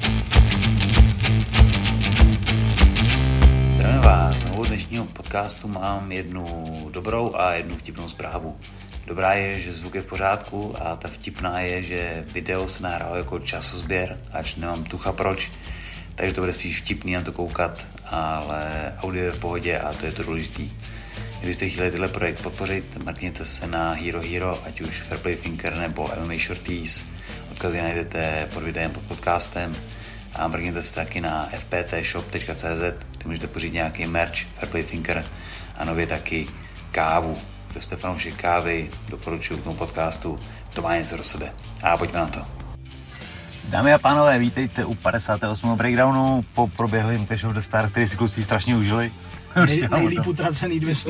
Zdravím vás, na úvod dnešního podcastu mám jednu dobrou a jednu vtipnou zprávu. Dobrá je, že zvuk je v pořádku a ta vtipná je, že video se nahrálo jako časozběr, ač nemám tucha proč, takže to bude spíš vtipný na to koukat, ale audio je v pohodě a to je to důležitý. Kdybyste chtěli tyhle projekt podpořit, mrkněte se na Hero, ať už Fairplay Thinker nebo MMA Shorties. Odkazy najdete pod videem, pod podcastem. A mrkněte se taky na fptshop.cz, kde můžete pořídit nějaký merch Fairplay Thinker a nově taky kávu. Kdo jste fanoušek kávy, doporučuji k tomu podcastu, to má něco do sebe. A pojďme na to. Dámy a pánové, vítejte u 58. breakdownu po proběhlým Clash of the Stars, který si kluci strašně užili. Nejlíp utracený 200.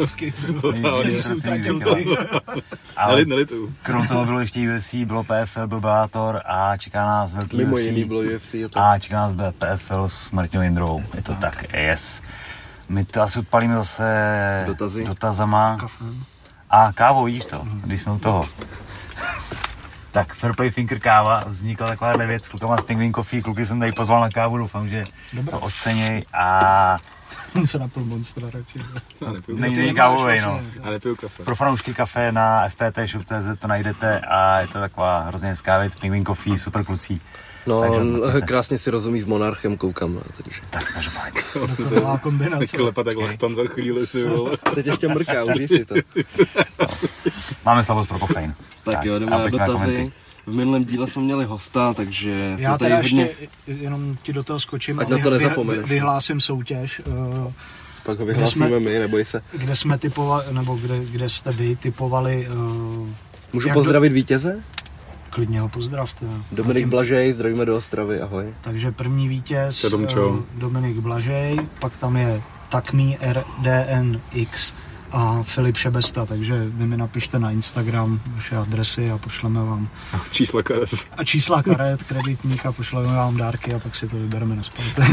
Ale krom toho bylo ještě UFC, bylo PFL, byl Bellator a čeká nás velký Mimo UFC. jiný bylo UFC A čeká nás PFL s Martinem Jindrou. Je to tak, yes. My to asi odpalíme zase dotazama. A kávou, vidíš to, když jsme u toho. Tak Fairplay Thinker káva, vznikla takováhle věc s klukama z Penguin Coffee, kluky jsem tady pozval na kávu, doufám, že to oceněj a... Něco na půl Monstera radši. Není kávovej, no. A nepiju kafe. Pro fanoušky kafe na fptshop.cz to najdete a je to taková hrozně hezká věc, Penguin Coffee, super kluci. No, krásně si rozumí s Monarchem, koukám. Takže. Tak každopádně. Taková kombinace. Klepa tak lachtan za chvíli, ty vole. Teď ještě mrká, užij si to. Máme slavost pro kofein. Tak jo, jdeme na dotazy. V minulém díle jsme měli hosta, takže já teda ještě jenom ti do toho skočím a vyhlásím soutěž. Pak ho vyhlásíme my, neboj se. Kde jsme typovali, nebo kde jste vy typovali... Můžu pozdravit vítěze? Klidně ho pozdravte. Dominik Blažej, zdravíme do Ostravy, ahoj. Takže první vítěz Dominik Blažej, pak tam je Takmi RDNX a Filip Šebesta, takže vy mi napište na Instagram vaše adresy a pošleme vám čísla karet, kreditních a pošleme vám dárky a pak si to vybereme na sparte.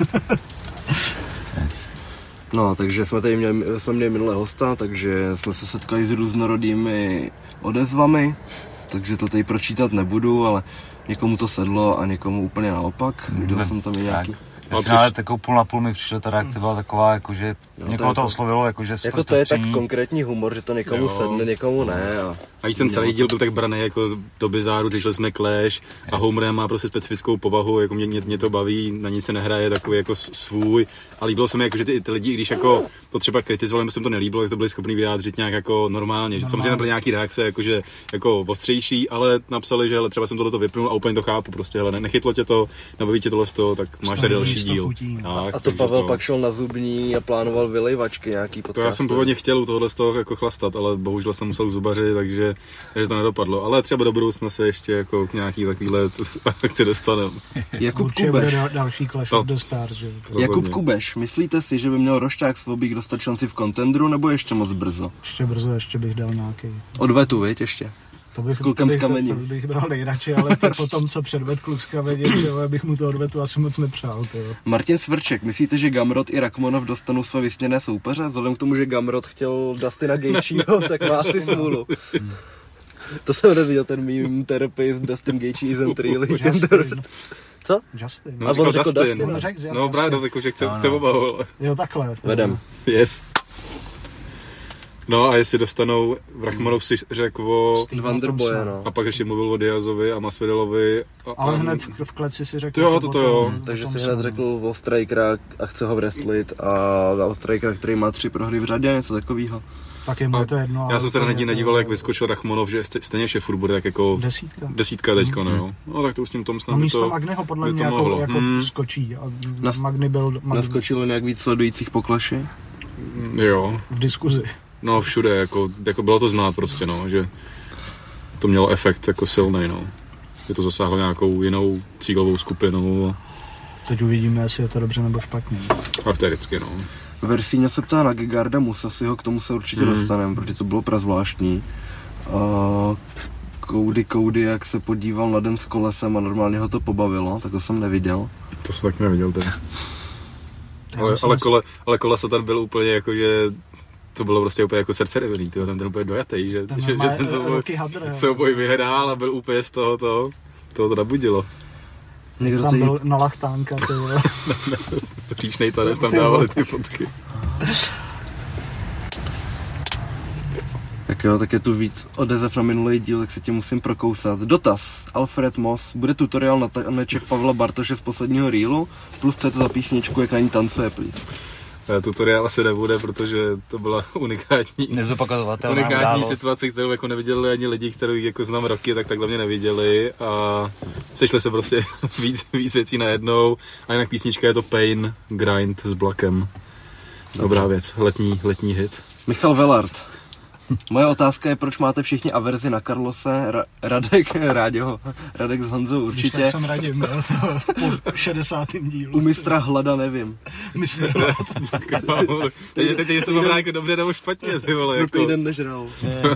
Yes. No, takže jsme měli minulé hosta, takže jsme se setkali s různorodými odezvami, takže to tady pročítat nebudu, ale někomu to sedlo a někomu úplně naopak. Viděl jsem tam i nějaký... Ale takovou půl na půl mi přišla ta reakce, byla taková, jakože někoho to oslovilo, jakože jako to je tak konkrétní humor, že to někomu sedne, někomu ne. A když ten celý díl byl tak braný jako do bizáru, řešili jsme Clash a Homer má prostě specifickou povahu, jako mě to baví, na nic se nehraje, takový jako svůj. A líbilo se mi, jako, že ty lidi, když jako to třeba kritizovali, mi se to nelíbilo, tak to byli schopni vyjádřit nějak jako normálně. Že samozřejmě tam byly nějaký reakce, jakože jako ostřejší, ale napsali, že hele, třeba jsem tohleto vypnul a úplně to chápu, prostě hele, nechytlo tě to, nebaví tě tohle z toho, tak máš tady další díl. Tak, a to Pavel pak šel na zubní a plánoval vylejvačky nějaký podcast. To já jsem původně chtěl u tohohle z toho jako chlastat, ale bohužel jsem musel zubařit, takže to nedopadlo. Ale třeba do budoucna se ještě jako k nějaký takovýhle akci dostaneme. Jakub Kubeš. Další Clash of the Stars, že? Jakub Kubeš, myslíte si, že by měl Rošťák Svobík dostat šanci v Contendru, nebo ještě moc brzo? Ještě brzo, ještě bych dal nějaký. Odvetu, viď, ještě? To bych bral nejradši, ale po tom, co předvedl kluk s Kamením, bych mu to odvetu asi moc nepřál. Martin Svrček, myslíte, že Gamrot i Rachmanov dostanou své vysněné soupeře? Vzhledem k tomu, že Gamrot chtěl Dustina Gaethjeho, tak má asi smůlu. To jsem neviděl, ten meme therapist Dustin Gaethje isn't really contender. Co? Justin. No, a on řekl Dustin. No právě, jako, že chce oba. Jo, takhle. Vedem. Yes. No a jestli dostanou, Rachmanov si řekl o Vanderboye, no. A pak ještě mluvil o Diazovi a Masvidelovi. Ale hned v kleci si řekl. Jo. Takže si hned řekl o Strikera a chce ho wrestlit a o Strikera, který má 3 prohry v řadě, něco takového. Tak je to jedno. Já jsem se nedíval, jak vyskočil Rachmanov, že stejně šefurt bude tak jako... Desítka teďko, no. No tak to už s tím tom snad místo to, Magnyho podle mě jako skočí. Magny byl... Naskočilo nějak víc sledujících po Clashi? Jo. V diskuzi. No všude, jako bylo to znát prostě, no, že to mělo efekt jako silnej, no. Že to zasáhlo nějakou jinou cílovou skupinu. Teď uvidíme, jestli je to dobře nebo špatně. Tak to je vždycky, no. Versiňa se ptá na Gegarda Musasiho, k tomu se určitě dostaneme, protože to bylo prazvláštní. Cody, jak se podíval na den s kolesem a normálně ho to pobavilo, tak to jsem neviděl. To jsem taky neviděl teda. Ale kolesa tam byl úplně jako, že to bylo prostě úplně jako srdceryvný, ten úplně dojatý, že ten souboj vyhrál a byl úplně z toho to nabudilo. Někdo tam byl na lachtánka, ty vole. Příčnej tanec tam dávali ty fotky. Tak jo, tak je tu víc odezev na minulý díl, tak se tě musím prokousat. Dotaz. Alfred Moss. Bude tutoriál na taneček Pavla Bartoše z posledního reelu, plus co je to za písničku, jak na ní tancuje, please. Tutoriál asi nebude, protože to byla unikátní situace, kterou jako neviděli ani lidi, kteří jako znám roky, tak takhle mě neviděli a sešli se prostě víc věcí najednou a jinak písnička je to Pain Grind s Blackem. Dobrá věc, letní hit. Michal Velard. Moje otázka je, proč máte všichni averzi na Carlose, Radek s Honzou určitě. Když tak jsem radím, po 60. dílu. U mistra Hlada nevím. Mistr Hlad. Teď jsem to jako dobře nebo špatně, ty vole. No týden nežral.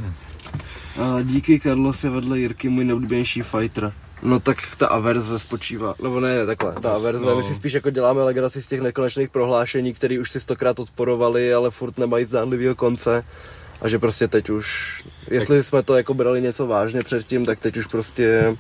Díky, Carlos je vedle Jirky můj nejoblíbenější fighter. No tak ta averze spočívá, nebo ne takhle, ta averze, my si spíš jako děláme legraci z těch nekonečných prohlášení, které už si 100krát odporovali, ale furt nemají zdánlivýho konce. A že prostě teď už, jestli jsme to jako brali něco vážně předtím, tak teď už prostě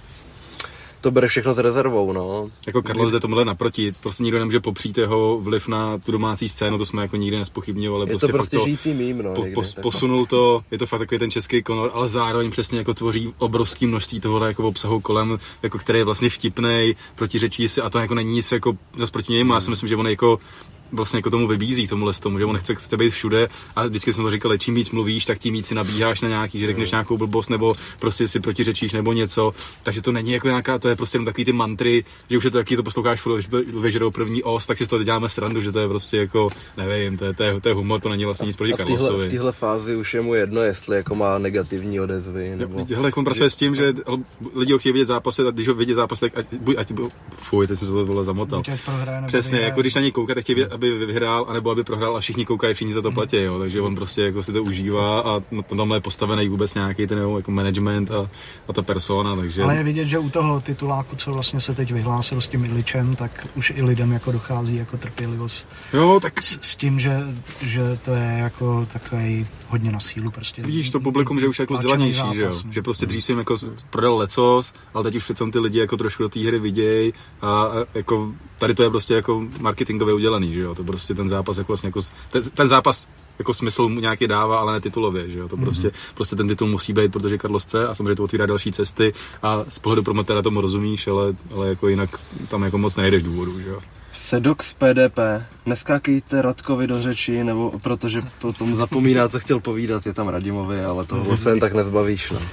to bere všechno s rezervou, no. Jako Carlos jde tomuhle naproti, prostě nikdo nemůže popřít jeho vliv na tu domácí scénu, to jsme jako nikdy nespochybňovali. Je to prostě žijící mím, no. Posunul to, je to fakt takový ten český Conor, ale zároveň přesně jako tvoří obrovský množství tohohle jako obsahu kolem, jako který je vlastně vtipnej, protiřečí si a to jako není nic jako zas proti němu, já si myslím, že on jako vlastně jako tomu vybízí, tomuhle tomu, že on chce být všude a vždycky jsem to říkal, čím víc mluvíš, tak tím víc si nabíháš na nějaký, že řekneš nějakou blbost nebo prostě si protiřečíš nebo něco, takže to není jako nějaká, to je prostě jenom takový ty mantry, že už je to taky, to posloucháš furt, vyžerou první os, tak si z toho děláme srandu, že to je prostě jako, nevím, to je humor, to není vlastně nic proti Carlosovi. V téhle fázi už je mu jedno, jestli jako má negativní odezvy, nebo... Hele, jak on pracuje s tím, že lidi ho chtějí vidět zápasy, a když ho vidí zápasy, tak fuj, teď jsem se to zamotal. Přesně, jako když na něj koukáte, chtějí, aby vyhrál, anebo aby prohrál a všichni koukají, všichni za to platí, jo, takže on prostě jako si to užívá a tamhle je postavený vůbec nějaký ten jako management a ta persona, takže... Ale je vidět, že u toho tituláku, co vlastně se teď vyhlásil s tím Iličem, tak už i lidem jako dochází jako trpělivost. Jo, tak... S tím, že to je jako takový hodně na sílu prostě. Vidíš to publikum, že už je jako vzdělanější, že jo, že prostě dřív si jim jako prodal lecos, ale teď už přece ty lidi jako trošku do té hry vidějí a jako tady to je prostě jako marketingově udělaný, že jo, to prostě ten zápas jako vlastně jako ten zápas jako smysl mu nějaký dává, ale ne titulově, že jo, to prostě ten titul musí být, protože Carlos chce a samozřejmě to otvírá další cesty a z pohledu promotéra tomu rozumíš, ale jako jinak tam jako moc nejdeš důvodu, že jo. Sedox PDP. Neskákejte Radkovi do řeči, nebo protože potom zapomíná, co chtěl povídat, je tam Radimovi, ale toho se jen tak nezbavíš, no.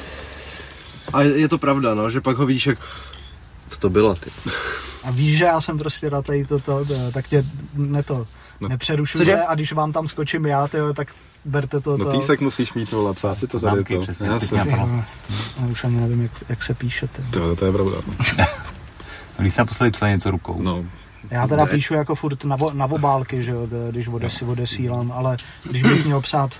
A je to pravda, no, že pak ho vidíš, jak... Co to bylo, ty? A víš, že já jsem prostě na toto, tak tě nepřerušuje a když vám tam skočím já, tyjo, tak berte to. No týsek musíš mít, vole, psát si to tady to. Přesně, já už ani nevím, jak se píšete. To je pravda. Když jsem naposledy psal něco rukou. No. Já teda píšu jako furt na obálky, že jo, když odesílám, ale když bych měl psát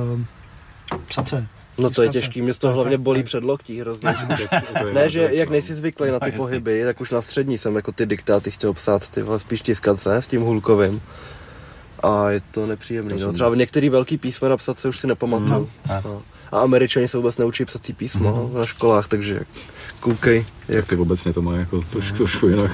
psace. No to je těžký, mě z toho hlavně bolí předloktí hrozně. Ne, že jak nejsi zvyklý na ty pohyby, tak už na střední jsem jako ty diktáty chtěl psát, ty spíš tiskace s tím hulkovým. A je to nepříjemný. No, třeba některý velký písma napsat se už si nepamatuju. No. A Američani se vůbec neučí psací písmo na školách, takže koukej. Jak ty obecně to má jako trošku jinak.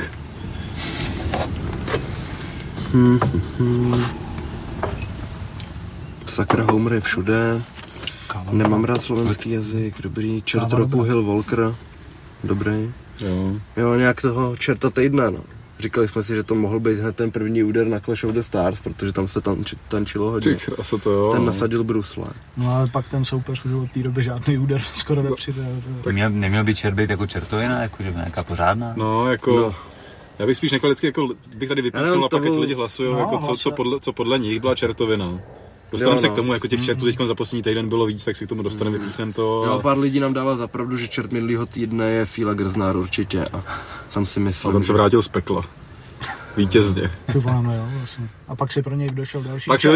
Sakra, Homer všude. Nemám rád slovenský jazyk, dobrý. Čert roku Hill Walker, dobrý. Jo, nějak toho čerta týdne, no. Říkali jsme si, že to mohl být hned ten první úder na Clash of the Stars, protože tam se tančilo hodně. Ty krása, to jo. Ten nasadil Brusle. No ale pak ten soupeř už od té doby žádný úder skoro nepřidal. Neměl by čert být jako čertovina, jakože nějaká pořádná? No, jako... No. Já bych spíš vždycky jako bych tady vypíchnul a pak ty lidi hlasují, no, jako co podle nich byla čertovina. Dostaneme se k tomu, jako těch čertů teď za poslední týden bylo víc, tak si k tomu dostaneme, vypíchneme to. Jo, pár lidí nám dává za pravdu, že čert minulýho týdne je Fíla Grznár určitě a tam si myslím, a ten se vrátil z pekla. Vítězně. No jo, vlastně. A pak si pro něj došel další pak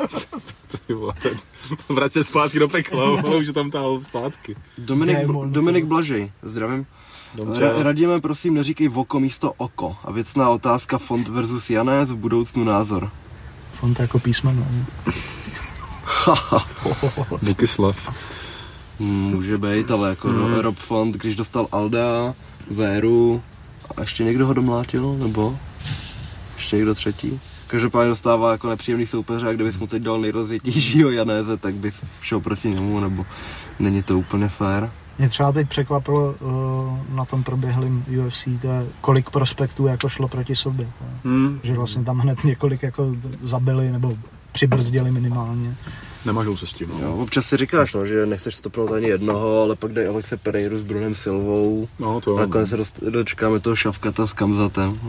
vrať se zpátky do pekla, ale už tam táhl zpátky. Dominik Blažej, zdravím. Radíme, prosím, neříkej voko místo oko. A věcná otázka Font versus Janés, v budoucnu názor. Font jako písmeno. Bokislav. Může být, ale jako Rob Font, když dostal Alda, Véru A ještě někdo ho domlátil, nebo ještě někdo třetí? Každopádně dostává jako nepříjemný soupeře a kdybys mu teď dal nejrozjetějšího Janéze, tak bys šel proti němu, nebo není to úplně fér. Mě třeba teď překvapilo na tom proběhlém UFC, kolik prospektů jako šlo proti sobě. Že vlastně tam hned několik jako zabili nebo přibrzdili minimálně. Nemažou se s tím. Jo, občas si říkáš, no, že nechceš stopnout ani jednoho, ale pak dají Alexe Pereiru s Brunem Silvou. No, to... Nakonec se dočkáme toho Šavkata s Kamzatem.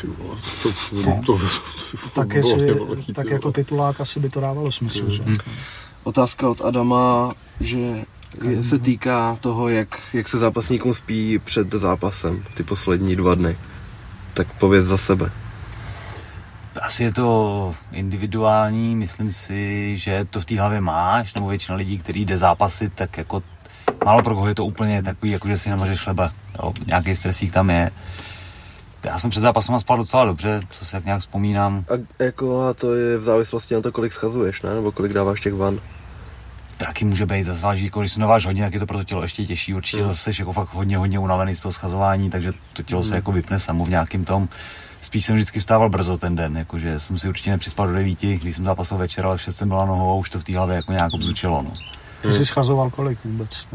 Tak jako titulák asi by to dávalo smysl. Že? Otázka od Adama, že se týká toho, jak se zápasníkům spí před zápasem, ty poslední 2 dny. Tak pověz za sebe. Asi je to individuální, myslím si, že to v té hlavě máš, nebo většina lidí, který jde zápasit, tak jako málo pro koho je to úplně takový, jako že si namažeš chleba, jo, nějaký stresík tam je. Já jsem před zápasem spal docela dobře, co si tak nějak vzpomínám. A to je v závislosti na to, kolik schazuješ, ne? Nebo kolik dáváš těch van? Taky může být, zase záleží, když si naváš hodně, tak je to pro to tělo ještě těžší, určitě zase jsi jako fakt hodně unavený z toho schazování, takže to tělo se jako vypne samo v nějakým tom. Spíš jsem vždycky vstával brzo ten den, jakože jsem si určitě nepřispal do 9, když jsem zápasil večer, ale 6 jsem byla nohou a už to v té hlavě jako nějak obzučilo. No. Ty jsi schazoval kolik vůbec?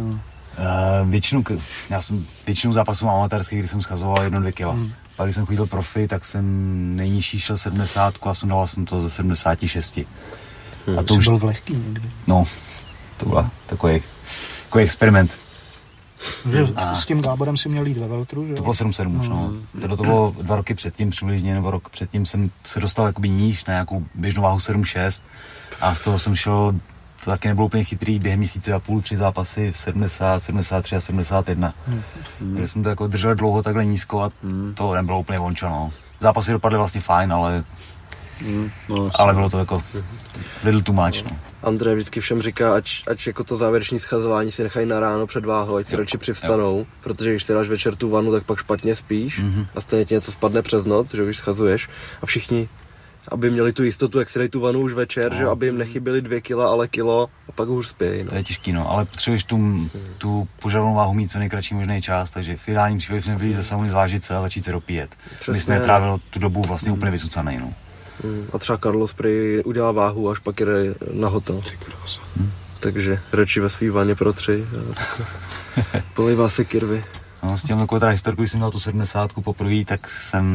Většinu zápasů amatérských, kdy jsem schazoval 1-2 kg. A když jsem chodil profi, tak jsem nejnižší šel 70 a sundoval jsem to ze 76. A to už byl v lehký někdy. No, to byl takový experiment. S tím Gáborem si měl jít ve veltru, že? To bylo 7-7 už, no. To bylo 2 roky předtím přibližně, nebo rok předtím jsem se dostal jakoby níž na nějakou běžnou váhu 7-6 a z toho jsem šel, to taky nebylo úplně chytrý, během měsíce a půl, 3 zápasy 70, 73 a 71. Takže jsem to jako držel dlouho takhle nízko a to nebylo úplně vončo, no. Zápasy dopadly vlastně fajn, ale bylo to jako little too much, no. Andrej vždycky všem říká, ať jako to závěrečné schazování si nechají na ráno před váhou, ať si radši přivstanou, protože když si dáš večer tu vanu, tak pak špatně spíš a stejně ti něco spadne přes noc, že když schazuješ a všichni, aby měli tu jistotu, jak si dají tu vanu už večer, že aby jim nechyběly 2 kila, ale kilo a pak už spějí. No. To je těžký, no, ale potřebuješ tu požadovanou váhu mít co nejkratší možný čas, takže v ideálním případě jsme vyjít ze sauny, zvážit se a začít se dopíjet. My jsme trávil tu dobu vlastně úplně vysucanej, no. A třeba Carlos prý udělá váhu, až pak jde na hotel. Takže radši ve svý vaně pro 3 a polejvá se kirvy. No, s tím takovou teda historku, když jsem měl tu 70 poprvé, tak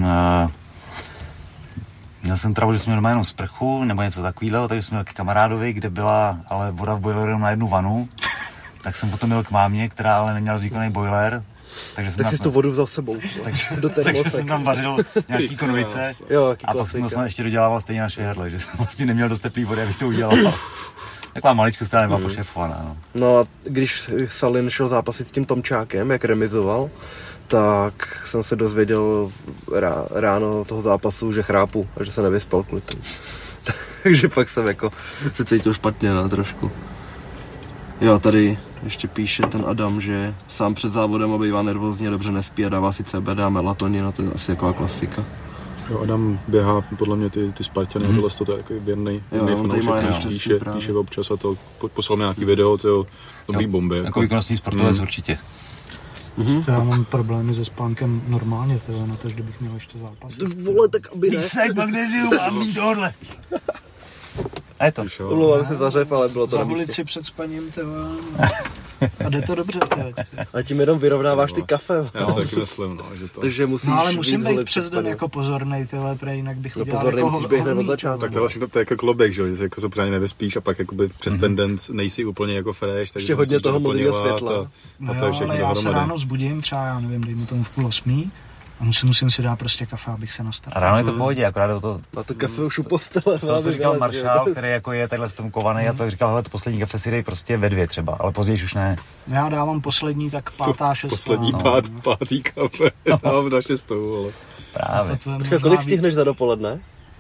měl jsem travu, že jsem měl doma jenom sprchu nebo něco takového, takže jsem měl k kamarádovi, kde byla ale voda v boileru na 1 vanu. Tak jsem potom měl k mámě, která ale neměla výkonný boiler. Tak jsi tu vodu vzal s sebou. Takže jsem tam vařil nějaký konvice a pak jsem to snad ještě dodělával stejně na švihadle, že jsem vlastně neměl dost teplý vody, abych to udělal. Taková maličkost, která nebyla pošefovaná. No a když Salin šel zápasit s tím Tomčákem, jak remizoval, tak jsem se dozvěděl ráno toho zápasu, že chrápu a že se nevyspal kvůli tomu. Takže pak jsem jako se cítil špatně, no, trošku. Jo, tady ještě píše ten Adam, že sám před závodem bývá nervózně, dobře nespí a dává si CBD a melatonin, no to je asi taková klasika. Jo, Adam běhá podle mě ty Spartany, tohle to je takový věrný fanoušek, píše občas a to poslal mi nějaký video, to je dobrý bomby. Jako výkonnostní sportovec určitě. Já mám problémy se spánkem normálně, na to, kdybych měl ještě zápas. Vole, tak aby ne. Výsek magnézium a mít tohle. A je to. Omlouvám se za řev, ale bylo to Zavolit si před spaním, a jde to dobře, A tím jenom vyrovnáváš ty kafe. Já si taky myslím, že to. Takže musíš ale musím být přes den jako pozornej, prej, jinak bych udělal pozornej jako musíš být hned od začátku. Tak to vlastně to je jako kloběk, že jako se pořádně nevyspíš a pak jakoby přes ten den nejsi úplně jako fresh. Ještě hodně toho modrého světla. Ale já se ráno vzbudím, třeba já nevím, dejme tomu v 7:30 a musím si dát prostě kafe, abych se nastal. A ráno je to v pohodě, akorát to... Na to kafe už u postele. To říkal Maršál, který jako je takhle v tom kovaný a to říkal, hele, to poslední kafe si dej prostě ve 2 třeba, ale později už ne. Já dávám poslední tak 5., 6. Poslední pátý kafe, dávám na 6, ale... Právě. Počkej, kolik stihneš za dopoledne?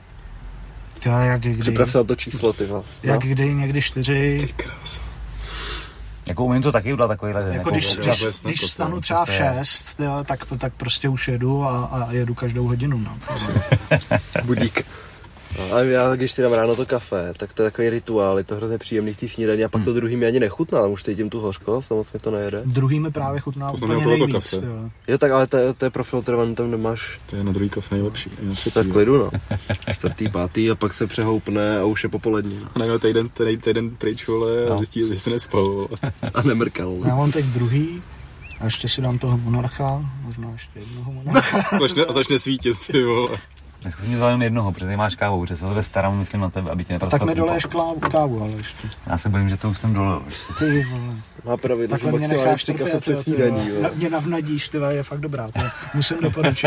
Jak kdy. Připrav se na to číslo, ty. Jak kdy, někdy 4. Ty krása. Jako umím to taky udělat takovýhle den. Jako když vstanu třeba v 6, tak prostě už jedu a jedu každou hodinu. No. Budík. A já, když si dám ráno to kafe, tak to je takový rituál, je to hrozně příjemný v té snídani a pak to druhý mi ani nechutná, ale už cítím tu hořkost a moc mi to nejede. Druhý mi právě chutná úplně nejvíc. Jo, tak ale to je profiltrovaný, tam nemáš. To je na druhý kafe nejlepší. Tak klidu, no. 4., 5. a pak se přehoupne a už je popolední. A najednou týden pryč, vole, a zjistí, že se nespal. A nemrkal. Já mám teď druhý. A ještě si dám toho monarcha, možná ještě jednoho monarcha. A začne svítit, ty vole. Dneska jsem mě vzal jen jednoho, protože ty máš kávu, protože se to starám, myslím na tebe, aby tě neprostal. Tak mi doleješ kávu, ale ještě. Já se bojím, že to už jsem dolil. Ty vole. Má pravidlo, že mě necháš kafe před snídaní. Mě navnadíš, ty je fakt dobrá. Musím doporučit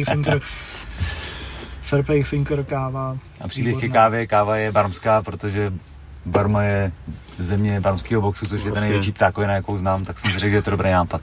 Fairplay Thinker káva. A příběh ke kávě, káva je barmská, protože Barma je země barmského boxu, což je ten největší ptákovina, jakou znám, tak jsem si řekl, že je to dobrý nápad.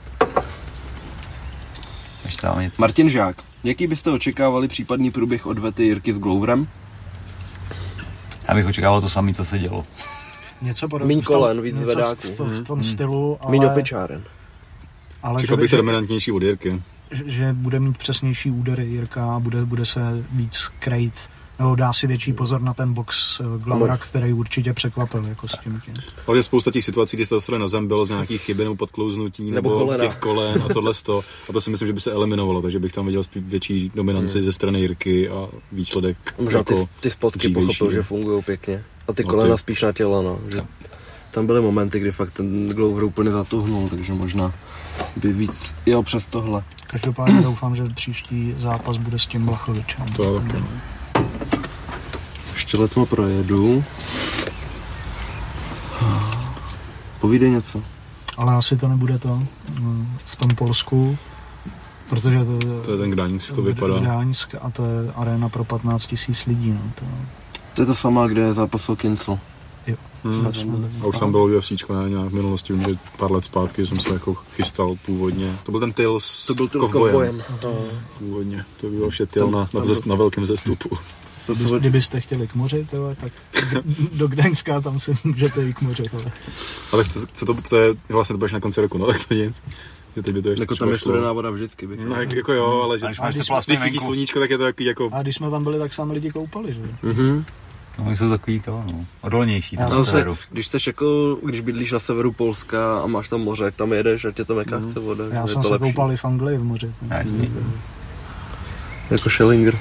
Ještě tam něco. Martin Žák, jaký byste očekávali případný průběh odvety Jirky s Gloverem? Já bych očekával to samé, co se dělo. Něco podobného. Míň kolen, víc zvedáků. V tom stylu, ale... Míň opičáren. Čekal bych dominantnější od Jirky. Že bude mít přesnější údery Jirka a bude se víc krejt. No, dá si větší pozor na ten box Glovera, který určitě překvapil jako s tím. Ale spousta těch situací, kdy se dostali na zem, bylo z nějakých chyb nebo podklouznutí nebo těch kolen a tohle sto. A to si myslím, že by se eliminovalo, takže bych tam viděl větší dominanci ze strany Jirky a výsledek. Možná jako ty spotky pochopil, že fungují pěkně. A ty kolena spíš na tělo, no. Že tam byly momenty, kdy fakt ten Glover úplně zatuhnul, takže možná by víc jel přes tohle. Každopádně doufám, že příští zápas bude s tím Blachovičem. To je taky. Ještě letmo projedu. Povídej něco. Ale asi to nebude to v tom Polsku, protože to je ten Gdaňsk, to vypadá. Gdaňsk a to je arena pro 15 000 lidí. No, to je to samá, kde je zápasil Kincl. Jo. A už tam bylo UFCčko nějak v minulosti, pár let zpátky, že jsem se jako chystal původně. To byl ten Tyl s kovbojem. Původně, to bylo vše Tyl na velkém zestupu. Kdybyste chtěli k moři, tak do Gdaňska tam si můžete jít k moři. Ale co to je, vlastně to budeš na konci roku, no tak to nic. Jako tam je studená voda vždycky. No jako jo, ale když svítí sluníčko, tak je to takový jako... A když jsme tam byli, tak se lidi koupali, že? No, jsou takový to, no, odolnější tam na severu. Když bydlíš na severu Polska a máš tam moře, jak tam jedeš a tě tam jaká chce voda. Já jsem se koupal i v Anglii v moři. Jako Schellinger.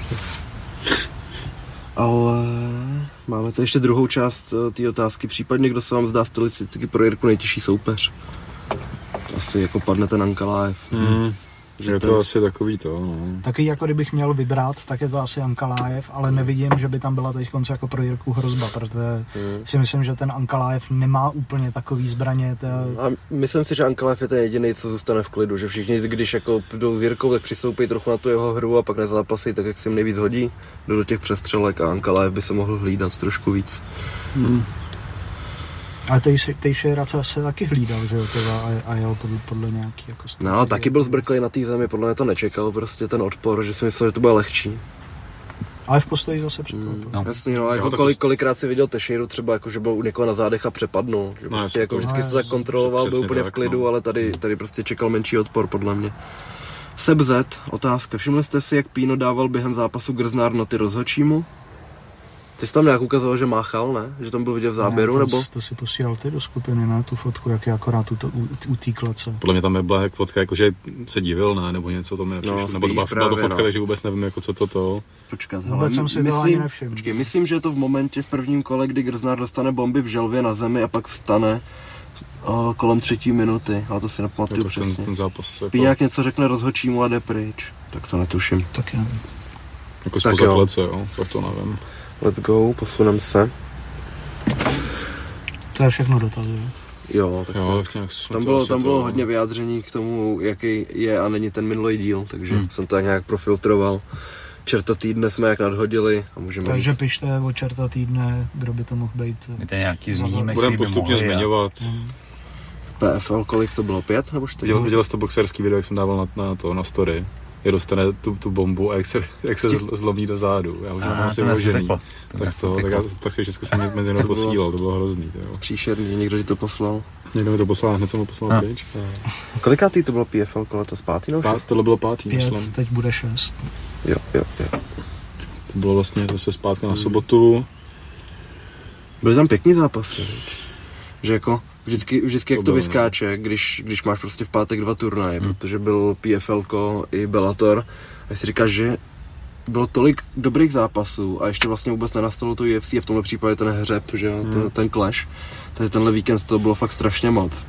Ale máme to ještě druhou část té otázky. Případně, kdo se vám zdá stylisticky pro Jirku nejtěžší soupeř? Asi jako padne ten Ankalaev. Je to asi takový to, no. Taky jako kdybych měl vybrat, tak je to asi Ankalaev, ale nevidím, že by tam byla teď konce jako pro Jirku hrozba, protože si myslím, že ten Ankalaev nemá úplně takový zbraně. A myslím si, že Ankalaev je ten jediný, co zůstane v klidu, že všichni, když jako jdou s Jirkou, tak přistoupí trochu na tu jeho hru a pak nezápasí tak, jak si jim nejvíc hodí, jdou do těch přestřelek a Ankalaev by se mohl hlídat trošku víc. Ale Tejšera se taky hlídal, že jo, a jel podle nějaký jako... No, taky byl zbrklej na té zemi, podle mě to nečekal, prostě ten odpor, že si myslel, že to bude lehčí. Ale v postoji zase překvapil. No. Jasně, no, jako kolikrát si viděl Teixeiru třeba, jako, že byl u někoho na zádech a přepadnul. Že no, prostě jako vždycky to tak kontroloval, byl úplně v klidu, no. Ale tady prostě čekal menší odpor, podle mě. Sebzet, otázka. Všimli jste si, jak Pino dával během zápasu Grznár noty rozhodčímu? Ty jsi tam nějak ukazoval, že máchal, ne? Že tam byl vidět v záběru, ne, nebo? To si posílal ty do skupiny, ne? Tu fotku, jak je akorát u té klece. Podle mě tam byla fotka, jako, že se divil, ne? Nebo něco, to mi nepřišlo. Nebo to byla to fotka, takže vůbec nevím, jako, co to. Počkat, vůbec jsem si toho ani nevšiml. Myslím, že je to v momentě v prvním kole, kdy Grznár dostane bomby v želvě na zemi a pak vstane kolem 3. minuty. Ale to si nepamatuju přesně. Ten zápas. Jako... Píňák něco řekne rozhodčímu a jde pryč. Tak to netuším. Tak já nevím. Jako spoza klece, jo? Tak to nevím. Let's go, posuneme se. To je všechno dotazy, jo? Tak nějak tam bylo hodně vyjádření k tomu, jaký je a není ten minulý díl, takže jsem to tak nějak profiltroval. Čerta týdne jsme jak nadhodili a můžeme... Takže pište o čerta týdne, kdo by to mohl být. My to nějaký zmíníme, budeme postupně zmiňovat. PFL, kolik to bylo? 5 nebo 4? Viděl jsi to boxerský video, jak jsem dával na story. Je dostane tu bombu a jak se zlomí do zádu. Já už mám asi vložený. Tak já pak si všechno jsem mezi mnou posílal, to bylo hrozný. Jo. Příšerný, někdo ti to poslal? Někdo mi to poslal, hned jsem ho poslal pryč. Kolikátý to bylo PFL kolo, to z 5. nebo 6? Tohle bylo 5. 5, teď bude 6. Jo. to bylo vlastně zase zpátky na sobotu. Byly tam pěkný zápasy, že jako vždycky jak to vyskáče, když máš prostě v pátek 2 turnaje, protože byl PFLko i Bellator, a si říkáš, že bylo tolik dobrých zápasů a ještě vlastně vůbec nenastalo to UFC a v tomhle případě ten hřeb, že jo, ten clash, takže tenhle víkend to bylo fakt strašně moc.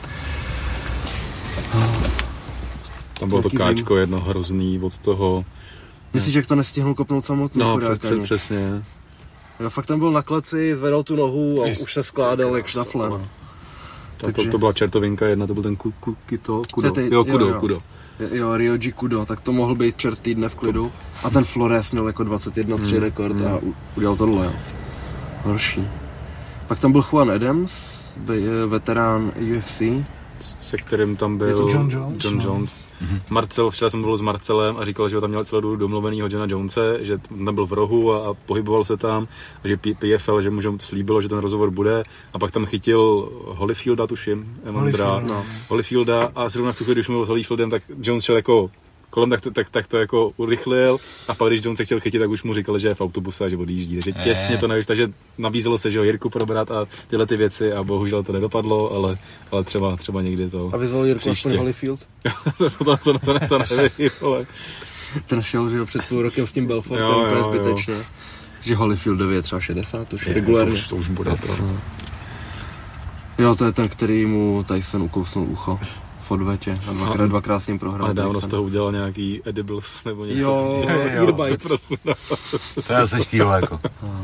Tam bylo to káčko jedno hrozný od toho. Myslíš, že to nestihnul kopnout samotný? No, přesně. Já fakt tam byl na kleci, zvedal tu nohu a už se skládal jak šlafle. To byla čertovinka jedna, to byl ten Kudo. Kudo. Jo, Ryoji Kudo, tak to mohl být čert týdne v klidu. A ten Flores měl jako 21-3 rekord a udělal tohle, jo. Horší. Pak tam byl Juan Adams, veterán UFC. Se kterým tam byl John Jones. Marcel, včera jsem mluvil s Marcelem a říkal, že ho tam měl celou dobu domluvenýho Johna Jonese, že tam byl v rohu a pohyboval se tam, a že PFL, že mu slíbilo, že ten rozhovor bude, a pak tam chytil Holyfielda, tuším, Holyfielda, a zrovna v tu chvíli, když mluvil s Holyfieldem, tak Jones šel jako kolem, tak to jako urychlil, a pak když Jones se chtěl chytit, tak už mu říkali, že je v autobuse a že odjíždí, takže těsně to nevíš, takže nabízelo se, že ho Jirku probrat a tyhle ty věci, a bohužel to nedopadlo, ale třeba někdy to. A vyzval Jirku aspoň Holyfield? to nevím, ale... Ten šel, že jo, před půl rokem s tím Belfortem úplně zbytečně. Že Holyfieldovi je třeba 60 už regulárně. To už bude to. Jo, to je ten, který mu Tyson ukousnul ucho v odvetě a dvakrát s ním prohrál. Ale dávno z toho udělal nějaký edibles nebo něco. Jo, prostě, no. To je zase štílo jako.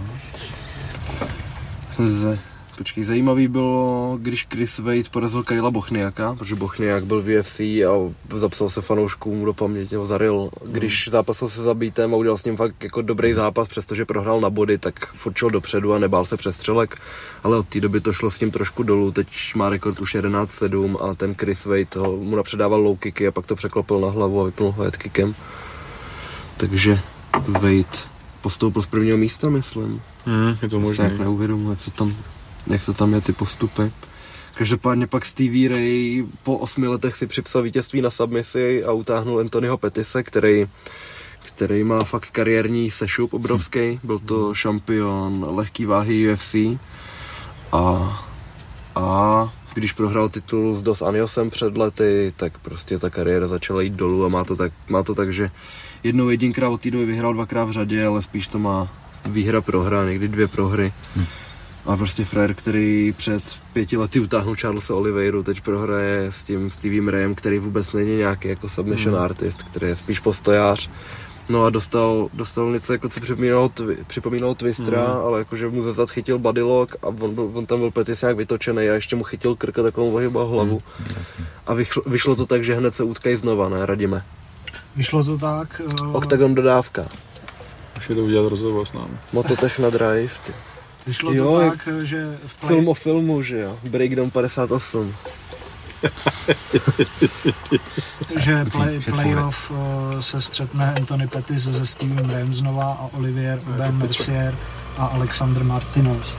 Počkej, zajímavý bylo, když Chris Wade porazil Kajla Bochniaka, protože Bochniak byl v UFC a zapsal se fanouškům do paměti, nebo zaryl. Když zápasil se Zabítem a udělal s ním fakt jako dobrý zápas, přestože prohrál na body, tak furt šel dopředu a nebál se přestřelek, ale od té doby to šlo s ním trošku dolů, teď má rekord už 11-7 a ten Chris Wade mu napředával low kicky a pak to překlopil na hlavu a vypnul head kickem. Takže Wade postoupil z prvního místa, myslím. Je to možné. Jak neuvědomuji, jak to tam je, ty postupy. Každopádně pak Stevie Ray po 8 letech si připsal vítězství na submisi a utáhnul Anthonyho Pettise, který má fakt kariérní sešup obrovský. Byl to šampion lehký váhy UFC a když prohrál titul s Dos Anjosem před lety, tak prostě ta kariéra začala jít dolů a má to tak, že jednou jedinkrát od té doby vyhrál 2krát v řadě, ale spíš to má výhra prohra, někdy 2 prohry. A prostě frajer, který před 5 lety utáhnul Charlesa Oliveira, teď prohraje s tím Steviem Rayem, který vůbec není nějaký jako submission artist, který je spíš postojář. No a dostal něco, jako co připomínalo Twistera, ale jakože mu ze zad chytil bodylock a on tam byl Pettis nějak vytočený a ještě mu chytil krk a takovou ohybal hlavu. A vyšlo to tak, že hned se utkají znova, ne, Radime? Vyšlo to tak... Octagon dodávka. Už je to udělat rozhovor s námi. Mototech na Drive, ty. Vyšlo to tak, že... Film o filmu, že jo? Breakdown 58. že playoff se střetne Anthony Pettis se Stevem Rayem znova a Olivier Ben Mercier a Alexander Martinez.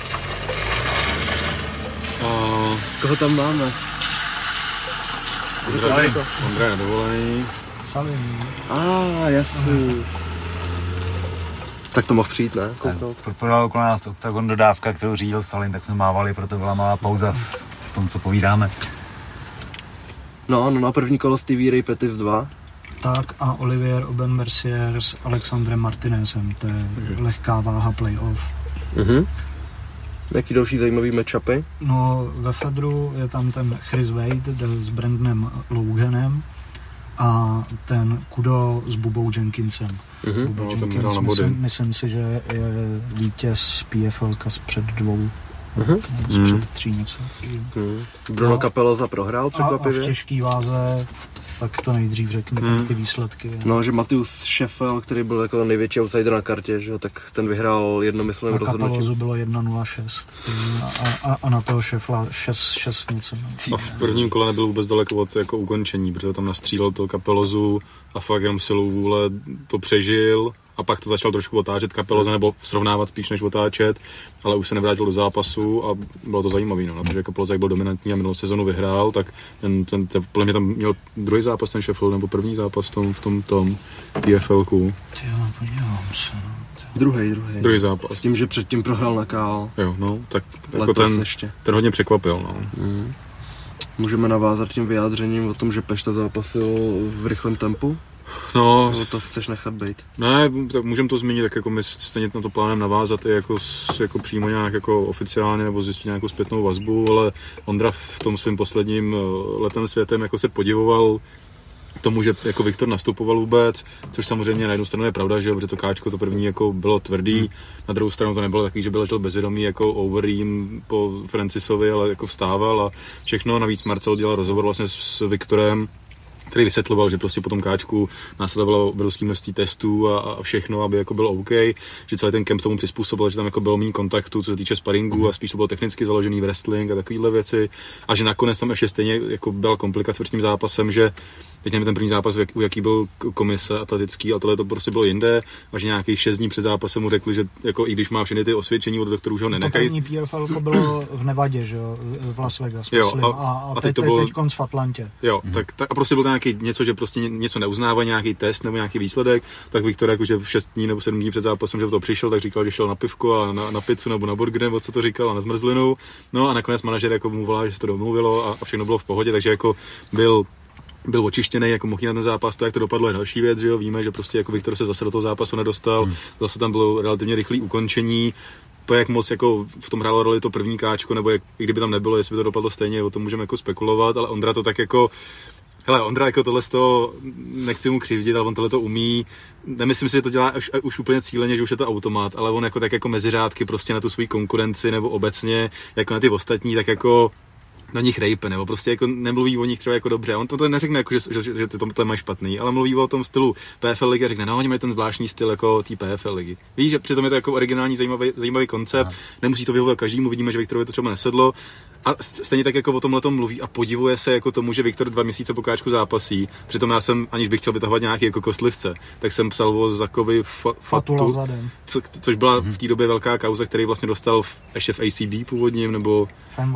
Koho tam máme? Ondra je dovolený. Salim. Jasný. Tak to mohl přijít, ne? Kouknout. Podporoval okolo nás Octagon dodávka, kterou řídil Salim, tak jsme mávali, proto byla malá pauza v tom, co povídáme. No, na první kolo Stevie Ray Pettis 2. Tak a Olivier Ben Mercier s Alexandrem Martinezem, to je lehká váha playoff. Jaký další zajímavý matchupy? No, ve Fedru je tam ten Chris Wade s Brandonem Loganem a ten Kudo s Bubou Jenkinsem. Bubba Jenkins, myslím si, že je vítěz PFL-ka zpřed 2. Zpřed 3 něco. Bruno Capeloza prohrál překvapivě. A v těžký váze, tak to nejdřív řekni, ty výsledky. No, že Matheus Scheffel, který byl jako největší outsider na kartě, že jo, tak ten vyhrál jednomyslným rozhodnutím. Na Capelozu bylo 1-0-6 a na toho Scheffela 6 něco. A v prvním kole nebyl vůbec daleko od ukončení, protože tam nastřílel toho Capelozu a fakt jenom silou vůle to přežil a pak to začal trošku otáčet Capelloza, nebo srovnávat spíš než otáčet, ale už se nevrátil do zápasu a bylo to zajímavé, no, protože Capelloza jak byl dominantní a minulou sezonu vyhrál, tak ten podle mě tam měl druhý zápas ten Sheffield, nebo první zápas v tom PFL-ku. Druhý zápas. S tím, že předtím prohrál na KO. Jo, no, tak jako ten hodně překvapil, no. Můžeme navázat tím vyjádřením o tom, že Pešta zápasil v rychlém tempu? No, nebo to chceš nechat být? Ne, tak můžeme to zmínit, tak jako my stejně na to plánem navázat i jako přímo nějak jako oficiálně nebo zjistit nějakou zpětnou vazbu, ale Ondra v tom svým posledním letem světem jako se podivoval tomu, že jako Viktor nastupoval vůbec, což samozřejmě na jednu stranu je pravda, že protože to káčko to první jako bylo tvrdý, na druhou stranu to nebylo takový, že byl ležel bezvědomý jako Overeem po Francisovi, ale jako vstával a všechno. Navíc Marcel dělal rozhovor vlastně s Viktorem, který vysvětloval, že prostě po tom káčku následovalo obrovské množství testů a všechno, aby jako bylo OK, že celý ten kemp tomu přizpůsobil, že tam jako bylo méně kontaktu, co se týče sparingu a spíš to bylo technicky založený wrestling a takovéhle věci a že nakonec tam ještě stejně jako byla komplikace s tím zápasem, že teď nevím ten první zápas, jaký byl komise atletický, a tohle to prostě bylo jinde a že nějakých 6 dní před zápasem mu řekli, že jako i když má všechny ty osvědčení od doktorů, že ho nenechají. To první PFL bylo v Nevadě, že jo, v Las Vegas, myslím, jo, a teď konc v Atlantě. Jo, tak a prostě byl tam nějaký něco, že prostě něco neuznává, nějaký test nebo nějaký výsledek, tak Viktor jakože v 6 dní nebo 7 dní před zápasem, že to přišel, tak říkal, že šel na pivko a na pizzu nebo na burger, nebo co to říkal, a na zmrzlinu. No a nakonec manažer jako mu volal, že se to domluvilo a všechno bylo v pohodě, takže jako byl očištěný, jako mohl jít na ten zápas, to jak to dopadlo je další věc, že jo, víme, že prostě jako Viktor se zase do toho zápasu nedostal, zase tam bylo relativně rychlé ukončení. To, jak moc jako v tom hrálo roli to první káčko, nebo jak, i kdyby tam nebylo, jestli by to dopadlo stejně, o tom můžeme jako spekulovat, ale Ondra to tak jako hele, Ondra jako tohle z toho, nechci mu křivdit, ale on tohle to umí. Nemyslím si, že to dělá už úplně cíleně, že už je to automat, ale on jako tak jako meziřádky prostě na tu svou konkurenci nebo obecně jako na ty ostatní, tak jako na nich rejpe, nebo prostě jako nemluví o nich třeba jako dobře. On to neřekne jako, že ty tohle mají špatný, ale mluví o tom stylu PFL ligy a řekne, no, oni mají ten zvláštní styl jako té PFL ligy. Víš, že přitom je to jako originální zajímavý koncept, nemusí to vyhovovat každému, vidíme, že Viktorovi to třeba nesedlo. A stejně tak jako o tomhletom mluví a podivuje se jako tomu, že Viktor 2 měsíce po káčku zápasí. Přitom já jsem, aniž bych chtěl vytahovat nějaký jako kostlivce, tak jsem psal o Zakovi Fatu, což byla v té době velká kauza, který vlastně dostal ještě v ACB původním, nebo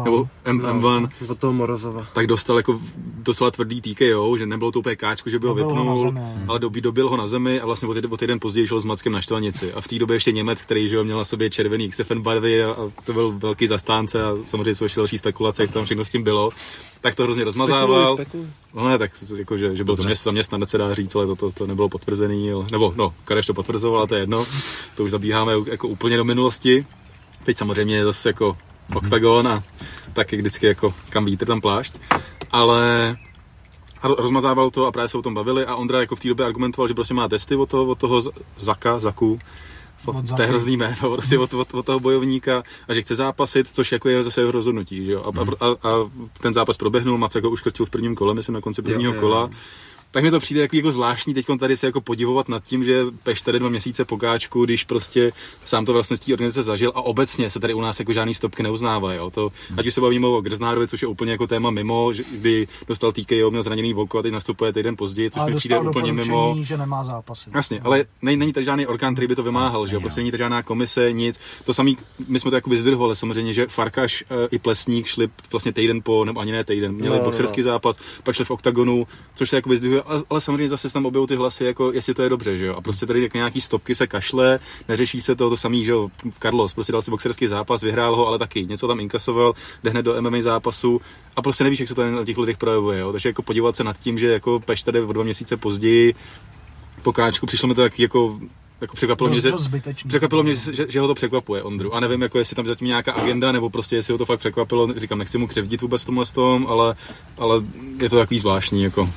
M1. Od toho Morozova. Tak dostal jako docela tvrdý TKO, že nebylo to úplně káčko, že by ho vypnul, ale dobil ho na zemi a vlastně o týden později šel s Mackem na štvanici. A v té době ještě Němec, který že měl na sobě červený XFN barvy a to byl velký zastánce a samozřejmě jsou ještě další spekulace, jak tam všechno s tím bylo, tak to hrozně rozmazával. No ne, tak jako, že byl to zaměstnanec, se dá říct, ale to nebylo potvrzený, nebo no, Kareš to potvrzoval, to je jedno, to už zabíháme jako úplně do minulosti. Teď samozřejmě je zase jako oktagon a taky vždycky jako kam vítr, tam plášť, ale rozmazával to a právě se o tom bavili a Ondra jako v té době argumentoval, že prostě má testy od toho Zaku, to je hrozný jméno, prostě od toho bojovníka a že chce zápasit, což jako je zase jeho rozhodnutí, že jo? A ten zápas proběhnul, Macek ho uškrtil v prvním kole, myslím na konci prvního kola. Tak mi to přijde jako zvláštní teď tady se jako podivovat nad tím, že Peš tady 2 měsíce po káčku, když prostě sám to vlastně z té organizace zažil a obecně se tady u nás jako žádný stopky neuznávají. Jo. To, ať už se bavíme o Grznárovi, což je úplně jako téma mimo, že kdy dostal TKO, měl zraněný oko a teď nastupuje týden později, což mi přijde úplně mimo. Že nemá zápasy. Jasně, ale není tady žádný orgán, který by to vymáhal, že jo. Prostě není tady žádná komise, nic. To samý, my jsme to jako vyzdvihovali samozřejmě, že Farkaš i Plesník šli vlastně týden po, nebo ani ne týden, měli boxerský zápas, pak šli v oktagonu, což se jako vyzdvihuje, ale samozřejmě zase tam objevují ty hlasy, jako jestli to je dobře, že jo. A prostě tady nějaký stopky se kašle, neřeší se to samý, že jo. Carlos prostě dal si boxerský zápas, vyhrál ho, ale taky něco tam inkasoval, jde hned do MMA zápasu a prostě nevíš, jak se to na těch lidech projevuje, jo. Takže jako podívat se nad tím, že jako Peš tady o 2 měsíce později po káčku přišlo mi to tak jako překvapilo mě, že ho to překvapuje, Ondru. A nevím, jako jestli tam zatím nějaká agenda, nebo prostě jestli ho to fakt překvapilo. Říkám, nechci mu křivdit vůbec v tomhle tom, ale je to takový zvláštní, jako.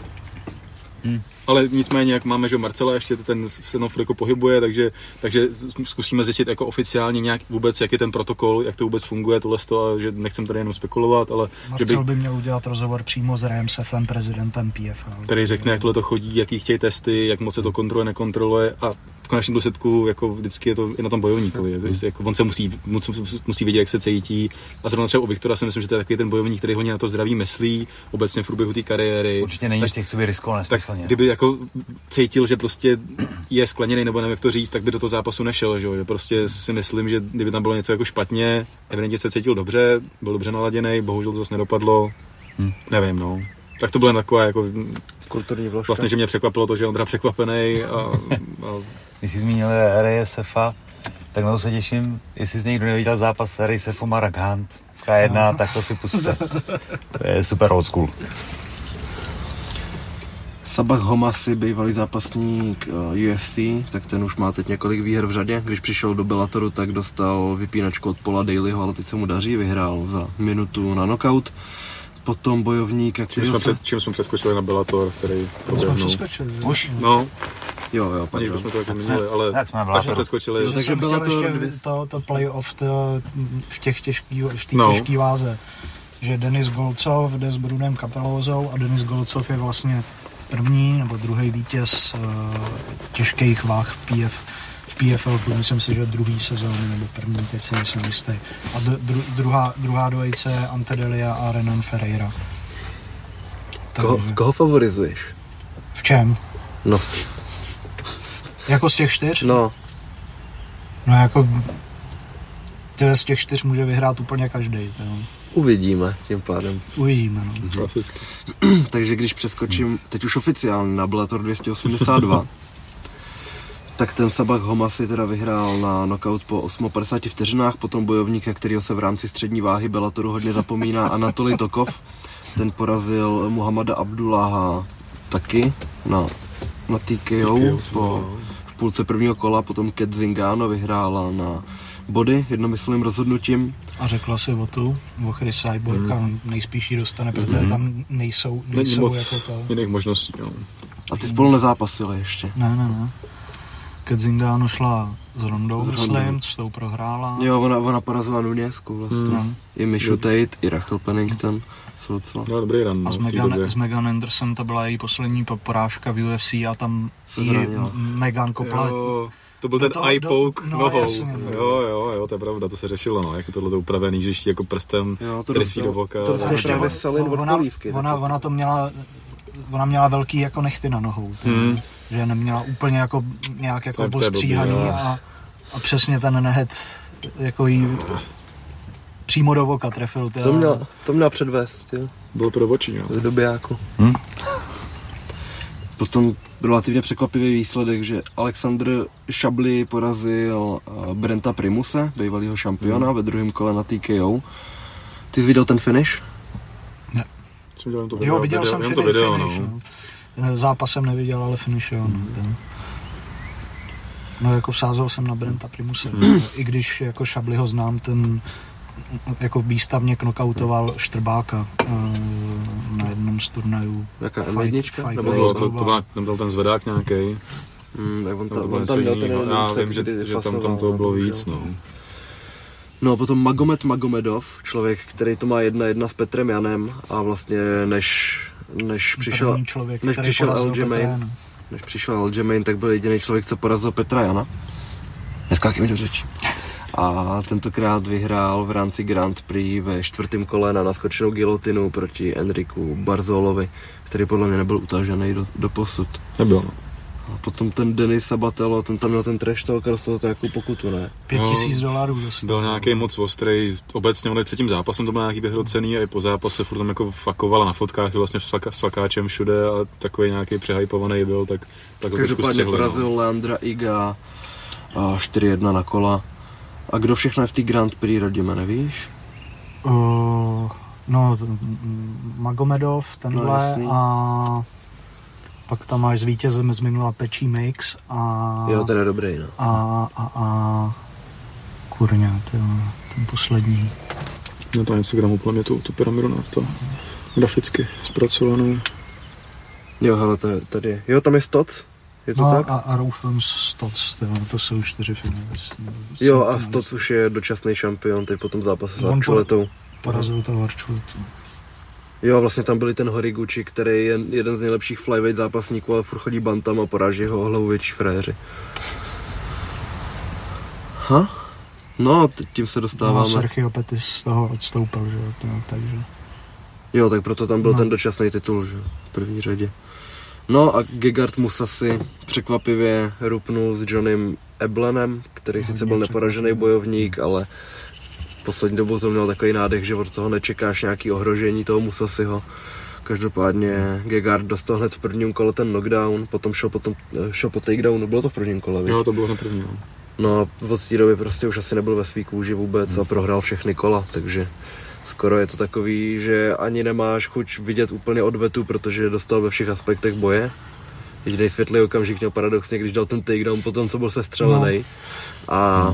Ale nicméně, jak máme, že Marcela ještě ten se jako pohybuje, takže zkusíme zjistit jako oficiálně nějak vůbec, jak je ten protokol, jak to vůbec funguje, tohle a že nechcem tady jenom spekulovat, ale Marcel by měl udělat rozhovor přímo s Rayem Sefflem, prezidentem PFL. Který řekne, jak tohle to chodí, jaký chtějí testy, jak moc se to kontroluje, nekontroluje a v konečném důsledku jako vždycky je to i na tom bojovníkovi. Jako on se musí vědět, jak se cítí. A zrovna třeba u Viktora si myslím, že to je takový ten bojovník, který hodně na to zdraví myslí, obecně v průběhu té kariéry. Určitě není z těch, co by riskoval nesmyslně. Kdyby jako cítil, že prostě je skleněný, nebo nevím, jak to říct, tak by do toho zápasu nešel, že prostě si myslím, že kdyby tam bylo něco jako špatně, evidentně se cítil dobře, byl dobře naladěný, bohužel to zase nedopadlo. Nevím, no. Tak to bylo taková jako kulturní vložka. Vlastně, že mě překvapilo to, že on teda překvapený a... Když jsi zmínil Raysefa, tak na to se těším, jestli jsi někdo neviděl zápas Raysefu Mark Hunt v K1, tak to si pusťte. To je super old school. Sabah Homasi, bývalý zápasník UFC, tak ten už má teď několik výher v řadě. Když přišel do Bellatoru, tak dostal vypínačku od Paula Dalyho, ale teď se mu daří, vyhrál za minutu na knockout. Potom bojovník, čím jsme přeskočili na Bellator, který proběhnul. Jsme přeskočili. Už? No. Jo, aniž bychom to taky měli, ale tak jsme přeskočili. No, takže Bellator to playoff v té těžké váze. Že Denis Golcov jde s Brunem Capellozou a Denis Golcov je vlastně první nebo druhý vítěz těžkých váh v PFL, myslím si, že druhý sezóny nebo první, teď si nejsem jistý. A druhá dvojice je Ante Delia a Renan Ferreira. Koho favorizuješ? V čem? No. Jako z těch 4? No. No jako z těch 4 může vyhrát úplně každý. Uvidíme tím pádem. Uvidíme, no. Klasicky. Takže když přeskočím, teď už oficiálně na Bellator 282, tak ten Sabah Homasi teda vyhrál na knockout po 58 vteřinách, potom bojovník, na kterého se v rámci střední váhy Bellatoru hodně zapomíná, Anatoly Tokov. Ten porazil Muhammada Abdullaha taky na TKO v půlce prvního kola, potom Cat Zingano vyhrála na body jednomyslným rozhodnutím. A řekla si o Chris Cyborga, nejspíš ji dostane, protože tam nejsou moc jako to. Jiných možností, no. A ty spolu nezápasili ještě? Ne. Cat Zingano šla s Rondou, myslím, s tou prohrála. Jo, ona porazila Nunězku vlastně. I Michu Tate, i Rachel Pennington. No, dobrý run, a s Megan Anderson to byla její poslední porážka v UFC a tam Megan kopla. To byl ten eye poke nohou. Jasně, jo, to je pravda, to se řešilo, no, jak je tohle upravený, že ještě jako prstem trefí do voka. To dostal Veselin od polívky. Ona měla velký jako nechty na nohou, že neměla úplně jako nějak jako ostříhaný a přesně ten nehet jako jí přímo do voka trefil. To měla předvést, jo. Bylo to do očí, jo. Z dobijáku. Potom relativně překvapivý výsledek, že Alexander Shabli porazil Brenta Primuse, bývalýho šampiona, ve druhém kole na TKO. Ty jsi viděl ten finish? Ne. Viděl jsem finish. No. Zápas jsem neviděl, ale finish jo. No jako vsázel jsem na Brenta Primuse. I když jako Shabliho znám, ten jako výstavně knockoutoval Štrbáka na jednom z turnajů. Jaká M1? Nebo byl ten zvedák nějaký? On tam měl ten já vím, že tam to bylo víc, no. No a potom Magomed Magomedov, člověk, který to má 1-1 s Petrem Janem a vlastně než přišel Aljamain, tak byl jediný člověk, co porazil Petra Jana. Neskákej mi do řeči. A tentokrát vyhrál v rámci Grand Prix ve 4. kole na naskočenou gilotinu proti Enriku Barzolovi, který podle mě nebyl utažený do posud. Nebyl. A potom ten Denis Sabatello, ten tam měl ten trash talk a dostal to jako pokutu, ne? $5,000 byl nějaký moc ostrý, obecně on před tím zápasem to byl nějaký vyhrocený a i po zápase furt tam jako fakovala na fotkách, vlastně s fakáčem všude a takový nějaký přehypovaný byl, tak to trošku střihli. Porazil Leandra Iga 4-1 na kola. A kdo všechno je v té Grand Prix, Radime, nevíš? Magomedov, tenhle a pak tam máš s vítězem z minula Pečí Mix a... Jo, ten je dobrý, no. A kurňa, ten poslední. No to Instagramu plně tu pyramidu na to graficky zpracovanou. Jo, hele, tady, jo, tam je Stoc. Je to tak? A Roufem Stoc, to jsou 4 finalisty. Jo, a Stoc už je dočasný šampion, teď potom zápas s Arčuletou. Porazil toho Arčuletu. Jo, vlastně tam byli ten Horiguchi, který je jeden z nejlepších flyweight zápasníků, ale furt chodí bantam a poráží ho hlavou větší fréři. No, tím se dostáváme. No, Sergio Pettis z toho odstoupil, že jo, takže... Jo, tak proto tam byl ten dočasný titul, že jo, v první řadě. No a Gegard Mousasi překvapivě rupnul s Johnnym Eblenem, který sice byl neporažený bojovník, ale poslední dobou to měl takový nádech, že od toho nečekáš nějaký ohrožení toho Mousasiho. Každopádně Gegard dostal hned v prvním kole ten knockdown, potom šel po takedownu, bylo to v prvním kole, víš? Jo, to bylo na prvním. No a od té doby prostě už asi nebyl ve svý kůži vůbec a prohrál všechny kola, takže skoro je to takový, že ani nemáš chuť vidět úplně odvetu, protože dostal ve všech aspektech boje. Jediný světlý okamžik měl paradoxně, když dal ten takedown po tom, co byl sestřelený. A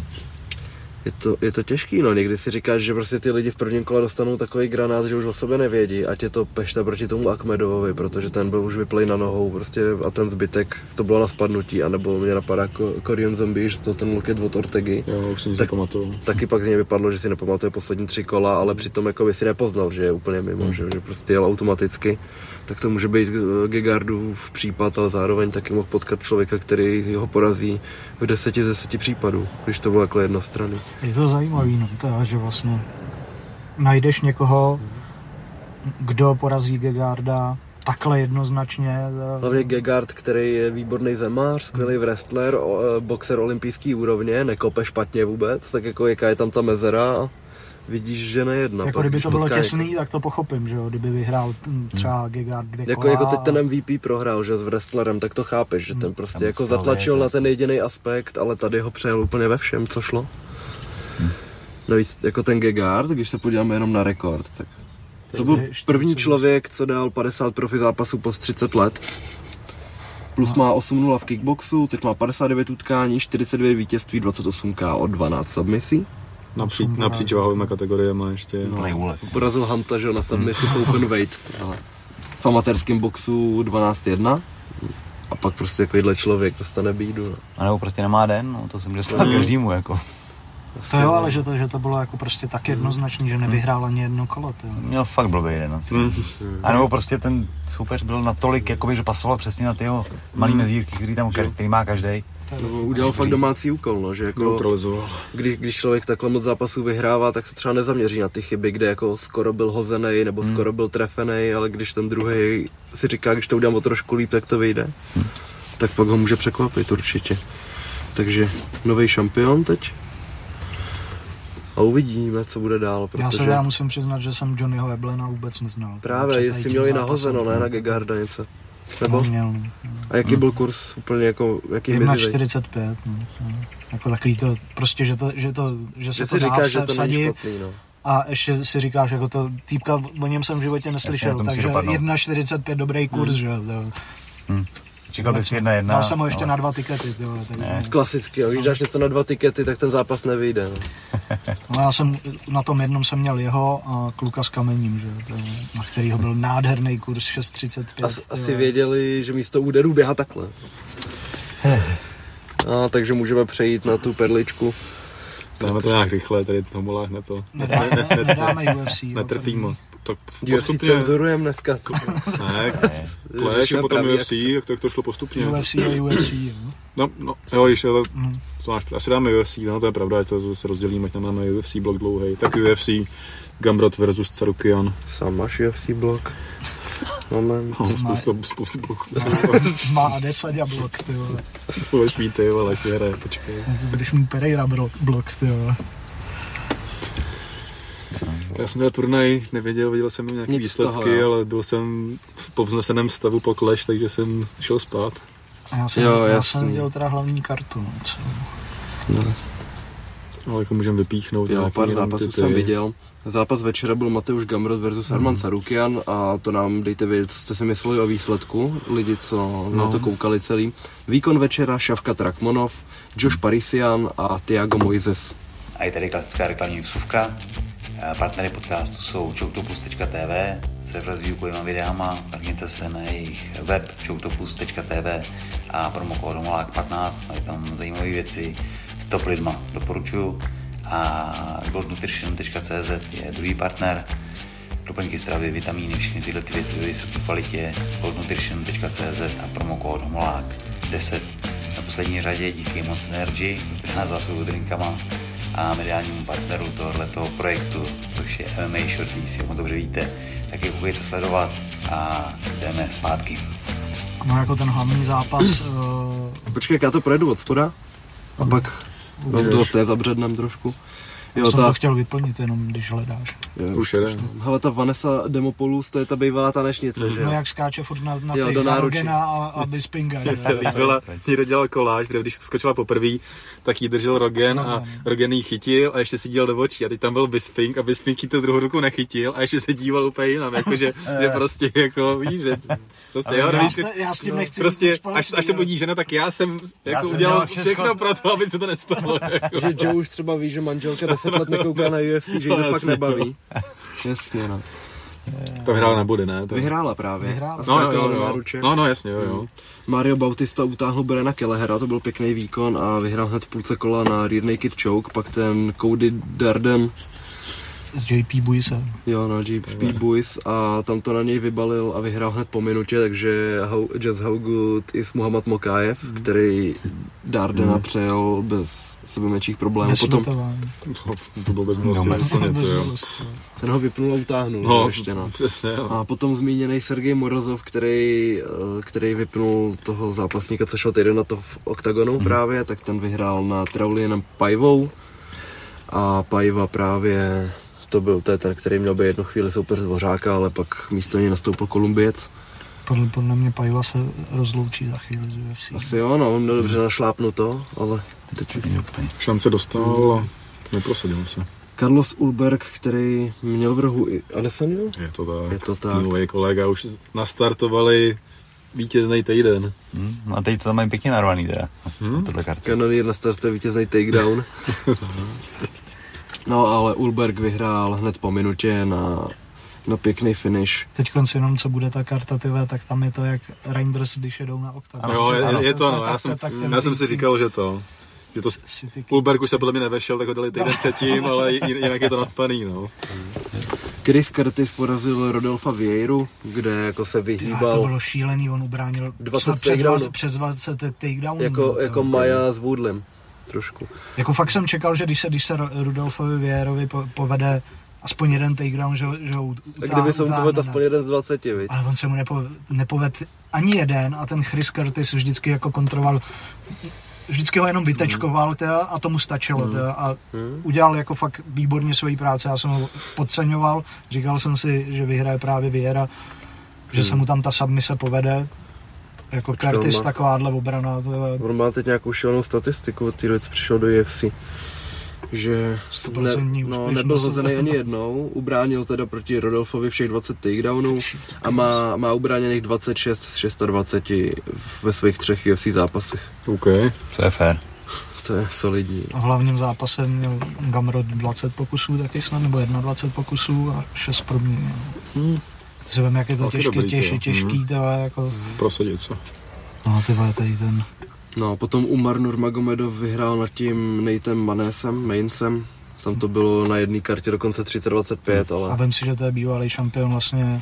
je to těžký, no. Někdy si říkáš, že prostě ty lidi v prvním kole dostanou takový granát, že už o sobě nevědí, ať je to Pešta proti tomu Akhmedovovi, protože ten byl už vyplej na nohou prostě a ten zbytek to bylo na spadnutí, anebo mě napadá Corion Zombie, že to ten loket od Ortegy. Jo, už si nic nepamatuju. Taky pak z něj vypadlo, že si nepamatuje poslední 3 kola, ale přitom jako by si nepoznal, že je úplně mimo, že prostě jel automaticky. Tak to může být Gegardův případ, ale zároveň taky mohl potkat člověka, který ho porazí v 10 z 10 případů, když to bylo takhle jednostranný. Je to zajímavý, no, teda, že vlastně najdeš někoho, kdo porazí Gegarda takhle jednoznačně. Hlavně Gegard, který je výborný zemář, skvělý wrestler, boxer olympijský úrovně, nekope špatně vůbec, tak jako jaká je tam ta mezera. Vidíš, že nejedna. Jako kdyby to bylo těsný, tak to pochopím, že jo, kdyby vyhrál třeba Gegard 2 kola. Jako teď ten MVP prohrál, že s wrestlerem, tak to chápeš, že ten prostě jako zatlačil na ten jediný aspekt, ale tady ho přejel úplně ve všem, co šlo. Navíc jako ten Gegard, když se podíváme jenom na rekord, tak to byl první člověk, co dal 50 profi zápasů pod 30 let. Plus má 8-0 v kickboxu, teď má 59 utkání, 42 vítězství, 28 KO, 12 submisí. Napříč váhovými kategoriemi ještě. Porazil Hanta, že na submisi v open weight. V amatérském boxu 12-1. A pak prostě takovýhle člověk dostane bídu. No. A nebo prostě nemá den, no, to se může stát každému, jako. To jo, ale že to bylo jako prostě tak jednoznačný, že nevyhrál ani jedno kolo. Měl fakt blbý den asi. A nebo prostě ten soupeř byl natolik, jakoby, že pasoval přesně na ty jeho malý mezírky, který má každý. Udělal fakt domácí úkol, no, že jako když člověk takhle moc zápasů vyhrává, tak se třeba nezaměří na ty chyby, kde jako skoro byl hozený nebo skoro byl trefený, ale když ten druhý si říká, když to udělám o trošku líp, tak to vyjde, tak pak ho může překvapit určitě. Takže nový šampion teď. A uvidíme, co bude dál, protože... Já musím přiznat, že jsem Johnnyho Eblena vůbec neznal. Právě, jestli měli nahozeno, ne na Gegarda něco. Nebo? Měl. A jaký byl kurz úplně jako, jaký mizivej? 1,45, no. Jako takový to, prostě, že se to dá vsadit. No. A ještě si říkáš, jako to týpka, o něm jsem v životě neslyšel, takže 1,45 dobrý kurz, že jo. Čekal bys 1-1. Dal jsem ho ještě na 2 tikety. Klasicky, když dáš něco na 2 tikety, tak ten zápas nevyjde. No já jsem na tom jednom jsem měl jeho a kluka s Kamením, že, na kterýho byl nádherný kurz 6,35. Asi věděli, že místo úderů běhá takhle. Takže můžeme přejít na tu perličku. Dáme to nějak rychle, tady Tomolách na to. Nedáme UFC. Netrpíme. Tak postupně... UFC dneska. Ne, Clash a potom UFC, tak to šlo postupně. UFC a UFC, jo. No, jo, ještě to máš, asi dáme UFC, no to je pravda, ať to zase rozdělíme, ať tam máme UFC blok dlouhej. Tak UFC, Gamrot versus Tsarukian. Sám máš UFC blok. Moment. Spoustu bloků. Má 10 blok, ty vole. Budeš mít, ty vole, jak hraje, počkej. Budeš mít Pereira blok, ty vole. Já jsem měl turnaj, viděl jsem nějaké výsledky, ale byl jsem v povzneseném stavu po Clash, takže jsem šel spát. A já jsem viděl teda hlavní kartu. No. Ale jako můžeme vypíchnout. Jo, pár zápasů jsem viděl. Zápas večera byl Mateusz Gamrot versus Arman Tsarukian a to nám dejte vědět, co jste si mysleli o výsledku, lidi, co na to koukali celý. Výkon večera Shavkat Rakhmonov, Josh Parisian a Thiago Moises. A je tady klasická reklamní vsuvka. Partnery podcastu jsou choutopus.tv, server s výukovými videama, mrkněte se na jejich web choutopus.tv a promokód HOMOLÁK15, mají tam zajímavé věci s top lidma, doporučuju. A goldnutrition.cz je druhý partner, doplňky stravy, vitamíny, všechny tyhle ty věci ve vysoké kvalitě, goldnutrition.cz a promokód HOMOLÁK10 neposlední řadě díky Monster Energy, který nás zásobují drinkama, a mediálnímu partneru tohoto projektu, což je MMA Shorties, jak dobře víte, tak je budete sledovat a jdeme zpátky. No jako ten hlavní zápas... Počkej, já to projedu od spoda a pak vám to vlastně zabřednem trošku. Jo, jsem to chtěl vyplnit, jenom když hledáš. Už jde. Hele, ta Vanessa Demopoulos, to je ta bývalá tanečnice, že jo? No jak skáče furt na těch Rogena a Bispinga. Mně se líbila, někdo dělal koláž, kde když skočila poprvé, tak jí držel Rogen a Rogen jí chytil a ještě si díval do očí. A teď tam byl Bisping a Bisping jí tu druhou ruku nechytil a ještě se díval úplně jinam, jakože že prostě jako víš, že prostě já s tím nechci prostě až to budí žena, tak já jsem jako udělal všechno pro to, aby se to nestalo. Že Joe už třeba ví, že manželka 10 let nekouká na UFC, že jí to fakt nebaví. Jasně, no. To vyhrála nebude, ne? Vyhrála právě. No, jasně, jo. Mario Bautista utáhl Briana Kelleher, to byl pěkný výkon a vyhrál hned v půlce kola na rear naked choke, pak ten Cody Darden s JP Buisem. Jo, no, JP Buis a tam to na něj vybalil a vyhrál hned po minutě, takže just how good is Muhammad Mokaev, který Dardena přejel bez sebemenších problémů. Potom to bylo bez milosti. Ten ho vypnul a utáhnul. Přesně. A potom zmíněný Sergej Morozov, který vypnul toho zápasníka, co šel týden na to v oktagonu právě, tak ten vyhrál na Traulienem Paivou. A Paiva právě to je ten, který měl být jednu chvíli soupeř Dvořáka, ale pak místo něj nastoupil Kolumbiec. Podle mě Paiva se rozloučí za chvíli z UFC. Asi jo, no, on měl dobře našlápnuto, ale teď šance dostal a neprosadil se. Carlos Ulberg, který měl v rohu i Adesanya? Je to tak. Týmový kolega už nastartovali vítězný týden. No a teď to tam mají pěkně narvaný teda. Kanonier nastartuje vítězný takedown. No ale Ulberg vyhrál hned po minutě na pěkný finish. Teď jenom co bude ta karta, tak tam je to jak Reinders, když jedou na oktagon. Jo, je to, no, já jsem si říkal, že to Ulberg se podle mě nevešel, tak ho dali týden předtím, ale jinak je to nacpaný, no. Chris Curtis porazil Rodolfa Vieiru, kde jako se vyhýbal. To bylo šílený, on ubránil 20 před 20 takedownů. Jako Maja s Woodlem, trošku. Jako fakt jsem čekal, že když se Rodolfovi Vieirovi povede aspoň jeden takedown, že ho utáhne. Tak kdyby se mu povedl aspoň jeden z 20, viď? Ale on se mu nepovedl ani jeden a ten Chris Curtis vždycky jako kontroval, vždycky ho jenom vytečkoval a tomu stačilo a udělal jako fakt výborně svoji práci, já jsem ho podceňoval, říkal jsem si, že vyhraje právě Vieira, že se mu tam ta submise povede, jako Curtis takováhle obrana. On má teď nějakou šílenou statistiku od té doby, co přišel do UFC. Že nebyl hozený ani jednou, ubránil teda proti Rodolfovi všech 20 takedownů a má ubráněných 26 z 26 ve svých 3 UFC zápasech. OK. To je fér. To je solidní. A v hlavním zápase měl Gamrot 20 pokusů taky snad, nebo 21 pokusů a 6 proměnil. Zvím, jak je to těžký, jako... Prosadit se. No tyhle, tady ten... No, potom Umar Nurmagomedov vyhrál nad tím Natem Mainsem. Tam to bylo na jedné kartě dokonce 30-25, ale... A vem si, že to je bývalý šampion vlastně...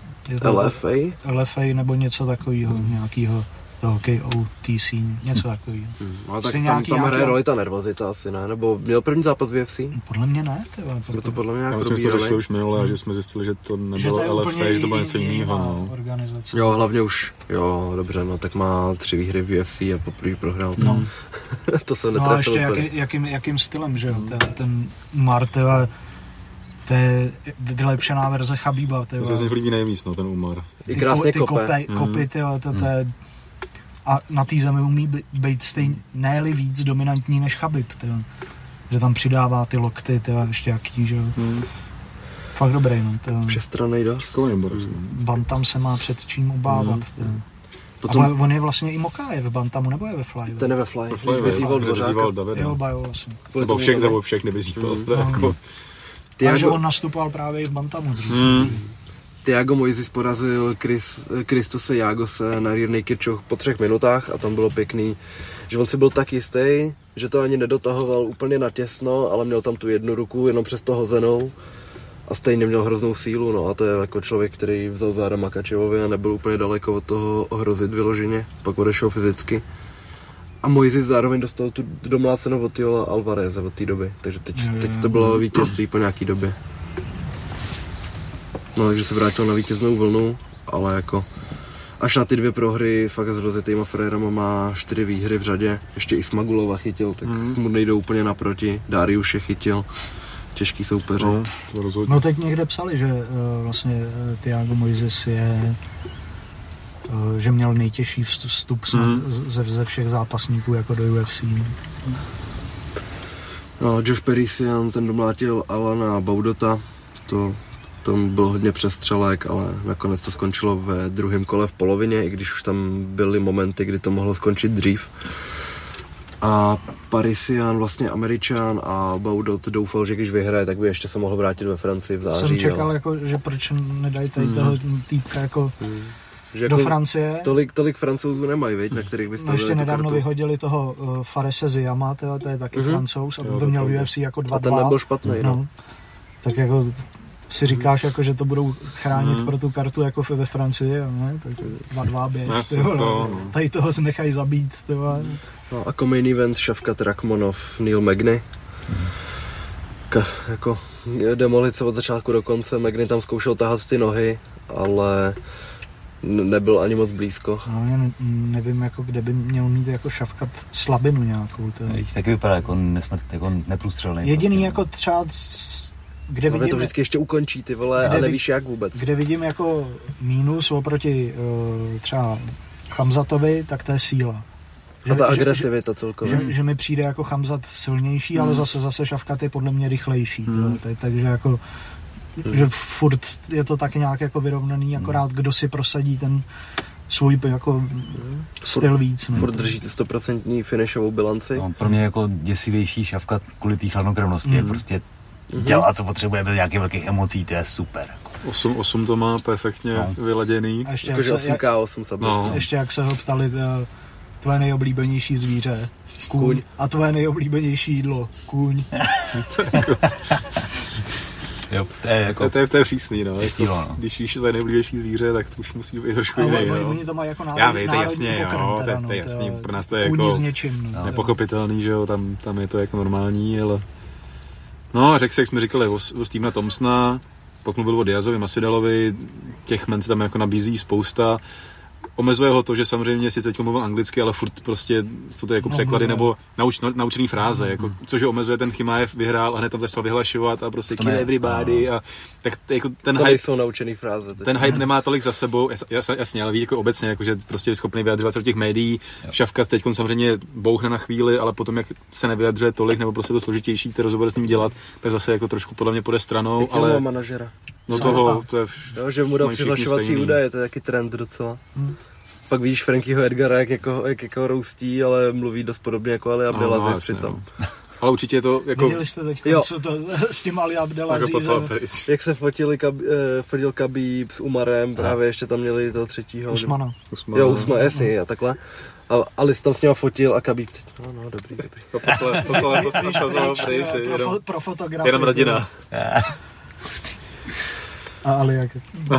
LFA nebo něco takového, nějakého toho KOTC, něco takového. No, tak tam hraje roli ta nervozita asi, ne? Nebo měl první zápas v UFC? Podle mě ne, jsme to podle mě nějak probírali. Já myslím, že to řešili už minule, že jsme zjistili, že to nebylo LFA, že to bylo něco jiného. No. Jo, hlavně už, jo, dobře, no tak má 3 výhry v UFC a poprvé prohrál. No. To se netrefil. No a ještě jakým stylem, že jo, ten Umar, to je vylepšená verze Chabíba. To se z nich líbí nejvíc, no, ten Umar. I krásně kopy, to je... A na té zemi umí být stejně, ne-li víc dominantní než Chabib, že tam přidává ty lokty, ještě jaký, že jo. Fakt dobrý, no. Všestrannej dost. Bantam se má před čím obávat, Potom... Ale on je vlastně i Mokaev v Bantamu, nebo je ve Fly? Ten je ve Fly, vyzýval Dvořáka. Jo, vlastně. Nebo všechny vyzýval. Ale že on nastupoval právě i v Bantamu. Thiago Moises porazil Kristose Jagose na rear naked choke po 3 minutách a tam bylo pěkný, že on si byl tak jistý, že to ani nedotahoval úplně natěsno, ale měl tam tu jednu ruku jenom přes to hozenou a stejně měl hroznou sílu, no a to je jako člověk, který vzal záda Makačevovi a nebyl úplně daleko od toho ohrozit vyloženě, pak odešel fyzicky A Moises zároveň dostal tu domlácenou od Joela Alvareze od té doby, takže teď to bylo vítězství po nějaký době. No takže se vrátil na vítěznou vlnu, ale jako až na ty 2 prohry fakt s rozjetýma frérama má 4 výhry v řadě, ještě i Smagulova chytil, tak mu nejdou úplně naproti, Dariuše chytil, těžký soupeře. No teď někde psali, že vlastně Thiago Moises že měl nejtěžší vstup ze všech zápasníků jako do UFC. No, Josh Parisian, ten domlátil Alana Baudota, to byl hodně přestřelek, ale nakonec to skončilo ve 2. kole v polovině, i když už tam byly momenty, kdy to mohlo skončit dřív. A Parisian, vlastně Američan, a Baudot doufal, že když vyhraje, tak by ještě se mohl vrátit ve Francii v září. Jsem čekal, jako, že proč nedají tady toho týpka jako že do jako Francie. Tolik Francouzů nemají, viď, na kterých byste ještě nedávno vyhodili toho Farese Ziyama, to je taky Francouz, a to měl UFC jako 2-2. A ten nebyl špatný, no. Tak jako si říkáš, jako, že to budou chránit pro tu kartu jako ve Francii, ne? Takže 2-2 běž, tady toho se nechají zabít. No, a main event Shavkat Rakhmonov, Neil Magny. Jako demolice od začátku do konce, Magny tam zkoušel tahat ty nohy, ale nebyl ani moc blízko. No, já nevím, jako, kde by měl mít jako Shavkat slabinu nějakou. Taky vypadá jako neprůstřelný. Jediný prostě, jako třeba kde vidím, to vždycky ještě ukončí, ty vole, a nevíš jak vůbec. Kde vidím jako mínus oproti třeba Khamzatovi, tak to je síla. A ta agresivita celkově. Že mi přijde jako Khamzat silnější, ale zase Shavkat je podle mě rychlejší. Takže jako že furt je to tak nějak jako vyrovnaný, akorát kdo si prosadí ten svůj jako styl víc. Furt držíte 100% finishovou bilanci. No, pro mě jako děsivější Shavkat kvůli té chladnokrevnosti je prostě dělá, co potřebuje bez nějakých velkých emocí, to je super. 8 to má perfektně vyladěný. Jakože 8K8 sabrost. Ještě jak se ho ptali, tvoje nejoblíbenější zvíře, kůň. A tvoje nejoblíbenější jídlo, kůň. Jo, to je přísný, no. Když víš tvoje nejoblíbenější zvíře, tak to už musí být trošku jiný, no. Oni to mají jako národní pokrm, to je jasný, pro nás to je jako nepochopitelný, že jo, tam je to jako normální, ale... No a jak jsme říkali o Stevena Thompsona, pak mluvil o Diazovi, Masvidalovi, těch men se tam jako nabízí spousta. Omezuje ho to, že samozřejmě si teď mluvil anglicky, ale furt prostě jsou to jako překlady nebo naučený fráze, jako, což omezuje. Ten Chimaev vyhrál a hned tam začal vyhlašovat a prostě kill everybody a tak jako ten hype jsou naučený fráze. Ten hype nemá tolik za sebou, jasně, ale ví jako obecně, jako, že prostě je schopný vyjadřovat do těch médií. Shavkat teď samozřejmě bouchne na chvíli, ale potom jak se nevyjadřuje tolik nebo prostě to složitější ty rozhovory s ním dělat, tak zase jako trošku podle mě půjde stranou, ale manažera. No toho, to je že mu dal přihlašovací údaje, to je taky trend docela. Pak vidíš Frankieho Edgara, jak jako roustí, ale mluví dost podobně jako Ali Abdelaziz přitom. Ale určitě je to jako... Viděli jste teď s tím Ali Abdelazizem? Jak se fotil Khabib s Umarem, právě ještě tam měli toho třetího. Usmana. Jo, Usman, jasně, a takhle. A Ali tam s něma fotil a Khabib teď, no, dobrý. Poslal pro fotografii. Jenom rodina. A Ali jak?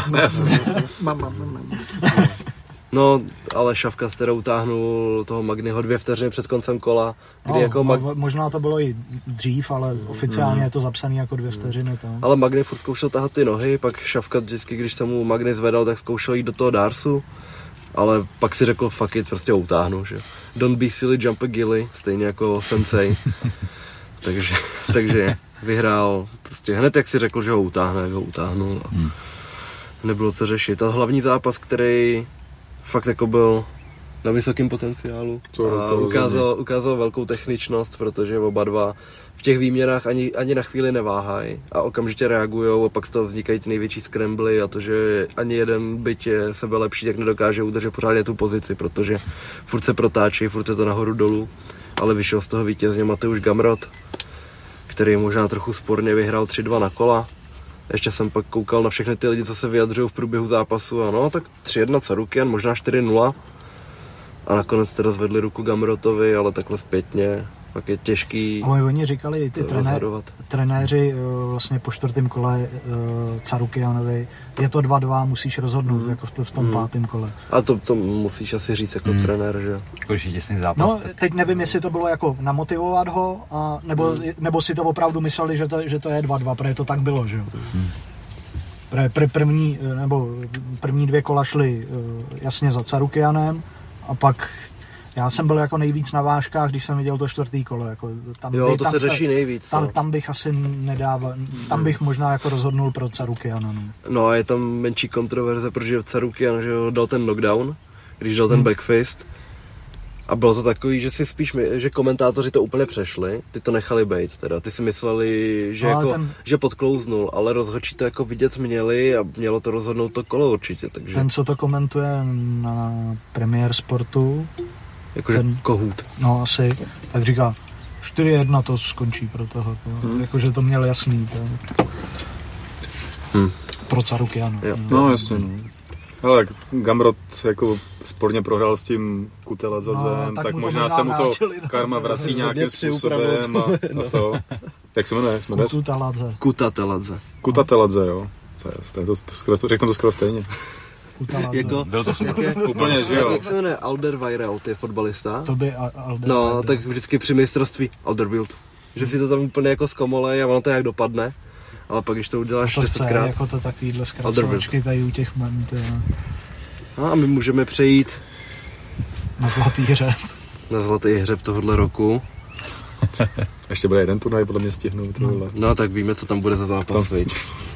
No, ale Shavkat teda utáhnul toho Magnyho 2 vteřiny před koncem kola. Kdy jako možná to bylo i dřív, ale oficiálně je to zapsané jako 2 vteřiny. Tam. Ale Magny furt zkoušel tahat ty nohy, pak Shavkat vždycky, když se mu Magny zvedal, tak zkoušel jít do toho Darsu. Ale pak si řekl fuck it, prostě ho utáhnu, že? Don't be silly, jump a gilly, stejně jako Sensei. takže vyhrál, prostě hned jak si řekl, že ho utáhne, jak ho utáhnul. Nebylo co řešit. A hlavní zápas, který fakt jako byl na vysokém potenciálu a ukázal velkou techničnost, protože oba dva v těch výměrách ani na chvíli neváhají a okamžitě reagujou a pak z toho vznikají ty největší scrambly a to, že ani jeden byť je sebe lepší, tak nedokáže udržet pořádně tu pozici, protože furt se protáčí, furt je to nahoru dolů, ale vyšel z toho vítězně Mateusz Gamrot, který možná trochu sporně vyhrál 3-2 na kola. Ještě jsem pak koukal na všechny ty lidi, co se vyjadřují v průběhu zápasu a no, tak 3-1 Sarukian, možná 4-0 a nakonec teda zvedli ruku Gamrotovi, ale takhle zpětně Pak je těžký. Ale oni říkali, ty trenéři vlastně po 4. kole Carukjanovi, je to 2-2, musíš rozhodnout jako v tom 5. kole. A to musíš asi říct jako trenér, že? Jakože těsný zápas. No, teď nevím, jestli to bylo jako namotivovat ho, nebo si to opravdu mysleli, že to je 2-2, protože to tak bylo, že jo. První 2 kola šly jasně za Carukjanem a pak já jsem byl jako nejvíc na vážkách, když jsem viděl to 4. kolo. Jako to se řeší nejvíc. Tam bych asi nedával, tam bych možná jako rozhodnul pro Carukjana. No a je tam menší kontroverze, protože Carukjan, že dal ten knockdown, když dal ten backfist. A bylo to takový, že si spíš, že komentátoři to úplně přešli, ty to nechali bejt teda, ty si mysleli, že, že podklouznul, ale rozhodčí to jako vidět měli a mělo to rozhodnout to kolo určitě, takže... Ten, co to komentuje na Premiér Sportu, jakože Kohut. No asi, tak říká, 4-1 to skončí pro toho, jakože to měl jasný, pro Carukjana. No jasně, no. Ale Gamrot jako sporně prohrál s tím Kuteladzadzem, tak možná se mu to karma vrací nějakým způsobem a to. Jak se jmenuje? Kutateladze, jo. Řeknu to skoro stejně. Jako, byl to úplně, že jo. Jak se jmenuje Alderweireld, je fotbalista? To by Alderweireld. No, tak vždycky při mistrovství Alderweireld. Že si to tam úplně jako zkomolej a ono to jak dopadne. Ale pak, když to uděláš 10krát... jako to takovýhle zkracovačky tady u těch men, a my můžeme přejít... Na zlatý hřeb. Na zlatý hřeb tohohle roku. Ještě bude jeden turnaj, podle mě stihnout. No tak víme, co tam bude za zápas, viď.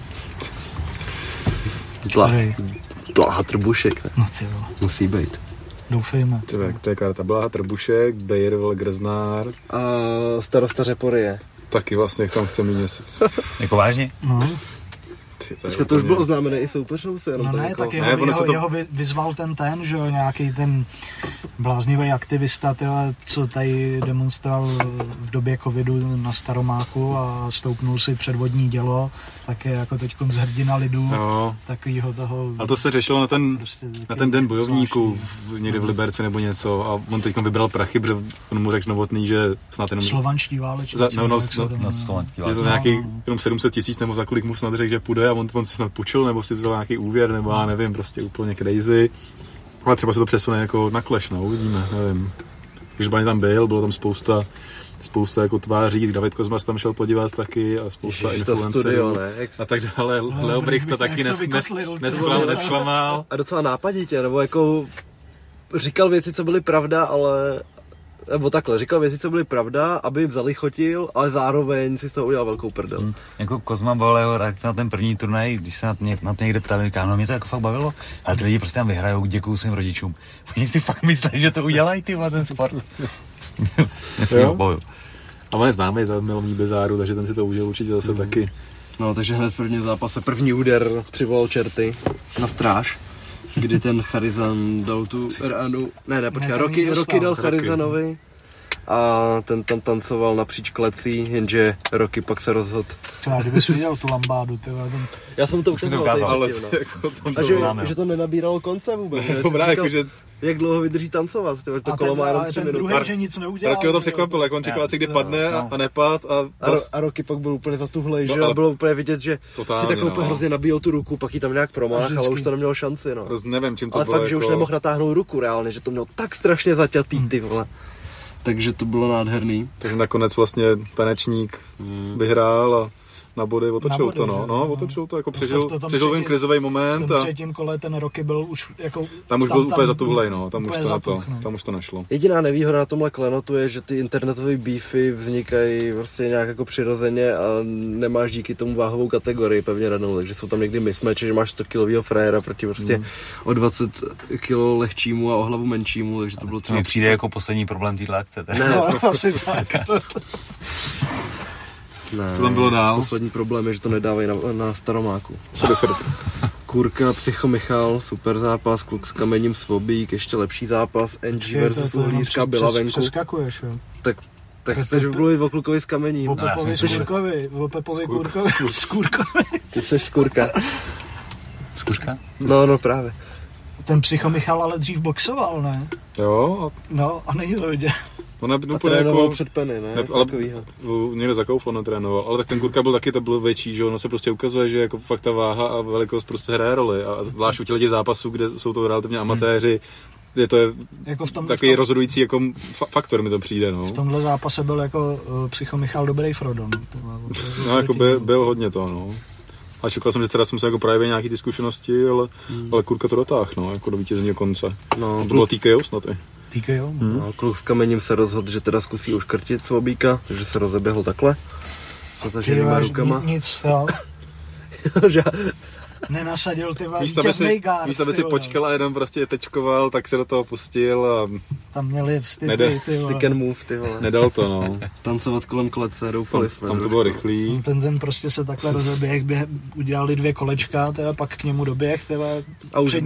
Blaha Trbušek, ne? No ty jo. Musí být. Doufejme. To je karta. Blaha Trbušek, Bejrvel Grznár. A starosta Řeporyje. Taky vlastně tam chce mít měsíc. Jako vážně? No. To už bylo oznámené i soupeřnou se jenom no ne, jako... tak jeho vyzval ten, že jo, nějaký ten bláznivý aktivista, tyhle, co tady demonstroval v době covidu na Staromáku a stoupnul si předvodní dělo, tak je jako teďkon z hrdina lidu, takovýho toho... A to se řešilo na ten den bojovníků někde v Liberci nebo něco a on teďkon vybral prachy, protože on mu řekl Novotný, že snad jenom... Slovanští válečníci. Slovanský je to nějaký jenom 700 000 nebo za kolik mu snad řekl, že půjde a on si snad půjčil nebo si vzal nějaký úvěr nebo já nevím, prostě úplně crazy. Ale třeba se to přesune jako na Clash, no, uvidíme, nevím. Když Bani tam byl, bylo tam spousta jako tváří, David Kozmas tam šel podívat taky a spousta influencerů a tak dále. Leo Brich to taky nesklamal. A docela nápaditě, nebo jako říkal věci, co byly pravda, ale... Nebo takhle, říkal věci, co byly pravda, aby jim zalichotil, ale zároveň si z toho udělal velkou prdel. Jako Kozma byla jeho reakce na ten první turnaj, když se na to někde ptali, říká, no mě to jako fakt bavilo, ale ty lidi prostě tam vyhrajou, děkuju svým rodičům. Oni si fakt myslí, že to udělají ten sport. A on je známý, to Milovní Bezáru, takže ten si to udělal určitě zase taky. No, takže hned v prvním zápase, první úder přivolal čerty na stráž, kdy ten Charizan dal tu ránu, Rocky dal Charizanovi a ten tam tancoval napříč klecí, jenže Rocky pak se rozhodl. Kdybys viděl tu lambádu, já jsem to ukazoval že to nenabíralo konce vůbec. Jak dlouho vydrží tancovat? To kolo má jenom 3 minuty. Druhý, že nic neudělal. Rocky ho to překvapilo, jak on čekal asi, kdy padne a nepad. A Rocky pak byl úplně zatuhlej, že? A bylo úplně vidět, že si takhle úplně hrozně nabíjel tu ruku, pak ji tam nějak promáh, ale už to nemělo šanci. No. Nevím, čím to ale bylo. Ale fakt, že už nemohl natáhnout ruku reálně, že to mělo tak strašně zaťatý, ty vole. Takže to bylo nádherný. Takže nakonec vlastně tanečník vyhrál a na body otočil to, otočil to, jako přežil ten krizový moment. V tom třetím kole ten Rocky byl už jako... Tam už byl úplně zatuhlej, tam už to nešlo. Jediná nevýhoda na tomhle klenotu je, že ty internetové beefy vznikají prostě nějak jako přirozeně a nemáš díky tomu váhovou kategorii pevně danou, takže jsou tam někdy mismatche, že máš 100 kilovýho frajera proti prostě o 20 kilo lehčímu a o hlavu menšímu, takže to bylo třeba... Přijde jako poslední problém téhle akce. Asi tak. Ne, co tam bylo dál? Poslední problém je, že to nedávají na Staromáku. Se. Kurka, Psycho Michal, super zápas, kluk s kamením Svobík, ještě lepší zápas, NG versus Uhlířka byla venku. Přeskakuješ, jo? Tak chceš mluvit o klukovi s kamením. O Pepovi Kurkovi, Skůrkovi. Ty jsi Skůrka. Skůrka? No právě. Ten Psycho Michal ale dřív boxoval, ne? Jo. No a není to vidět. Ona a trénoval jako, před Penny, ne? Ale někde za Kaufland trénoval, ale tak ten Kurka byl taky, to bylo větší, že ono se prostě ukazuje, že jako fakt ta váha a velikost prostě hraje roli a zvlášť u těch zápasů, kde jsou to relativně amatéři, je to jako takový rozhodující jako faktor mi to přijde, no. V tomhle zápase byl jako Psycho Michal dobrý Frodo, no. No jako byl hodně to, no. A čekal jsem, že teda jsem se jako projevil nějaký ty zkušenosti, ale Kurka to dotáhl, no, jako do vítězního konce. No, to bylo TKO snad i. TKO? No, kluk s kamením se rozhodl, že teda zkusí uškrtit Svobíka, že se rozeběhl takhle. S zataženýma rukama. Nic stál. Nenasadil ty vítěznej gard. Místo by si počkal a jenom prostě tečkoval, tak se do toho pustil a... Tam měl jet stick and move, ty vole. Nedal to, no. Tancovat kolem klece, doufali jsme. Tam to bylo rychlý. Ten prostě se takhle rozeběh, udělali 2 kolečka, teda pak k němu doběh, a už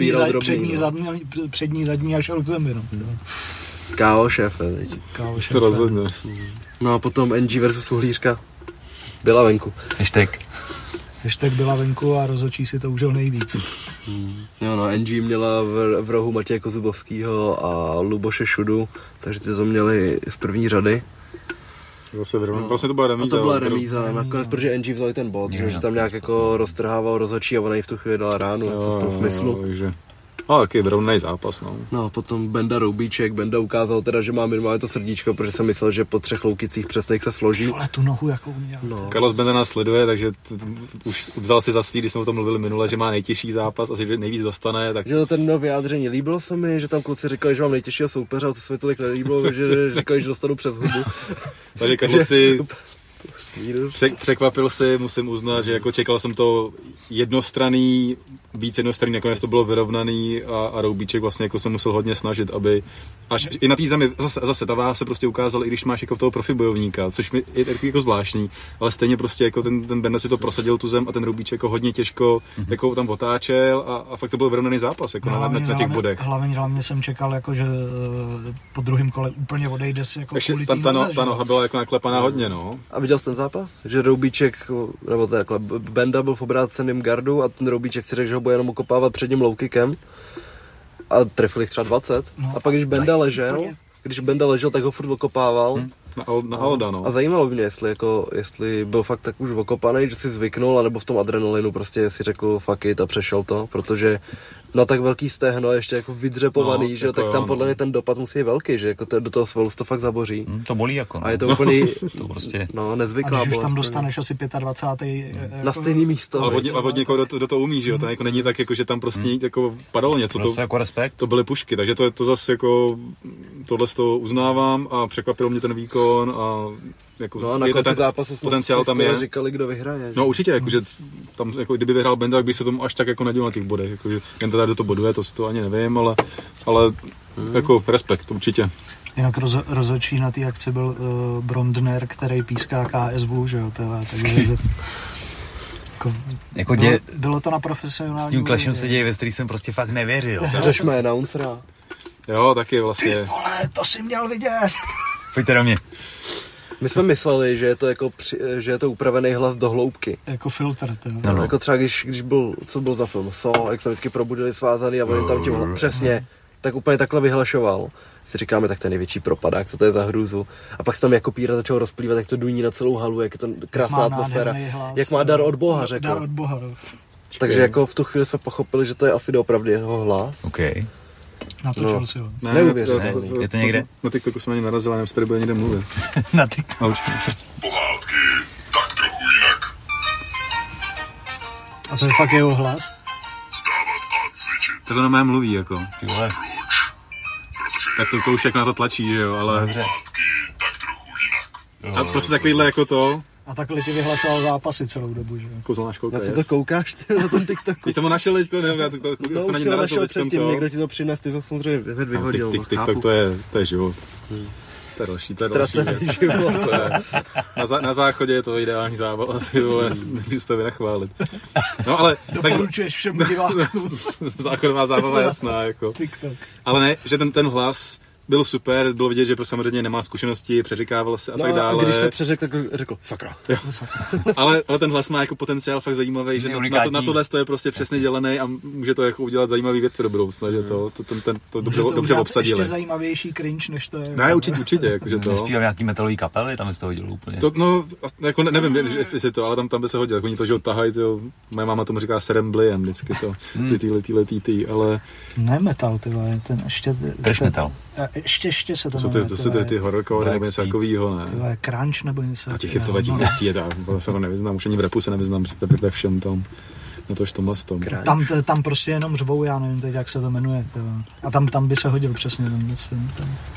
přední, zadní a šel k zemi, no. K.O. šéfe, teď. To rozhodně. No a potom NG versus Uhlířka. Byla venku. Hashtag byla venku a rozhodčí si to užil nejvíc. Jo, no, NG měla v rohu Matěje Kozubovskýho a Luboše Šudu, takže ty to měli z první řady. Vlastně to byla remíza. A to byla remíza, nakonec, protože NG vzali ten bod, že tam nějak jako roztrhával rozhodčí a ona jí v tu chvíli dala ránu, co v tom smyslu. Ale taky drobnej zápas, no. No a potom Benda Roubíček, Benda ukázal teda, že má minimálně to srdíčko, protože jsem myslel, že po 3 loukicích přesných se složí. Vole, tu nohu jakou měl. No. Carlos Benda nás sleduje, takže už vzal si za svý, když jsme o tom mluvili minule, že má nejtěžší zápas, asi nejvíc dostane. Tak... Že to ten vyjádření líbilo se mi, že tam kluci říkali, že mám nejtěžšího soupeře, a co se mi tolik nelíbilo, že říkali, že dostanu přes hubu. Takže Carlos si... Překvapil si, musím uznat, že jako čekal jsem to víc jednostranný, nakonec to bylo vyrovnaný a Roubíček vlastně jako se musel hodně snažit, aby až i na té zemi zase ta váha se prostě ukázala, i když máš jako toho profi bojovníka, což mi je takový jako zvláštní, ale stejně prostě jako ten Benda si to prosadil tu zem a ten Roubíček jako hodně těžko jako tam otáčel a fakt to byl vyrovnaný zápas jako na těch bodech. Hlavně jsem čekal jako, že po druhém kole úplně odejde si jako ještě ta noha byla jako naklepaná hodně, no. A viděl jsi ten zápas? Že Roubíček, nebo takhle, Benda byl v obráceném gardu a ten Roubíček si řekl, že ho bude jenom okopávat předním low kickem a trefil jich třeba 20. No, a pak když Benda ležel, tak ho furt okopával. Na Alda, no. A zajímalo mě, jestli byl fakt tak už okopaný, že si zvyknul, anebo v tom adrenalinu prostě si řekl fuck it a přešel to, protože na tak velký stehno ještě jako vydřepovaný, že jo, tak tam podle mě ten dopad musí být velký, že jako do toho svalu to fakt zaboří. To bolí jako. No. A je to úplně to prostě... nezvyklá bolest. A když už tam dostaneš asi 25. Na stejný místo. Ale od někoho do toho umí, že jo, to jako není tak, jako, že tam prostě jako padalo něco. To jako respekt. To byly pušky, takže to zase jako tohle z toho uznávám a překvapil mě ten výkon a jako no a na konci zápasu potenciál tam je. Říkali, kdo vyhraje. Že? No určitě, jakože tam jako kdyby vyhrál Benda, tak by se tomu až tak jako nedělal na těch bodech, jakože jen teda do to boduje, to ani nevím, ale jako respekt určitě. Jinak rozhodčí na té akci byl Brondner, který píská KSV, že jo, takže bylo to na profesionální. S tím Clashem se děje, ve který jsem prostě fakt nevěřil. Řešme announcera. Jo, taky vlastně. Ty vole, to si měl vidět. Pojďte do mě. My jsme mysleli, že je to jako že je to upravený hlas do hloubky. Jako filtr, no. Jako třeba když byl, co byl za film, jak se vždycky probudili svázaný a oni tam tím přesně, tak úplně takhle vyhlašoval. Si říkáme, tak to je největší propadák, co to je za hrůzu. A pak se tam jako píra začal rozplývat, jak to duní na celou halu, jak je to krásná atmosféra. Hlas, jak má dar od Boha, řekl. Dar od Boha, no. Takže jako v tu chvíli jsme pochopili, že to je asi doopravdy jeho hlas. Okay. Natočil si ho. Neuvěřitelný. Je to někde? Na TikToku jsme ani narazili, nevím, jestli tady bude někde mluvit. Na TikToku. Pohádky tak trochu jinak. A to je fakt jeho hlas? Vstávat a cvičit. Tohle na mé mluví, jako. Proč? Tak to už jak na to tlačí, že jo, ale... Pohádky tak trochu jinak. A prostě takovýhle jako to... A takhle ty vyhlašoval zápasy celou dobu, že? Kozláš kouka, na co to koukáš ty na tom TikToku? Když jsem ho našel teďko, nevím, já jsem na ní narazil předtím, někdo ti to přines, ty to samozřejmě hned vyhodil. TikTok to je život. To je další život. Na záchodě je to ideální zábava, ty vole, nemůžu to vynachválit. No ale... Doporučuješ všem divákům. Záchodová zábava jasná, jako. TikTok. Ale ne, že ten hlas byl super, bylo vidět, že samozřejmě nemá zkušenosti, přeříkával se a tak dále. A když se přeřekl, tak řekl, sakra. ale ten hlas má jako potenciál fakt zajímavý, že na tohle to je prostě přesně dělaný a může to jako udělat zajímavý věci do budoucna, že to dobře obsadili. Ještě zajímavější cringe, než to je. Ne, určitě, jakože to. Nespívám nějaký metalový kapely, tam z toho hodilo úplně. No, jako nevím, jestli je to, ale tam by se hodil, jako oni to, že ho tahají, moje máma tomu říká serembliem vždycky to, ty, ale... Ne metal, ty vole, ten ještě... Trash metal. Ještě se to jmenuje. To jsou ty horrorcore nebo něco takovýho, ne? Ty vole, crunch nebo něco. A těch věcí je tak, se to nevyznám, už ani v rapu se nevyznám ve všem tom. No to už tomhle s tom. Tam prostě jenom řvou, já nevím teď, jak se to jmenuje. A tam by se hodil přesně ten.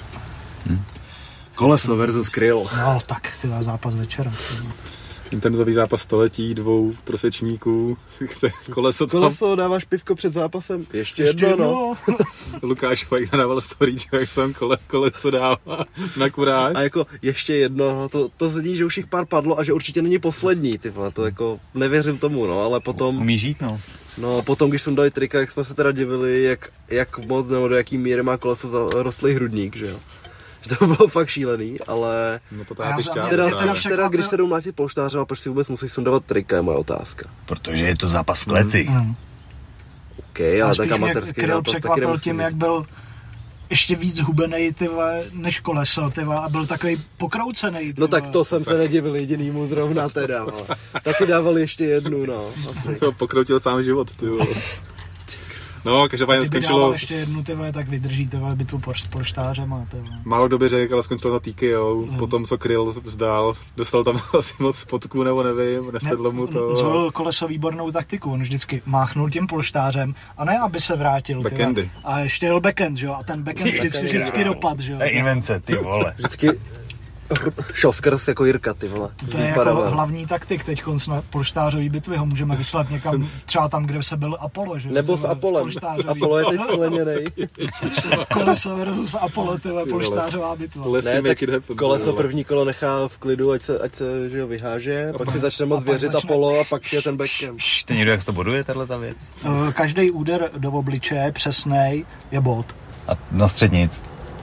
Koleso versus Kryl. No tak, ty vole, zápas večera. Internetový zápas století, 2 prosečníků, Koleso dáváš pivko před zápasem? Ještě jedno, no. Lukáš Fajk nadával story, jak jsem Koleso dává na kuráž. A jako ještě jedno, no, to zní, že už jich pár padlo a že určitě není poslední, ty vole, to jako nevěřím tomu, no, ale potom... Umí žít, no. No, potom, když jsme dali trika, jak jsme se teda divili, jak moc nebo do jaký míry má Koleso zarostlý hrudník, že jo. Že to bylo fakt šílený, ale... No to teda když se jdou mlátit polštářem a proč si vůbec musí sundávat trika, je moje otázka. Protože je to zápas v kleci. OK, ale tak amatérský zápas taky překvapil tím, jak byl ještě víc hubenej, než Koleso, a byl takový pokroucený. No tak to jsem se nedivil jedinýmu zrovna teda, ale taky dával ještě jednu, no. Asi. Pokroutil sám život, ty vole. No, každopádně skončilo... ještě jednu, tak vydrží bitvu polštářem. Málo kdo by řekl, ale skončilo na TKO, potom co Kryl vzdál, dostal tam asi moc spotků, nebo nevím, nesedlo mu to. Zvolil Koleso výbornou taktiku, on vždycky máchnul tím polštářem, a ne aby se vrátil. Backendy. A ještě jel backhand, že jo, a ten backhand vždycky dopad, že jo. To je invence, ty vole. Vždycky šel skrz jako Jirka, ty vole. To je jako hlavní taktik teď na polštářový bitvy, ho můžeme vyslat někam, třeba tam, kde se byl Apollo, že? Nebo s Apolem. Apollo je teď skleněnej. Koleso versus Apollo, tyhle polštářová bitva. Ne, tak Koleso první kolo nechá v klidu, ať se že ho vyháže, pak si začne moc věřit Apollo a pak je ten backhand. Ty někdo, jak se to boduje, tato věc? Každý úder do obličeje, přesnej, je bod. A na střednic?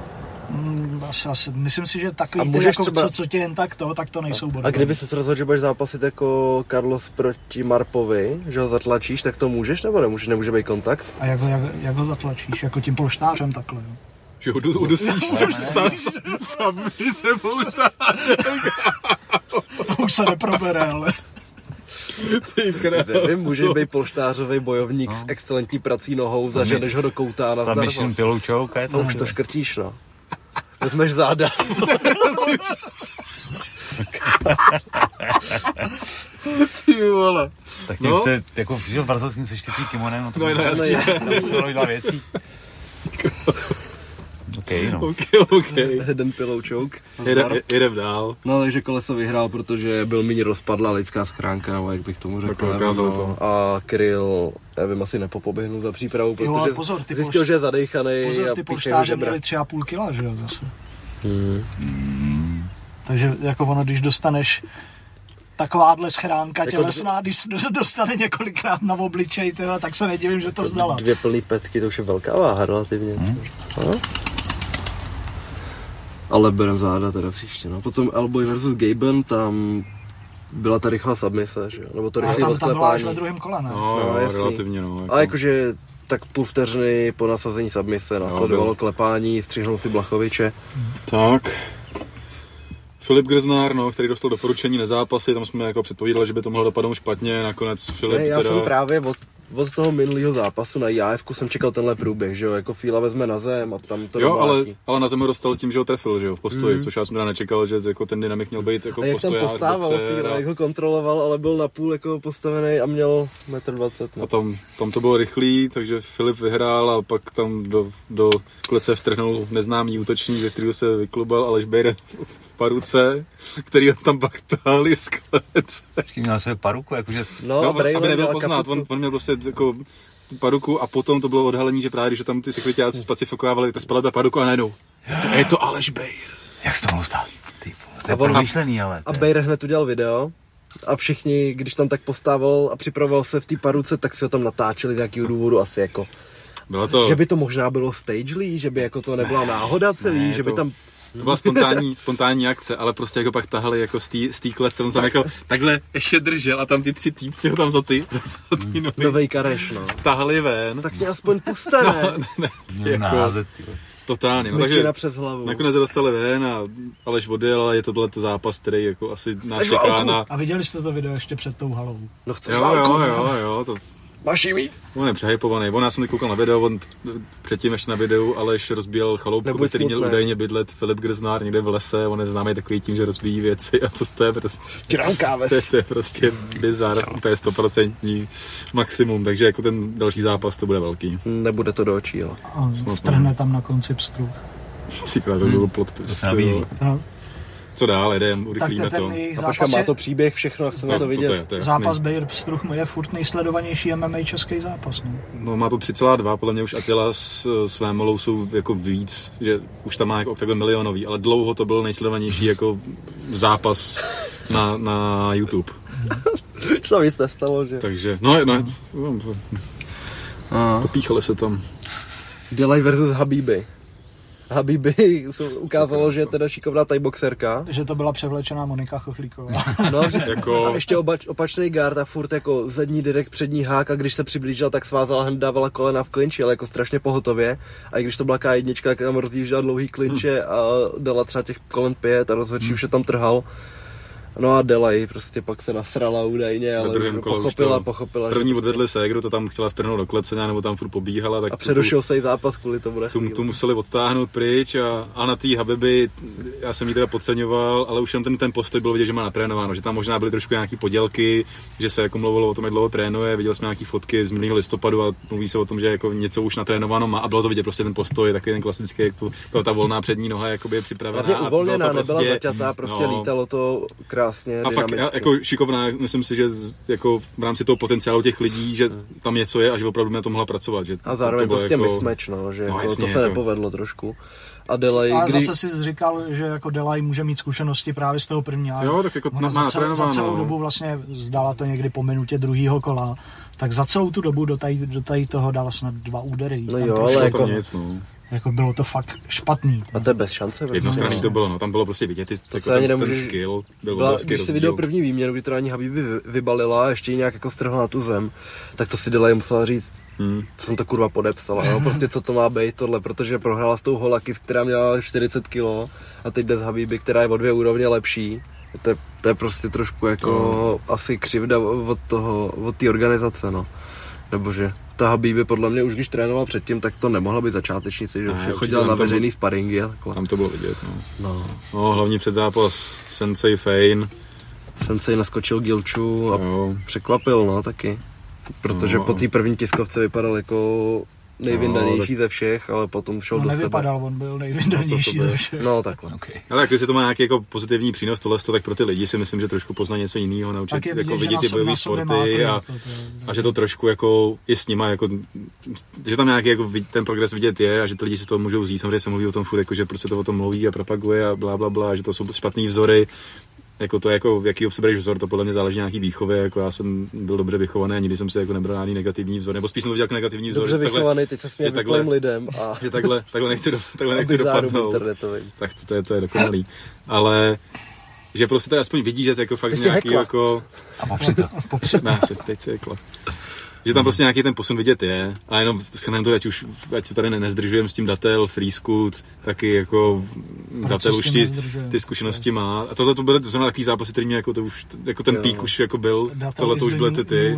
Asi, myslím si, že takový ty, jako třeba... co tě jen tak to nejsou body. A kdyby se rozhodl, že budeš zápasit jako Carlos proti Marpovi, že ho zatlačíš, tak to můžeš nebo nemůžeš? Nemůže být kontakt? A jak ho zatlačíš? Jako tím polštářem takhle, jo? Že ho udusíš, sám se polštářem. Už se neprobere, ale... Nevím, může být polštářový bojovník s excelentní prací nohou, zaženeš ho do kouta a nazdar. Submission pillow choke, no už to škrtíš, no. Vezmeš záda. Ty vole. Tak tím jste, jako v brazilským se štětý kimonem, no to bylo dva věcí. OK. Jeden pillow choke. Jedem dál. No, takže Koleso vyhrál, protože byl méně rozpadlá lidská schránka, nebo jak bych tomu řekl. A Kryl, nevím, asi nepopoběhnul za přípravu, protože zjistil, že je zadejchanej. Pozor, ty polštáře měli 3,5 kila, že jo, zase. Takže jako ono, když dostaneš takováhle schránka jako tělesná, když dostane několikrát na obličej, tak se nedivím, že to vzdala. 2 plný petky, to už je velká váha relativně. Ale berem záda teda příště, no. Potom Elboy versus Gaben, tam byla ta rychlá submise, že jo? Nebo to rychlé odklepání. Tam byla až ve druhém kole, ne? No relativně, no. Jako. A jakože tak půl vteřiny po nasazení submise následovalo klepání, střihnul si Blachoviče. Tak. Filip Grznár, no, který dostal doporučení na zápasy, tam jsme jako předpovídali, že by to mohlo dopadnout špatně, nakonec Filip ne, já jsem právě od toho minulého zápasu na IAF-ku jsem čekal tenhle průběh, že jo, jako Fila vezme na zem a tam to jo, ale na zem ho dostal tím, že ho trefil, že jo, v postoji, což já jsem teda nečekal, že jako ten dynamik měl být jako postojář. A jak tam postával Fila, jak ho kontroloval, ale byl napůl jako postavený a měl 1,20 m. No. A tam to bylo rychlý, takže Filip vyhrál a pak tam do klece vtrhnul neznámý útočník, ze kterého se vyklubal Aleš Bejr v paruce, který ho tam pak tahali z klece. Měl své paruku, jakože... No, aby nebyl poznat, on měl prostě jako paruku a potom to bylo odhalení, že právě, když tam ty sekuritáci spacifikovávali, ta spala ta paruku a najednou. Je to Aleš Bejr. Jak se to mohlo stát? To je promyšlený, ale... A Bejr hned udělal video a všichni, když tam tak postával a připravoval se v té paruce, tak si ho tam natáčeli z nějakého důvodu asi jako... Bylo to... Že by to možná bylo stagelý, že by jako to nebyla náhoda celý, že by tam... To byla spontánní akce, ale prostě jako pak tahali jako z té klece, on tam jako takhle ještě držel a tam ty 3 týpci ho tam za ty nohy. Novej Kareš, no. Tahali ven. No tak mě aspoň puste, ne? Jako, totálně, no takže přes hlavu. nakonec se dostali ven a Aleš odjel, ale je tohleto zápas, který jako asi nás čeká na... A viděli jste to video ještě před tou halou? No chceš válku? Jo, to... Máš jí mít? On je přehypovaný, on já jsem koukal na video, on předtím ještě na videu, Aleš rozbíjel chaloupku, který měl údajně bydlet Filip Grznár někde v lese, on je známý takový tím, že rozbíjí věci a to je prostě... To je prostě bizar, úplně 100% maximum, takže jako ten další zápas to bude velký. Nebude to do očí, ale... A vtrhne tam na konci pstruh. Příklad, to bylo plot twist. Co dál, jdem, urychlíme to. A počkej, má to příběh, všechno a chceme to vidět. To je zápas Bejr Pstruh je furt nejsledovanější MMA český zápas. No má to 3,2, podle mě už Attila s Vémolou jsou jako víc, že už tam má jako takhle milionový, ale dlouho to byl nejsledovanější jako zápas na YouTube. Co víc nestalo, že? Takže, popíchali se tam. Delay versus Habibi. Habibi ukázalo, že je teda šikovná thaiboxerka. Že to byla převlečená Monika Chochlíková. No, jako... A ještě opačný guard a furt jako zadní direkt, přední hák a když se přiblížila, tak svázala, hned dávala kolena v klinči, ale jako strašně pohotově. A i když to byla K1, tak tam rozdíždala dlouhý klinče a dala třeba těch kolen 5 a rozhodčí už je tam trhal. No a Delay prostě pak se nasrala údajně, ale pochopila. První odvedli ségru, to tam chtěla vtrhnout do klece, nebo tam furt pobíhala. Tak a přerušil se jí zápas kvůli tomu. Tu museli odtáhnout pryč a na té Habibi, já jsem ji teda podceňoval, ale už jen ten postoj bylo vidět, že má natrénováno, že tam možná byly trošku nějaký podělky, že se jako mluvilo o tom, jak dlouho trénuje, viděli jsme nějaký fotky z minulého listopadu a mluví se o tom, že jako něco už natrénováno má a bylo to vidět prostě ten postoj, takový ten klasický, jak ta volná přední noha jakoby je připravená. A uvolněná, nebyla zaťatá, prostě lítalo to krásně, a fakt jako šikovná, myslím si, že jako v rámci toho potenciálu těch lidí, že tam něco je a že opravdu na to mohla pracovat. Že a zároveň to prostě jako... mismatch, no, že no, jasně, to se nepovedlo trošku. A Delay, zase si říkal, že jako Delay může mít zkušenosti právě z toho prvního. Jo, tak jako ona za celou dobu vlastně zdala to někdy po minutě druhého kola, tak za celou tu dobu do tady toho dala snad 2 údery. No jo, ale jako... nic, no. Jako bylo to fakt špatný. A to je bez šance. Jednostranný to bylo, no, tam bylo prostě vidět, ten skill byl obrovský rozdíl. Když jsi viděl první výměnu, kdy to ani Habibi vybalila a ještě ji nějak jako strhla na tu zem, tak to si Delay musela říct, co jsem to kurva podepsala, no, prostě co to má být tohle, protože prohrála s tou Holakis, která měla 40 kg a teď jde z Habibi, která je o 2 úrovně lepší. To je prostě trošku jako asi křivda od té organizace, no. Nebo že ta Habibi podle mě už když trénoval předtím, tak to nemohla být začátečnice, že chodila na veřejný sparingy a takhle. Tam to bylo vidět, no. No, hlavní předzápas Sensei Fein. Sensei naskočil Gilču a překvapil, no, taky. Protože po té první tiskovce vypadal jako nejvyndanější ze všech, ale potom šel do sebe. Nevypadal, on byl nejvyndanější ze všech. No takhle. Okay. Ale jak si to má nějaký jako pozitivní přínos tohle, tak pro ty lidi si myslím, že trošku pozná něco jiného, naučit jako vidět ty bojové sporty a že to trošku jako i s nima, jako, že tam nějaký jako ten progres vidět je a že ty lidi si to můžou vzít. Samozřejmě se mluví o tom furt, jako, že prostě to o tom mluví a propaguje a blablabla, že to jsou špatný vzory. Jako to jako, jaký si bereš vzor, to podle mě záleží na nějaký výchově, jako já jsem byl dobře vychovaný a nikdy jsem si jako nebral žádný negativní vzor, nebo spíš jsem to viděl jako negativní vzor. Dobře vychovaný, teď se směje vyplým lidem a... Že takhle nechci dopadnout. Tak to je dokonalý. Ale že prostě tady aspoň vidí, že to jako fakt nějaký jako... A popřed. Ne, teď se jekla. Že tam prostě nějaký ten posun vidět je a jenom schrneme to, ať se tady nezdržujeme s tím Datel, Freescoot, taky jako Datel už ty zkušenosti má. A to byly zrovna takový zápasy, který mě jako to už, jako ten pík už jako byl, tohle to už byly ty.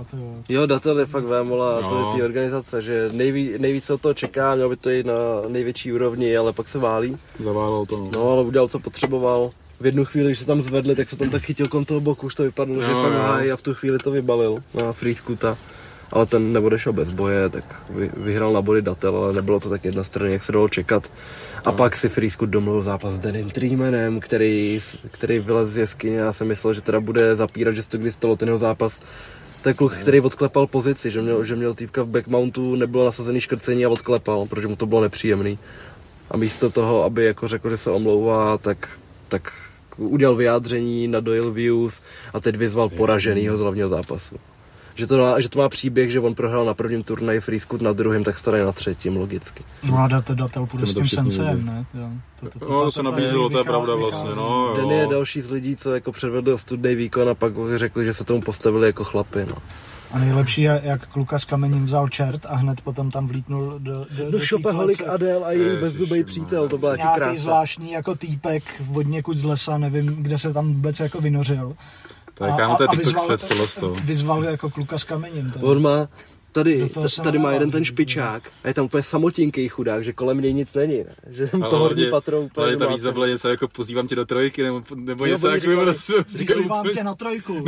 Jo, Datel je fakt vémola a to je ty organizace, že nejvíc se od toho čeká, mělo by to jít na největší úrovni, ale pak se válí. Zaválal to. No, ale udělal, co potřeboval. V jednu chvíli, když se tam zvedli, tak se tam tak chytil kolem toho boku, už to vypadlo, že fakt háj a v tu chvíli to vybalil na Freescoota. Ale ten neodešel bez boje, tak vyhrál na body Datel, ale nebylo to tak jednostranné, jak se dalo čekat. A pak si Freescoot domluvil zápas s Danem Treemanem, který vylez z jeskyně. Já jsem myslel, že teda bude zapírat, že se to kdy stalo ten jeho zápas. To je kluk, který odklepal pozici, že měl týpka v backmountu, nebylo nasazený škrcení a odklepal, protože mu to bylo nepříjemný. A místo toho, aby jako řekl, že se omlouvá, tak udělal vyjádření, nadojil views a teď vyzval poraženýho z hlavního zápasu. Že to má příběh, že on prohrál na prvním turnaji, Freescoot na druhém, tak starý na třetím, logicky. No a datel půjde s tím Sensejem, ne? To se nabízelo, to je pravda vlastně, no. Danny je další z lidí, co jako předvedl studnej výkon a pak řekli, že se tomu postavili jako chlapi, no. A nejlepší je, jak kluka s kamením vzal čert a hned potom tam vlítnul do Shopaholic Adele a její bezzubej přítel, to byla taky krása. Nějaký zvláštní jako týpek od někud z lesa, nevím, kde se tam vůbec jako vynořil. To je TikTok svět tohle z toho. Vyzval jako kluka s kamením. On má, tady má jeden ten špičák a je tam úplně samotinký chudák, že kolem něj nic není, ne? Že to horní patro úplně ale ta výzva byla něco jako pozývám tě do trojky, nebo něco takového. Pozývám tě na trojku.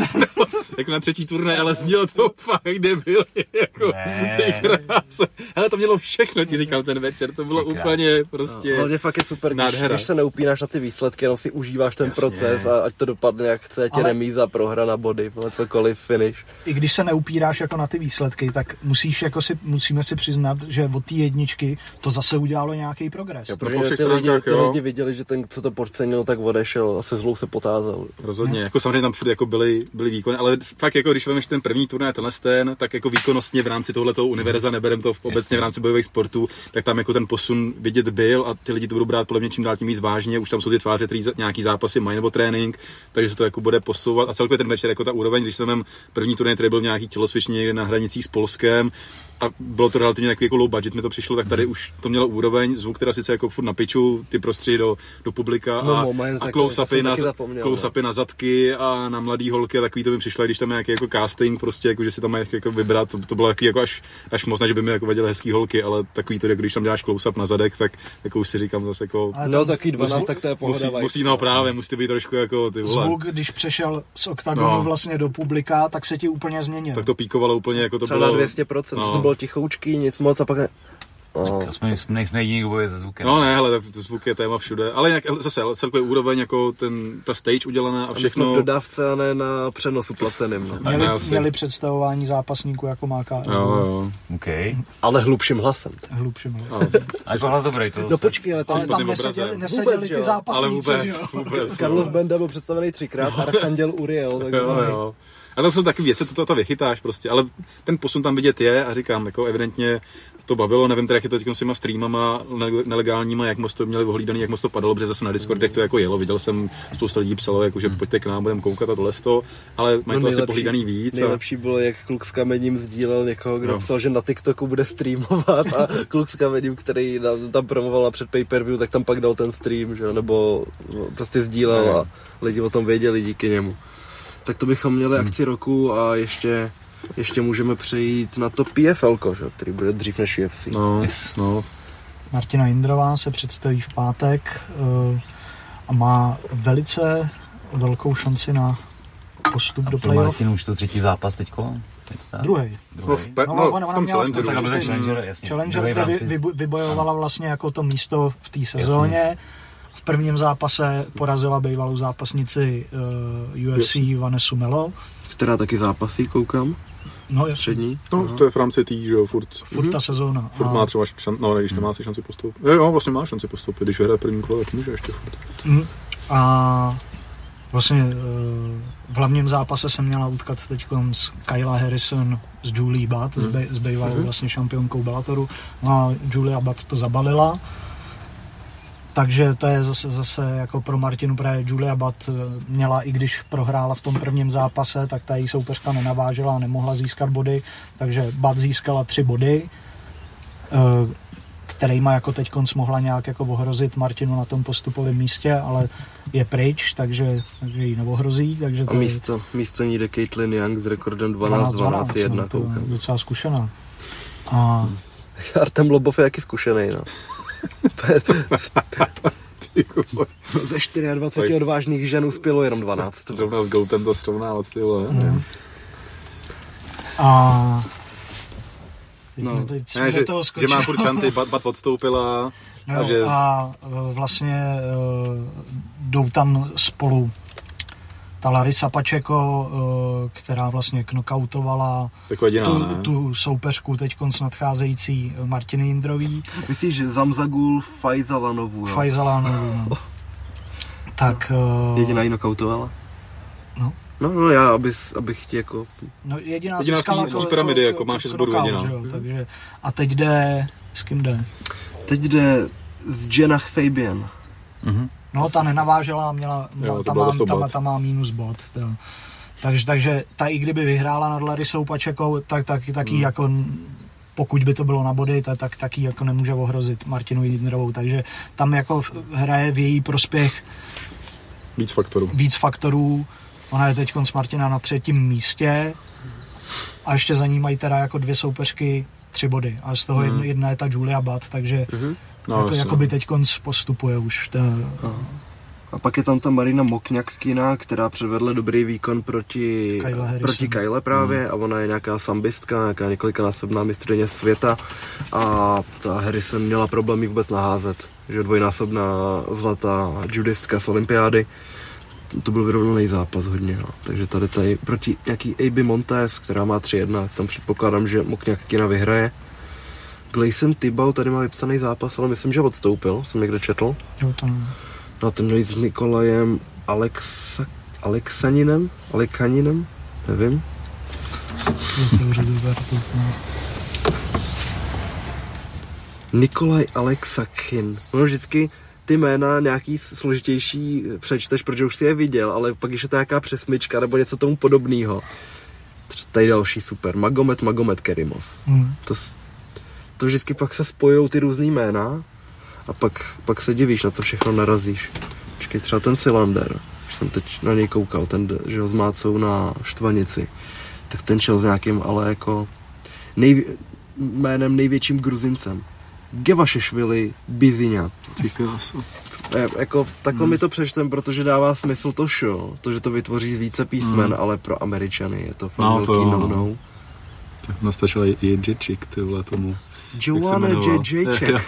Jako na třetí turnaj, ale znělo to fakt debil, jako krása. Ale to mělo všechno, ti říkal ten večer, to bylo úplně prostě hlavně fakt je super, když se neupínáš na ty výsledky, jenom si užíváš ten proces a ať to dopadne jak chce, tě remíza, prohra na body, cokoliv, finish. I když se neupíráš jako na ty výsledky, tak musíme si přiznat, že od té jedničky to zase udělalo nějaký progres. Jo, protože ty lidi viděli, že ten, co to podcenil, tak odešel a se zlou se potázal. Rozhodně, jako samozřejmě tam furt jako byly výkony, ale fakt jako když vemeš ten první turnaj, tak jako výkonnostně v rámci tohletoho univerza, neberem to obecně v rámci bojových sportů, tak tam jako ten posun vidět byl a ty lidi to budou brát podle mě čím dál tím víc vážně, už tam jsou ty tváře, který nějaký zápasy mají nebo trénink, takže se to jako bude posouvat a celkově ten večer jako ta úroveň, když jsem první turnaj, který byl nějaký tělocvičně někde na hranicích s Polskem a bylo to relativně takový jako low budget, mi to přišlo, tak tady už to mělo úroveň, zvuk teda sice jako furt na piču, ty prostředí do publika a close-upy na zadky a na mladý holky a takový to mi přišlo, když tam je nějaký jako casting, prostě jako, že si tam mají jako vybrat, to bylo jako až moc, ne, že by mi jako vadily hezký holky, ale takový to, když tam děláš close-up na zadek, tak jako už si říkám zase jako no taky 12, tak to je pohoda. Musí být trošku jako ty vole. Zvuk, když přešel z oktagonu vlastně do publika, tak se ti úplně změnil. Tak to píkovalo úplně jako to třeba bylo 200%, to bylo tichoučký, nic moc a pak Aspoň nejsme jediný, kdo bojuje se zvukem. No ne, hele, tak zvuk je téma všude, ale jinak zase celkově úroveň jako ta stage udělaná a všechno. A my jsme v dodávce a ne na přenosu placeným. No. Měli představování zápasníků jako má KSV. Jo. Okay. Ale hlubším hlasem. A jako hlas dobrý. No počkej, ale tam neseděli ty zápasníci. Ale vůbec. Carlos Benda byl představený 3krát a Archanděl Uriel. Jo. A to jsou taky věci, to vychytáš prostě, ale ten posun tam vidět je a říkám, jako evidentně to bavilo, nevím teda, jak je to teď s těma streamama nelegálníma, jak moc to měli ohlídaný, jak moc to padalo, protože zase na Discordech to jako jelo, viděl jsem, spousta lidí psalo, jako, že pojďte k nám, budeme koukat a tohle to, ale mají to asi pohlídaný víc. Nejlepší bylo, jak kluk s kamením sdílel někoho, kdo psal, že na TikToku bude streamovat a kluk s kamením, který tam promoval na před pay-per-view, tak tam pak dal ten stream, že? Nebo prostě sdílel a lidi o tom věděli díky němu. Tak to bychom měli akci roku a ještě můžeme přejít na to PFL, který bude dřív než UFC. No. Martina Jindrová se představí v pátek a má velice velkou šanci na postup do playoff. Martin už to třetí zápas teďko? Druhý. Ona měla Challenger, kde vybojovala vlastně jako to místo v té sezóně. V prvním zápase porazila bývalou zápasnici UFC Vanessu Melo. Která taky zápasí, koukám. No, jasně. Přední. No, to je v rámci tý, že jo, furt ta sezóna. Furt má třeba když nemá si šanci postoupit. Jo, vlastně má šanci postoupit, když vyhraje první kolo, tak může ještě furt. A vlastně v hlavním zápase se měla utkat teďkom s Kayla Harrison s Julie Budd, s bývalou vlastně šampionkou Bellatoru. No a Julia Budd to zabalila. Takže to je zase jako pro Martinu, protože Julia Budd měla, i když prohrála v tom prvním zápase, tak ta její soupeřka nenavážela a nemohla získat body, takže Budd získala 3 body, kterýma jako teďkonc mohla nějak jako ohrozit Martinu na tom postupovém místě, ale je pryč, takže ji neohrozí. Takže to místo ní jde Caitlin Young s rekordem 12-1. To je docela zkušená. A Artem Lobov je jaký zkušený, no. Ze 24 odvážných žen uspělo jenom 12. Zrovna s Goutem to srovnávat, ty vole. A že má furt šanci, Bat odstoupila. A vlastně jdou tam spolu ta Larisa Pacheco, která vlastně knockoutovala tu soupeřku teďkonc nadcházející Martiny Jindrový. Myslíš, že Zamzagul Fajzalanovu, no. Tak... Jediná ji knockoutovala? No, já, abych ti jako... No, jediná z té pyramidy, jako máš 6 bodů jediná. Takže, a teď jde, s kým jde? Teď jde z Jenach Fabian. No, ta nenavážela a měla, ta má minus bod. Takže ta i kdyby vyhrála nad Larissou Pačekou, tak jí jako, pokud by to bylo na body, tak jí jako nemůže ohrozit Martinu Jindrovou. Takže tam jako hraje v její prospěch víc faktorů. Ona je teď s Martina na 3. místě a ještě za ní mají teda jako 2 soupeřky 3 body. A z toho jedna je ta Julia Budd, takže jako by teď postupuje už. A pak je tam ta Marina Mokňak-Kina, která předvedla dobrý výkon proti Kyle právě a ona je nějaká sambistka, nějaká několikanásobná mistryně světa a ta Harrison měla problémy vůbec naházet, že dvojnásobná zlatá judistka z olympiády. To byl vyrovnaný zápas hodně, no. Takže tady proti nějaký Abby Montez, která má 3-1, tam předpokládám, že Mokňak-Kina vyhraje. Gleison Tibau tady má vypsaný zápas, ale myslím, že odstoupil, jsem někde četl. Jo, to nevím. No ten s Nikolajem Aleksaninem, nevím. Nikolaj Aleksakin. No vždycky ty jména nějaký složitější přečteš, protože už si je viděl, ale pak když je to nějaká přesmyčka nebo něco tomu podobného. Tady další super. Magomed Kerimov. To vždycky pak se spojou ty různý jména a pak se divíš, na co všechno narazíš. Počkej, třeba ten Silander, už jsem teď na něj koukal, ten, že ho zmácou na Štvanici, tak ten šel s nějakým, ale jako jménem největším Gruzincem. Gevašešvili Biziňa. Jako takhle mi to přečtem, protože dává smysl to show, to, že to vytvoří více písmen, ale pro Američany je to fakt velký no. Tak nastačil i Jedžičik, tyhle tomu. Joanna Jedžiček.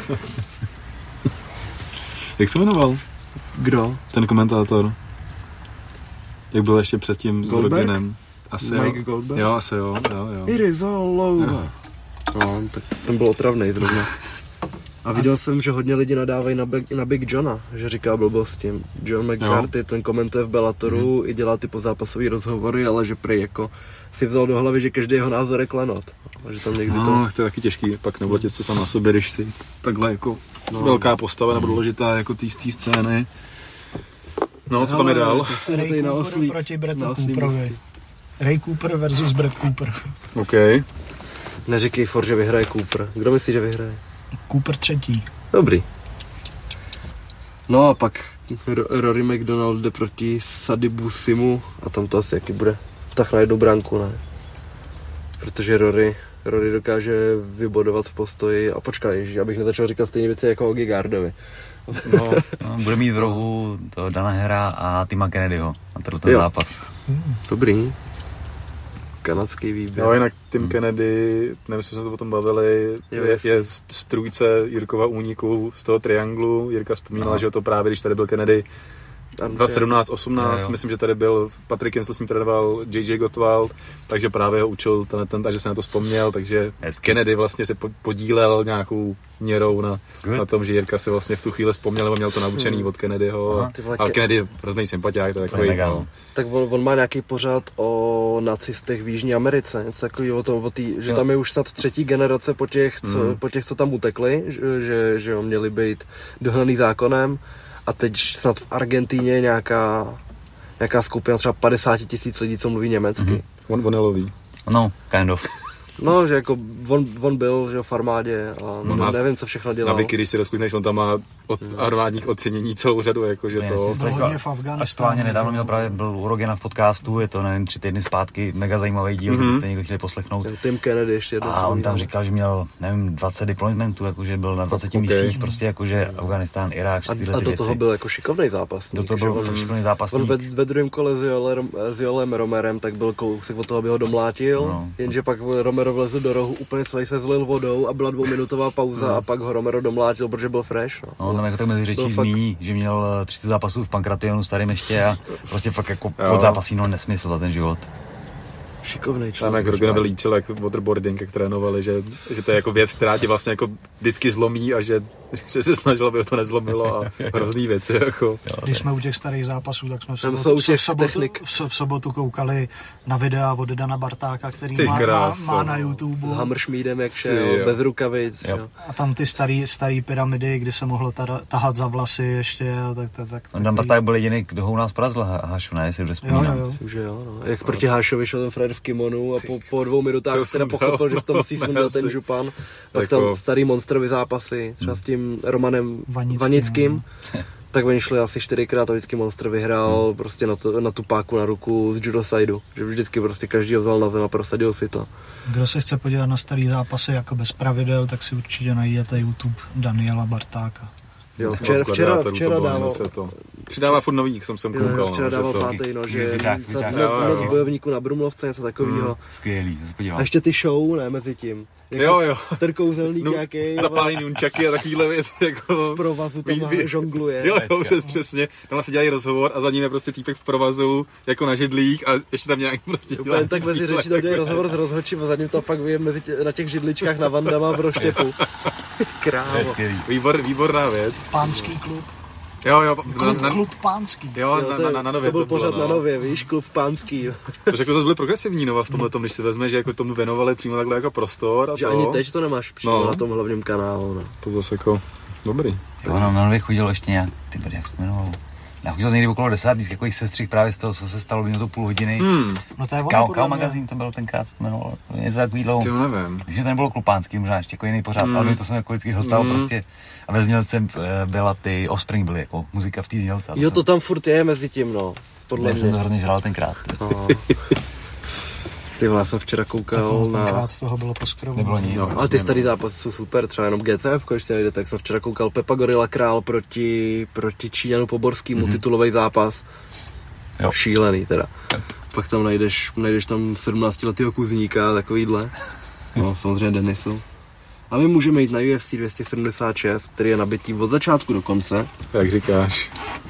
Jak se jmenoval? Kdo? Ten komentátor. Jak byl ještě předtím Goldberg? S Rodinem. Asi Mike jo. Goldberg? Jo, asi jo. It is all over. No, tak ten byl otravnej zrovna. A viděl jsem, že hodně lidi nadávají na Big Johna, že říká blbosti. John McCarthy, ten komentuje v Bellatoru i dělá ty pozápasové rozhovory, ale že prý jako si vzal do hlavy, že každý jeho názor je klenot. Že tam někdy to je taky těžký, pak nevletět se sám na sobě, když si takhle jako velká postava nebo důležitá jako té scény. No, co tam je dál? Ray Cooper proti Brettu Cooperovi. Ray Cooper versus Brett Cooper. OK. Neříkej furt, že vyhraje Cooper. Kdo myslí, že vyhraje? Cooper 3. Dobrý. No a pak Rory McDonald jde proti Sadibu Simu a tam to asi jaký bude. Tak na jednu branku, ne? Protože Rory dokáže vybodovat v postoji a počkej, abych nezačal říkat stejné věci jako o Gigardovi. No, bude mít v rohu to Dana Hera a Tima Kennedyho na ten zápas. Dobrý. Kanadský výběr. No jinak Tim Kennedy, nevím, jestli jsme se o tom bavili, je z trůjce Jirkova úniku z toho trianglu. Jirka vzpomínala, že to právě, když tady byl Kennedy 2017-18, myslím, že tady byl Patrick Jensl, s ním trénoval JJ Gottwald, takže právě ho učil ten, takže se na to vzpomněl, takže Kennedy vlastně se podílel nějakou měrou na tom, že Jirka se vlastně v tu chvíli vzpomněl, nebo měl to naučený od Kennedyho, ale Kennedy je hrozný sympatiák, to je takový. Tak on má nějaký pořád o nacistech v Jižní Americe, něco takového že tam je už snad 3. generace po těch, co tam utekli, že měli být dohnaný zákonem. A teď snad v Argentíně nějaká skupina třeba 50 000 lidí, co mluví německy. On je loví. No, kind of. No, že jako on byl, že v armádě a nevím, co všechno dělal. Na Wiki, když si rozklikneš, on tam má od armádních ocenění celou řadu, jakože to... Aktuálně nedávno byl u Rogena v podcastu, je to, nevím, 3 týdny zpátky, mega zajímavý díl, kdybyste někdo chtěli poslechnout. Tim Kennedy ještě jednou. A on tam říkal, že měl, nevím, 20 deploymentů, jakože byl na 20 misích, prostě jakože Afganistán, Irák, všechny tyhle věci. A do toho byl jako šikovnej zápasník. Do toho byl šikovnej zápasník. On ve druhém kole s Joelem Romerem, tak byl kousek od toho, aby ho domlátil, jenže pak Romero vlezl do rohu, úplně celý se zlil vodou a byla 2minutová pauza a pak ho Romero domlátil, protože byl fresh. No, tam jako tak mezi řečí zmíní, že měl 30 zápasů v Pankrationu starým ještě a prostě fakt jako pod zápasí nesmysl za ten život. Šikovnej Tam člověk. jak Rogonovi líčil, jak waterboarding, jak trénovali, že to je jako věc, která tě vlastně jako vždycky zlomí a že se snažil, aby to nezlomilo a hrozný věci. Jako. Když jsme u těch starých zápasů, tak jsme v sobotu koukali na videa od Dana Bartáka, který má na YouTube. S Hammerschmiedem, jak šel, bez rukavic. A tam ty starý pyramidy, kdy se mohlo tahat za vlasy ještě. Tak Dan Barták byl jediný, kdo ho u nás porazil, Hášu, ne? Jestli vzpomínám. Myslím, že jo, no. Jak proti Hášovi šel ten Frajer v kimonu a po 2 minutách teda pochopil, že to musí sundat ten župan. Pak tam starý monstrový zápasy, třeba s tím Romanem Vanickým. Tak oni šli asi 4krát a vždycky Monster vyhrál prostě na tu páku na ruku z judo sideu. Že vždycky prostě každý ho vzal na zem a prosadil si to. Kdo se chce podívat na starý zápasy jako bez pravidel, tak si určitě najdete YouTube Daniela Bartáka. Jo, včera dával. Přidává furt nových, jsem koukal. Včera dával pátý, že noc bojovníků na Brumlovce, něco takového. Skvělý, to se podívám. A ještě ty show, ne, mezi tím. Jo. Ten kouzelník nějaký. Zapálí nunčaky a takovýhle věci. Jako... V provazu tam žongluje. Jo, přesně. Tam asi dělají rozhovor a za ním je prostě týpek v provazu, jako na židlích a ještě tam nějak prostě dělá. Jen tak mezi řečí tam dělají rozhovor s rozhodčím a za ním tam fakt vyje na těch židličkách na Vandama v roštěpu. Krávo. Výborná věc. Pánský klub. Jo, klub pánský. Jo, na Nově to byl pořád na Nově, víš, klub pánský. Což jako zase byly progresivní Nova v tomhletom, když si vezme, že jako tomu věnovali přímo takhle jako prostor a že to. Ani teď to nemáš přímo na tom hlavním kanálu, no. To zase jako dobrý. Jo, na Nově chodilo ještě nějak, jak se jmenovalo. Já chodil někdy okolo 10, vždycky jako sestřih právě z toho, co se stalo, bylo to půl hodiny. No to je Kao magazín, to byl tenkrát, to jmenovalo, něco takovýhle. Ty nevím. Když to nebylo klupánský, možná ještě jako jiný pořád, ale to jsem jako vždycky hltal prostě. A ve znělce byla ty Offspring, byly jako muzika v té znělce. Jo, to tam furt je mezi tím, no. Podle mě. Já jsem to hrozně žral tenkrát. No. Ty vole, jsem včera koukal na... Tenkrát toho bylo poskrovo. Nebylo nic. No, ale ty starý zápasy jsou super, třeba jenom GCF, když se nejde, tak jsem včera koukal Pepa Gorilla Král proti Číňanu Poborskýmu, titulový zápas. Jo. Šílený teda. Pak tam najdeš tam 17letýho kuzníka, takovýhle. No, samozřejmě Denisu. A my můžeme jít na UFC 276, který je nabitý od začátku do konce. Jak říkáš.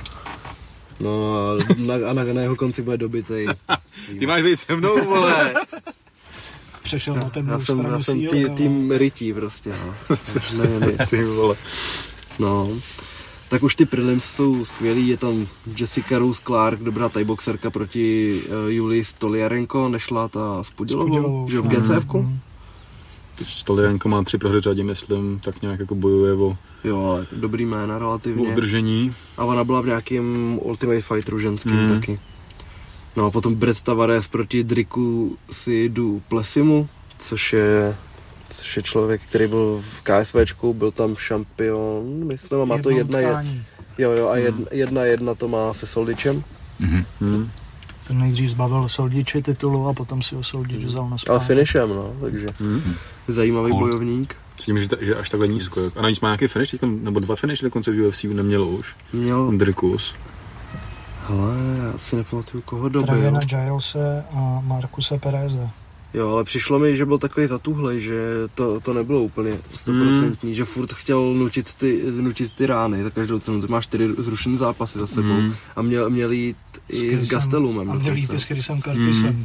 No a na jeho konci bude dobitej. Ty máš být se mnou, vole. Přešel na temnou stranu Já jsem síly. tým rytí prostě, no. Ty vole. No. Tak už ty prelims jsou skvělý, je tam Jessica Rose Clark, dobrá thaiboxerka proti Julii Stoliarenko, nešla ta s Pudilovou, že v GCFku. Stoliarenko má 3 prohry řadě, myslím, tak nějak jako bojuje o... Jo, ale dobrý jména relativně. O udržení. A ona byla v nějakém Ultimate Fighteru ženským taky. No a potom Brett Tavares proti Driku du Plessimu, což je člověk, který byl v KSVčku, byl tam šampion, myslím, a má to 1-1. Jo, a 1-1 to má se Soldičem. Ten nejdřív zbavil Soldiče titulu a potom si ho Soldič vzal na zpátky. Ale finishem, no, takže zajímavý bojovník. S tím, že až takhle nízko. A navíc má nějaký finish, nebo 2 finish dokonce v UFC nemělo už. Měl. Drikus. Hele, já si nepamatuju, koho dobil. Travena Gilese a Marcuse Pereze. Jo, ale přišlo mi, že byl takový zatuhlej, že to nebylo úplně 100%, že furt chtěl nutit ty rány za každou cenu. Ty máš 4 zrušený zápasy za sebou a měl jít i s Gastelumem. A měl jít i s Chrisem Curtisem,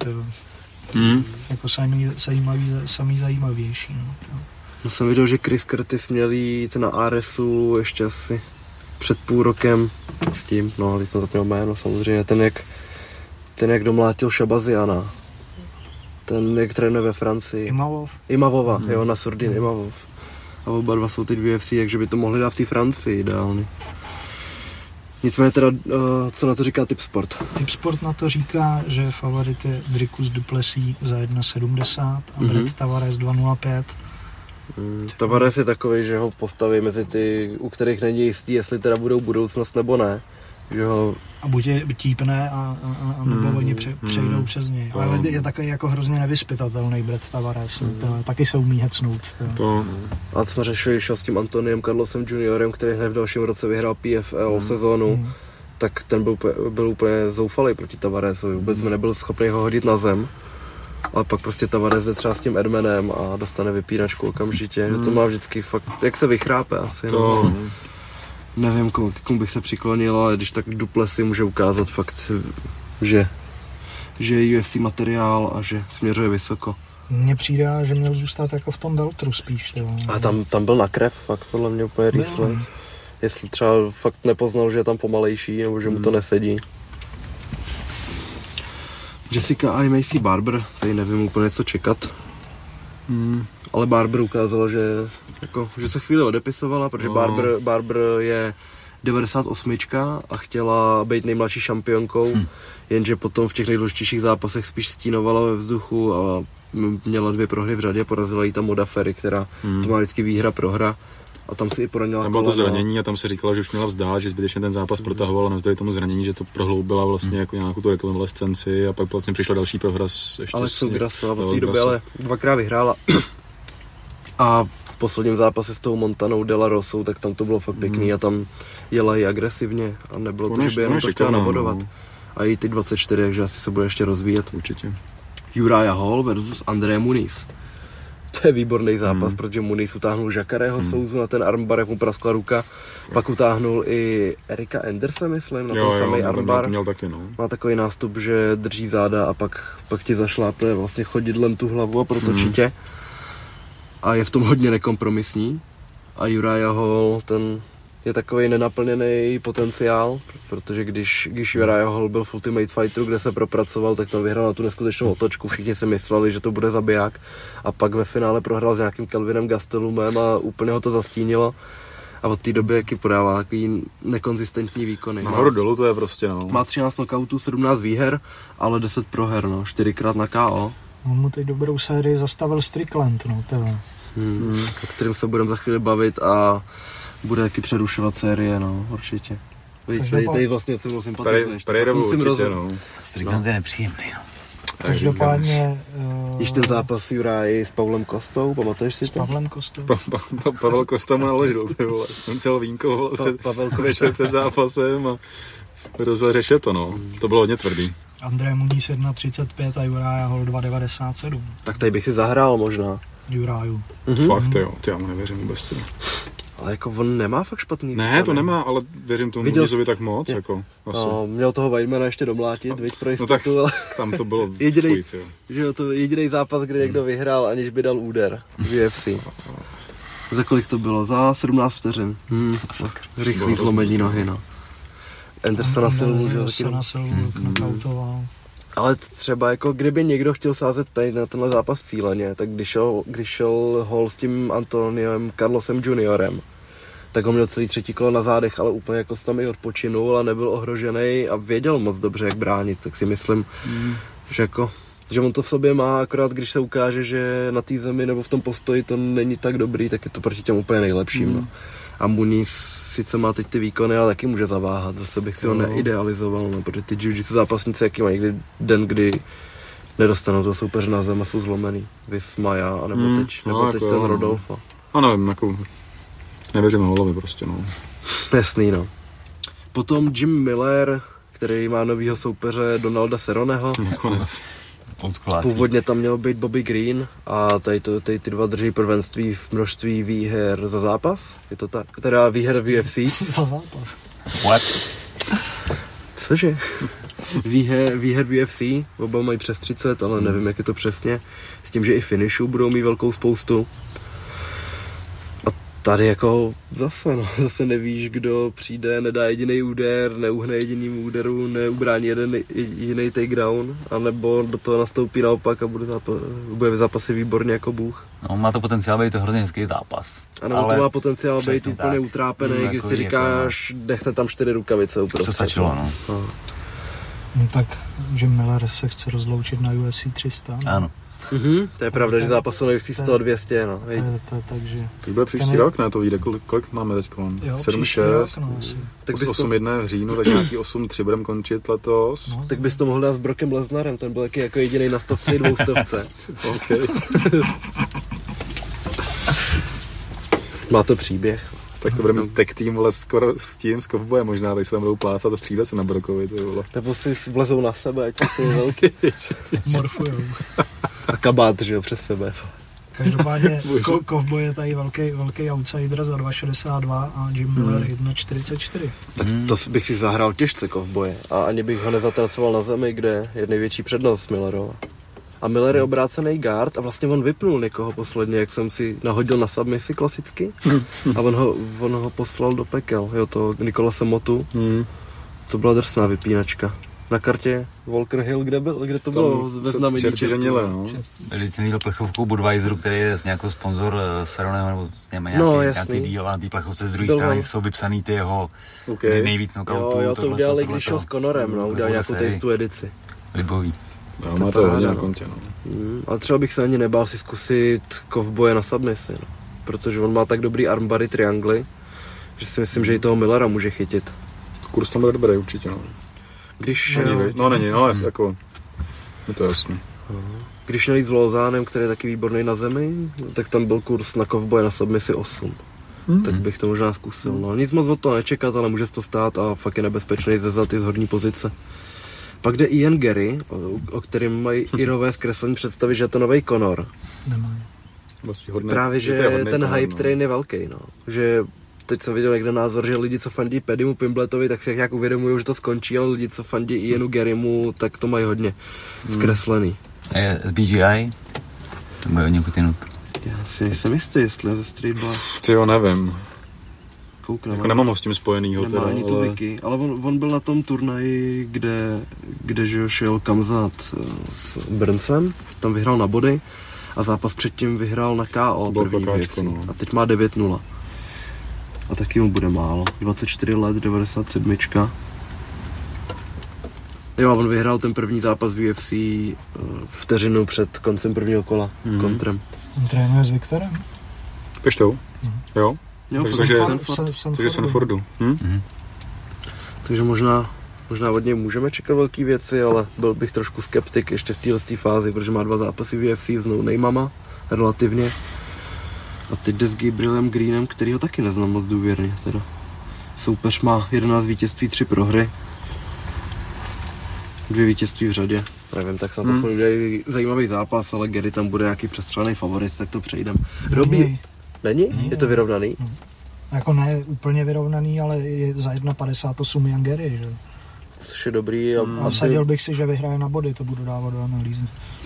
jako samý zajímavější. No jsem viděl, že Chris Curtis měl jít na Aresu ještě asi před půl rokem s tím, no ale jsem zapněl jméno samozřejmě, ten jak domlátil Shabaziana. Ten, jak trénuje ve Francii. Imavova, jo, na Surdin Imavov. A oba dva jsou teď v UFC, takže by to mohli dát v té Francii ideálně. Nicméně teda, co na to říká Tipsport? Tipsport na to říká, že favorit je Dricus du Plessis za 1,70 a Brett Tavares 2,05. Tavares je takový, že ho postaví mezi ty, u kterých není jistý, jestli teda budou budoucnost nebo ne. Že ho... A buď je típne a nebo oni přejdou přes něj. Ale je takový jako hrozně nevyspytatelný Brett Tavares. Taky se umí hecnout. A jsme řešili, šel s tím Antoniem Carlosem juniorem, který hned v dalším roce vyhrál PFL sezónu, tak ten byl úplně zoufalý proti Tavaresovi. Vůbec nebyl schopný ho hodit na zem. Ale pak prostě Tavares jde třeba s tím Edmanem a dostane vypínačku okamžitě. Že to má vždycky fakt, jak se vychrápe asi. No. Nevím, komu bych se přiklonil, ale když tak du Plessis může ukázat fakt, že že je UFC materiál a že směřuje vysoko. Mně přijde, že měl zůstat jako v tom weltru spíš. A tam byl na krev, fakt podle mě úplně rychle. Jestli třeba fakt nepoznal, že je tam pomalejší, nebo že mu to nesedí. Jessica a Macy Barber, tady nevím úplně co čekat. Ale Barber ukázala, že se chvíli odepisovala, protože Barber je 98 a chtěla být nejmladší šampionkou, jenže potom v těch nejdůležitějších zápasech spíš stínovala ve vzduchu a měla 2 prohry v řadě, porazila jí tam Moda Ferry, která to má vždycky výhra, prohra. A tam si i poranila. Tam bylo to zranění a tam se říkalo, že už měla vzdát, že zbytečně ten zápas protahovala navzdory tomu zranění, že to prohloubila vlastně jako nějakou tu rekonvalescenci a pak vlastně přišla další prohra ještě Alexou Grasso, v té době ale 2krát vyhrála. A v posledním zápase s tou Montanou De La Rosou, tak tam to bylo fakt pěkný a tam jela i agresivně a nebylo to, že by jenom to chtěla nabodovat. A i ty 24, takže asi se bude ještě rozvíjet. Určitě. Uriah Hall versus André Muniz. To je výborný zápas, protože Muniz utáhnul Jackareho Souzu na ten armbar, jak mu praskla ruka. Pak utáhnul i Erika Andersa, myslím, na ten samý armbar. Měl taky, no. Má takový nástup, že drží záda a pak ti zašlápne vlastně chodidlem tu hlavu a protočí tě. A je v tom hodně nekompromisní. A Uriah Hall, ten je takový nenaplněný potenciál, protože když Uriah Hall byl v Ultimate Fighteru, kde se propracoval, tak tam vyhrál na tu neskutečnou otočku, všichni si mysleli, že to bude zabiják a pak ve finále prohrál s nějakým Kelvinem Gastelumem a úplně ho to zastínilo a od té doby jaký podává takový nekonzistentní výkony. Nahoru dolů to je prostě, no. Má 13 knockoutů, 17 výher, ale 10 proher, no, 4krát na KO. On mu teď dobrou sérii zastavil Strickland, no, teda. O kterým se budeme za chvíli bavit a bude taky přerušovat série, no, určitě. Tady vlastně se bylo sympatizuješ. Určitě, no. Strickland je nepříjemný, no. Každopádně... Již ten zápas Uriah s Pavlem Kostou, pamatuješ si to? S Pavlem Kostou. Pavel Kosta mu naložil, ty vole. On cel vínko před zápasem a rozřešil to, no. To bylo hodně tvrdý. André Muniz 1,35 a Uriah Hall 2,97. Tak tady bych si zahrál možná. Uriahu. Fakt, jo, já mu nevěřím vůbec. Ale jako on nemá fakt špatný Ne, výkony. to nemá, ale věřím tomu Munizovi tak moc, jako. Měl toho Weidmana ještě domlátit, viď, pro jistotu, no tak tam to bylo jediný zápas, kdy někdo vyhrál, aniž by dal úder v UFC. Za kolik to bylo? Za 17 vteřin. Rychlý zlomení nohy, no. Andersona Silvu, že taky knockoutoval. Ale třeba jako kdyby někdo chtěl sázet tady na tenhle zápas cíleně, tak když šel Hall s tím Antoniem Carlosem juniorem, tak ho měl celý 3. kolo na zádech, ale úplně jako tam i odpočinul a nebyl ohrožený a věděl moc dobře, jak bránit, tak si myslím, že on to v sobě má, akorát když se ukáže, že na té zemi nebo v tom postoji to není tak dobrý, tak je to proti těm úplně nejlepším. No. A Muniz sice má teď ty výkony, ale taky může zaváhat. Zase bych si ho neidealizoval, no, protože ty jiu-jitsu zápasníci, jaký mají někdy den, kdy nedostanou toho soupeře na zem a jsou zlomený. Vys Maja, nebo teď jako, ten Rodolfo. A nevím, jako nevěřím Hallovi prostě, no. Jasný, no. Potom Jim Miller, který má novýho soupeře Donalda Cerroneho. Nakonec. Původně tam měl být Bobby Green a tady ty dva drží prvenství v množství výher za zápas. Je to tak? Teda výher v UFC. Za zápas. What? Cože? Výher v UFC, oba mají přes 30, ale nevím, jak je to přesně. S tím, že i finishů budou mít velkou spoustu. A tady jako zase nevíš, kdo přijde, nedá jediný úder, neuhne jediným úderu, neubrání jeden jiný takedown, anebo do toho nastoupí naopak a bude v zápasy výborně jako bůh. No, má to potenciál být to hrozně hezký zápas. A nebo to má potenciál být úplně utrápený, když si říkáš, nechte tam 4 rukavice uprostřed. To stačilo, no. No tak Jim Miller se chce rozloučit na UFC 300. No? Ano. To je pravda, že zápasil na UFC 100 a 200, no. Takže... To bude příští rok, ne? To vyjde, kolik máme teď? 7-6, no, 8-1 v říjnu, tak nějaký 8-3 budeme končit letos. No, tak bys to mohl dát s Brockem Lesnarem, ten byl taky jako jediný na 100 i 200. Okay. Má to příběh. Tak to budeme tag team, ale skoro s tím, s Kovbojem možná, tak se tam budou plácat a střídat se na Brockovi, to bylo. Nebo si vlezou na sebe, ať jsou velký. Morfujou. A kabát, že jo, přes sebe. Každopádně Kovboj je tady velký outsider za 2,62 a Jim Miller 1,44. Tak to bych si zahrál těžce Kovboje a ani bych ho nezatracoval na zemi, kde je největší přednost Millerova. A Miller je obrácený guard a vlastně on vypnul někoho posledně, jak jsem si nahodil na submisi klasicky a on ho poslal do pekel, jo, to Nikolase Motu. To byla drsná vypínačka. Na kartě Walker Hill, kde to bylo ve znamení Čertěžanile, no. Velice neděl plechovku Budweiseru, který je nějaký sponzor Saroneho, nebo s něma nějaký díl, a na té plechovce z druhé strany jsou vypsaný ty jeho nejvíc knockoutů. Jo, to udělali, když šel s Conorem, no, udělali nějakou tu edici. Libový. No, má to hodně na kontě, no. Ale třeba bych se ani nebál si zkusit Kovboje na submisi, no. Protože on má tak dobrý armbary triangly, že si myslím, že i toho Millera může chytit. Kurz tam bude dobrý určitě, no. Když... Není, jako... Je to jasný. Když šel jít s Lozánem, který je taky výborný na zemi, tak tam byl kurz na Kovboje na submisi 8. Tak bych to možná zkusil, no. Nic moc od toho nečekat, ale může to stát a fakt je nebezpečný zezat i z horní pozice. Pak jde Ian Gary, o kterém mají Irové zkreslení představy, že je to novej Conor. Právě, že ten hype train je velký, no. Že teď jsem viděl někde názor, že lidi, co fandí Paddymu Pimbletovi, tak si nějak uvědomují, že to skončí, ale lidi, co fandí Ianu Garymu, tak to mají hodně zkreslený. A je z BGI? To bude hodně kutinut. Já si nejsem jistý, jestli je ze Street Blast. Ty jo, nevím. Kouknem. Jako nemám ho s tím spojenýho. Nemá ani tu wiki, ale on byl na tom turnaji, kde že šel Kamzat s Burnsem, tam vyhrál na body a zápas předtím vyhrál na KO první věcí. No. A teď má 9-0. A taky mu bude málo. 24 let, 97. Jo, on vyhrál ten první zápas v UFC vteřinu před koncem prvního kola kontrem. On trénuje s Viktorem? Peštou? Jo. Takže v Sanfordu. Takže možná od něj můžeme čekat velké věci, ale byl bych trošku skeptik ještě v této fázi, protože má 2 zápasy v UFC s no-namama, relativně. A teď jde s Gabrielem Greenem, který ho taky neznám moc důvěrně. Teda. Soupeř má 11 vítězství, 3 prohry. 2 vítězství v řadě. Nevím, tak se na to udělají zajímavý zápas, ale Gary tam bude nějaký přestřelený favorit, tak to přejdem. Robbie, není? Je to vyrovnaný? Jako ne úplně vyrovnaný, ale je za 1,58 Ian Gary, že? Což je dobrý. A vsadil bych si, že vyhraje na body, to budu dávat do analýzy.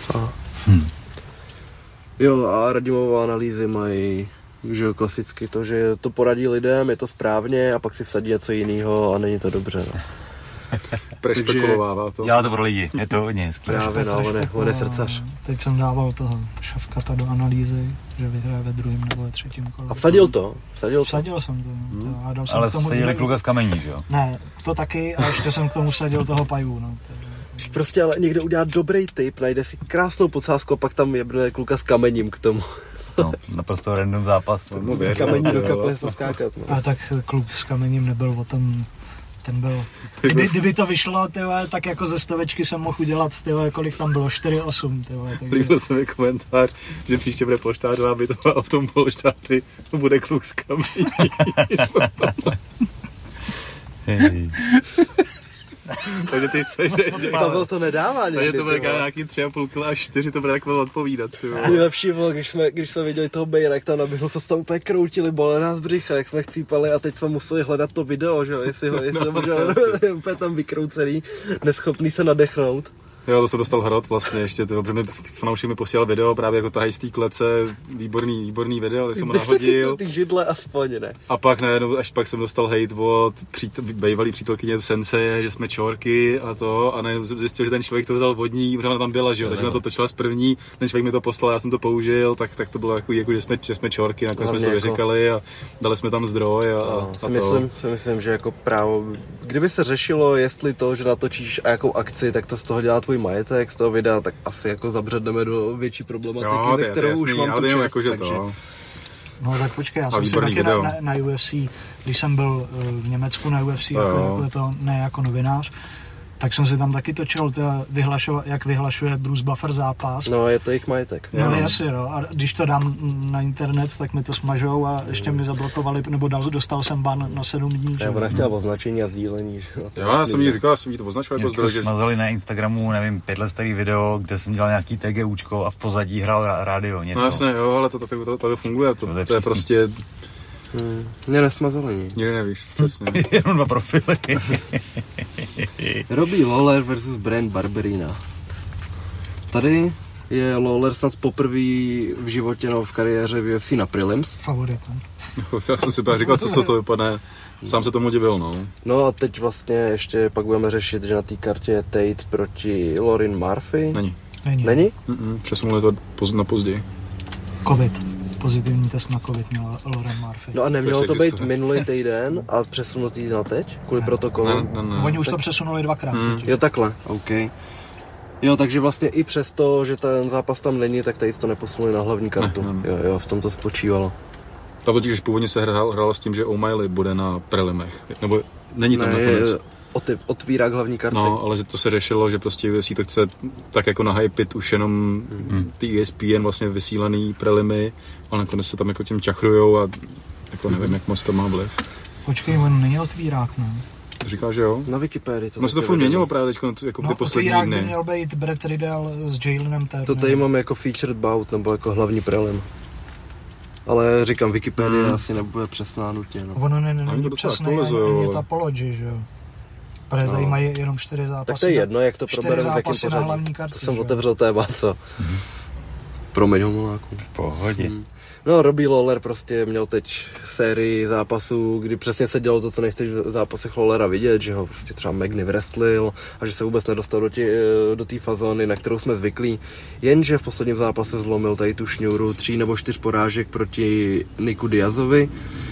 Jo, a Radimova analýzy mají, že jo, klasicky to, že to poradí lidem, je to správně a pak si vsadí něco jiného a není to dobře, no. Prešpekulovává to. Dělá to pro lidi, je to hodně hezký. Právě, no, on je srdcař. Teď jsem dával toho Šafkata do analýzy, že vyhraje ve 2. nebo ve 3. kole. A vsadil to? Vsadil jsem to. A dal jsem ale k tomu vsadili kluka z kamení, že jo? Ne, to taky a ještě jsem k tomu vsadil toho Paju, no. Prostě ale někdo udělá dobrý tip, najde si krásnou podsázku a pak tam jebne kluka s kamením k tomu. No, naprosto random zápas. Kamení do kaple se skákat. No. A tak kluk s kamením nebyl o tom, ten byl. Kdyby to vyšlo, tyhle, tak jako ze stovečky jsem mohl udělat, tyhle, kolik tam bylo, 4-8. Líbil se mi komentář, že příště bude polštářová bytová a v tom polštáři bude kluk s kamení. Takže ty chceš, že Pavel to nedává někdy. Takže to bude nějaký 3,5 kg až 4, to bude tak odpovídat. Nejlepší bylo, když jsme viděli toho Bejra, jak tam naběhlo, se tam úplně kroutili, bolely nás břicha, jak jsme chcípali a teď jsme museli hledat to video, že jo, jestli ho úplně tam vykroucený, neschopný se nadechnout. Jo, to jsem dostal hrot vlastně ještě, protože mi fanoušek mi posílal video právě jako tahají z té klece, výborný video, tak jsem ho nahodil. Ty židle aspoň, ne? A pak najednou, až pak jsem dostal hejt od bývalý přítelkyně Senseje, že jsme čorky a to, a najednou jsem zjistil, že ten člověk to vzal vodní, protože ona tam byla, že jo, takže ona to točila z první, ten člověk mi to poslal, já jsem to použil, tak to bylo jako že jsme čorky, nakonec jsme se to vyříkali a dali jsme tam zdroj a myslím, že jako právo, kdyby se řešilo, jestli to, že natočíš a jakou akci, tak to z toho dělá tvůj majetek z toho videa, tak asi jako zabředneme do větší problematiky, jo, ze kterou jasný, už mám tu čest, jako, takže... to. No tak počkej, já jsem si taky na UFC, když jsem byl v Německu na UFC, jako je to ne jako novinář, Tak jsem si tam taky točil, jak vyhlašuje Bruce Buffer zápas. No, je to jejich majetek. No jasně, no. A když to dám na internet, tak mi to smažou a ještě mi zablokovali, nebo dostal jsem ban na 7 dní. Já ona chtěla označení a sdílení. Já jsem jí říkal, jsem jí to označil jako zdroj. Smazali na Instagramu, nevím, 5 let starý video, kde jsem dělal nějaký TGUčko a v pozadí hrál rádio něco. No jasně, jo, ale to funguje, to je prostě... Mě nesmazali nic. Nikdy nevíš, přesně. Jenom 2 profily. Robbie Lawler versus Bryan Barberina. Tady je Lawler snad poprvé v životě, no v kariéře v UFC na prelims. Favoritem. Já jsem si říkal, co se to vypadne. Sám se tomu divil, no. No a teď vlastně ještě pak budeme řešit, že na té kartě je Tate proti Lauren Murphy. Není? Přesunuli to na později. Covid. Pozitivní test na covid měl Lauren Murphy. No a nemělo to být minulý týden a přesunutý na teď? Kvůli protokolu? Ne. Oni už to přesunuli 2krát. Jo, takhle, OK. Jo, takže vlastně i přesto, že ten zápas tam není, tak tady to neposunuli na hlavní kartu. Jo, v tom to spočívalo. To totiž původně se hrálo s tím, že O'Malley bude na prelimech. Nebo není tam nakonec. Otvírák hlavní karty. No, ale že to se řešilo, že prostě UFC to chce tak jako nahypit už jenom ty ESPN vlastně vysílaný prelimy, ale nakonec se tam jako tím čachrujou a jako nevím, jak moc to má vliv. Počkej, on není otvírák, ne? Říká, že jo? Na Wikipedii to. No se to furt měnilo právě teď jako ty poslední dny. Otvírák by měl být Brett Riddell s Jalenem Turnerem. To tady máme jako featured bout, nebo jako hlavní prelim. Ale říkám, Wikipedie asi nebude přesná nutně, no. Ono není přesný ani ta apology, že jo? Protože tady mají jenom 4 zápasy. Tak to je jedno, jak to probereme, v jakém pořadí. To jsem otevřel téma, co? Promiň homoláku. V pohodě. No, Robbie Lawler prostě měl teď sérii zápasů, kdy přesně se dělo to, co nechceš v zápasech Lawlera vidět, že ho prostě třeba Magny wrestlil a že se vůbec nedostal do té fazóny, na kterou jsme zvyklí. Jenže v posledním zápase zlomil tady tu šňůru 3 nebo 4 porážek proti Niku Diazovi.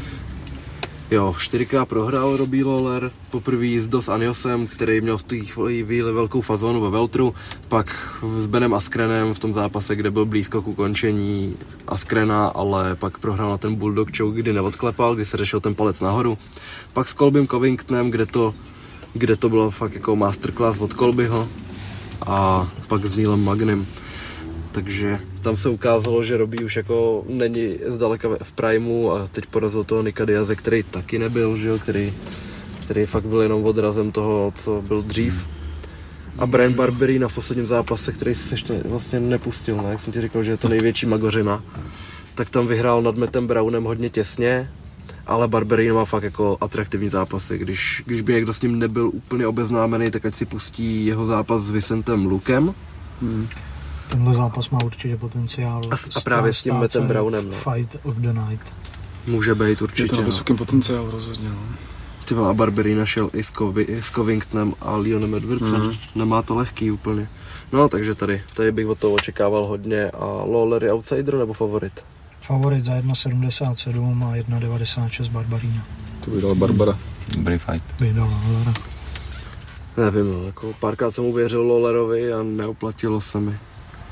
Jo, 4krát prohrál Robbie Lawler, poprvé s Dos Anjosem, který měl v té chvíli velkou fazónu ve welteru, pak s Benem Askrenem v tom zápase, kde byl blízko k ukončení Askrena, ale pak prohrál na ten Bulldog Choke, kdy neodklepal, kdy se řešil ten palec nahoru. Pak s Colbym Covingtonem, kde to bylo fakt jako masterclass od Colbyho, a pak s Neilem Magnem. Takže tam se ukázalo, že Robbie už jako není zdaleka v primu a teď porazil toho Nika Diaze, který taky nebyl, že jo, který fakt byl jenom odrazem toho, co byl dřív. A Bryan Barberina v posledním zápase, který se ještě vlastně nepustil, ne? Jak jsem ti říkal, že je to největší magořina, tak tam vyhrál nad Mattem Brownem hodně těsně, ale Barberina má fakt jako atraktivní zápasy. Když by někdo s ním nebyl úplně obeznámený, tak ať si pustí jeho zápas s Vincentem Lukem. Tenhle zápas má určitě potenciál. A právě s tím Mattem Brownem, no. Fight of the night. Může být určitě. Je to na vysokým potenciál rozhodně, no. Ty a Barberina šel i s Covingtonem a Leonem Edwardsem. Nemá to lehký úplně. No, takže tady bych od toho očekával hodně. A Lawler je outsider nebo favorit? Favorit za 1,77 a 1,96 Barberina. To by dal Barbara. Dobrý fight. By dal Lawlera. Nevím, no, jako párkrát jsem uvěřil Lawlerovi a neoplatilo se mi.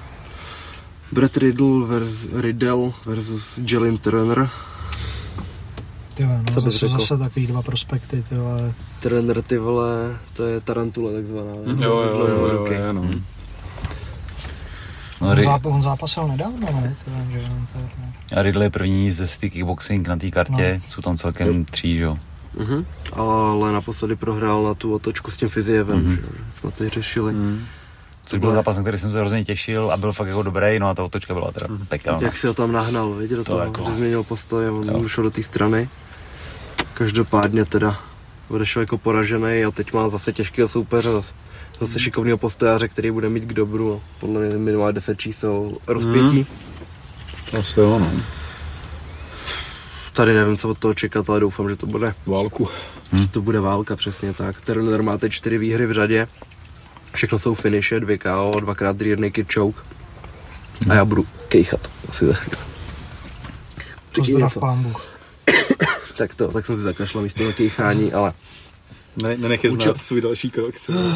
Brett Riddell versus Jalen Turner. Tyhle, no, zase takový 2 prospekty, tyhle. Turner, ty vole, to je tarantula takzvaná. Jo, no. On zápasil nedávno, ne? Jalen Turner. A Riddle je první ze City Kickboxing na té kartě, jsou tam celkem 3, že jo? Ale naposledy prohrál na tu otočku s tím Fizijevem, že jsme tady řešili. Což byl zápas, na který jsem se hrozně těšil a byl fakt jako dobrý, no a ta otočka byla teda pekelná. Jak si ho tam nahnal, vidět do toho, jako... že změnil postoj a on šel do té strany. Každopádně teda odešel jako poražený a teď má zase těžkého soupeře, zase šikovného postojáře, který bude mít k dobru, podle mě minimálně 10 čísel rozpětí. Asi jo, no. Tady nevím, co od toho čekat, ale doufám, že to bude válku. Že to bude válka, přesně tak. Turner má teď 4 výhry v řadě. Všechno jsou finishe, 2 KO, 2x rear naked choke. A já budu kejchat asi za chvíli. Pozdrav pán Bůh. Tak jsem si zakašlal místo na kejchání, ale... Nenech je znát svůj další krok.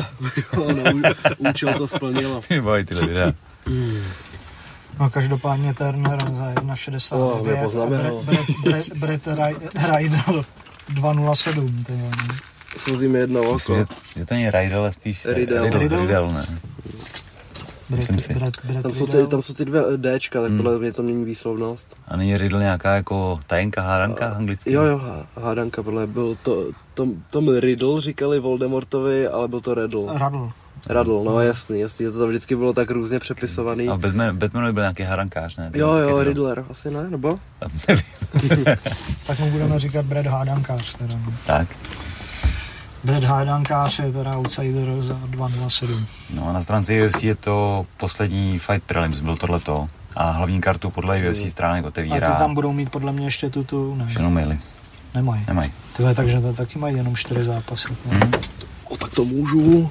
Účel to splnilo. Vybaví tyhle videa. No každopádně Turner za 1,69 a Brett Riddell 2,07. slzí mi jedno oko. Že to není Riddle, ale spíš Riddle, ne. Myslím si. Tam jsou ty dvě Dčka, tak podle mě to mění výslovnost. A není Riddle nějaká jako tajenka, hádanka anglicky? Jo, hádanka, podle byl to Riddle říkali Voldemortovi, ale byl to Raddle, no jasný, to tam vždycky bylo tak různě přepisovaný. A v Batmanovi byl nějaký hádankář, ne? Jo, Riddler, asi ne, nebo? Nevím. Tak mu budeme říkat Brad hádankář teda. Tak. Brad hádankář je teda outsider za 207. No a na stránce UFC je to poslední fight prelims, byl tohleto. A hlavní kartu podle UFC stránek otevírá. A ty tam budou mít podle mě ještě tu ne. Všechno maily. Nemají. Takže to taky mají jenom 4 zápasy. Tak to můžu.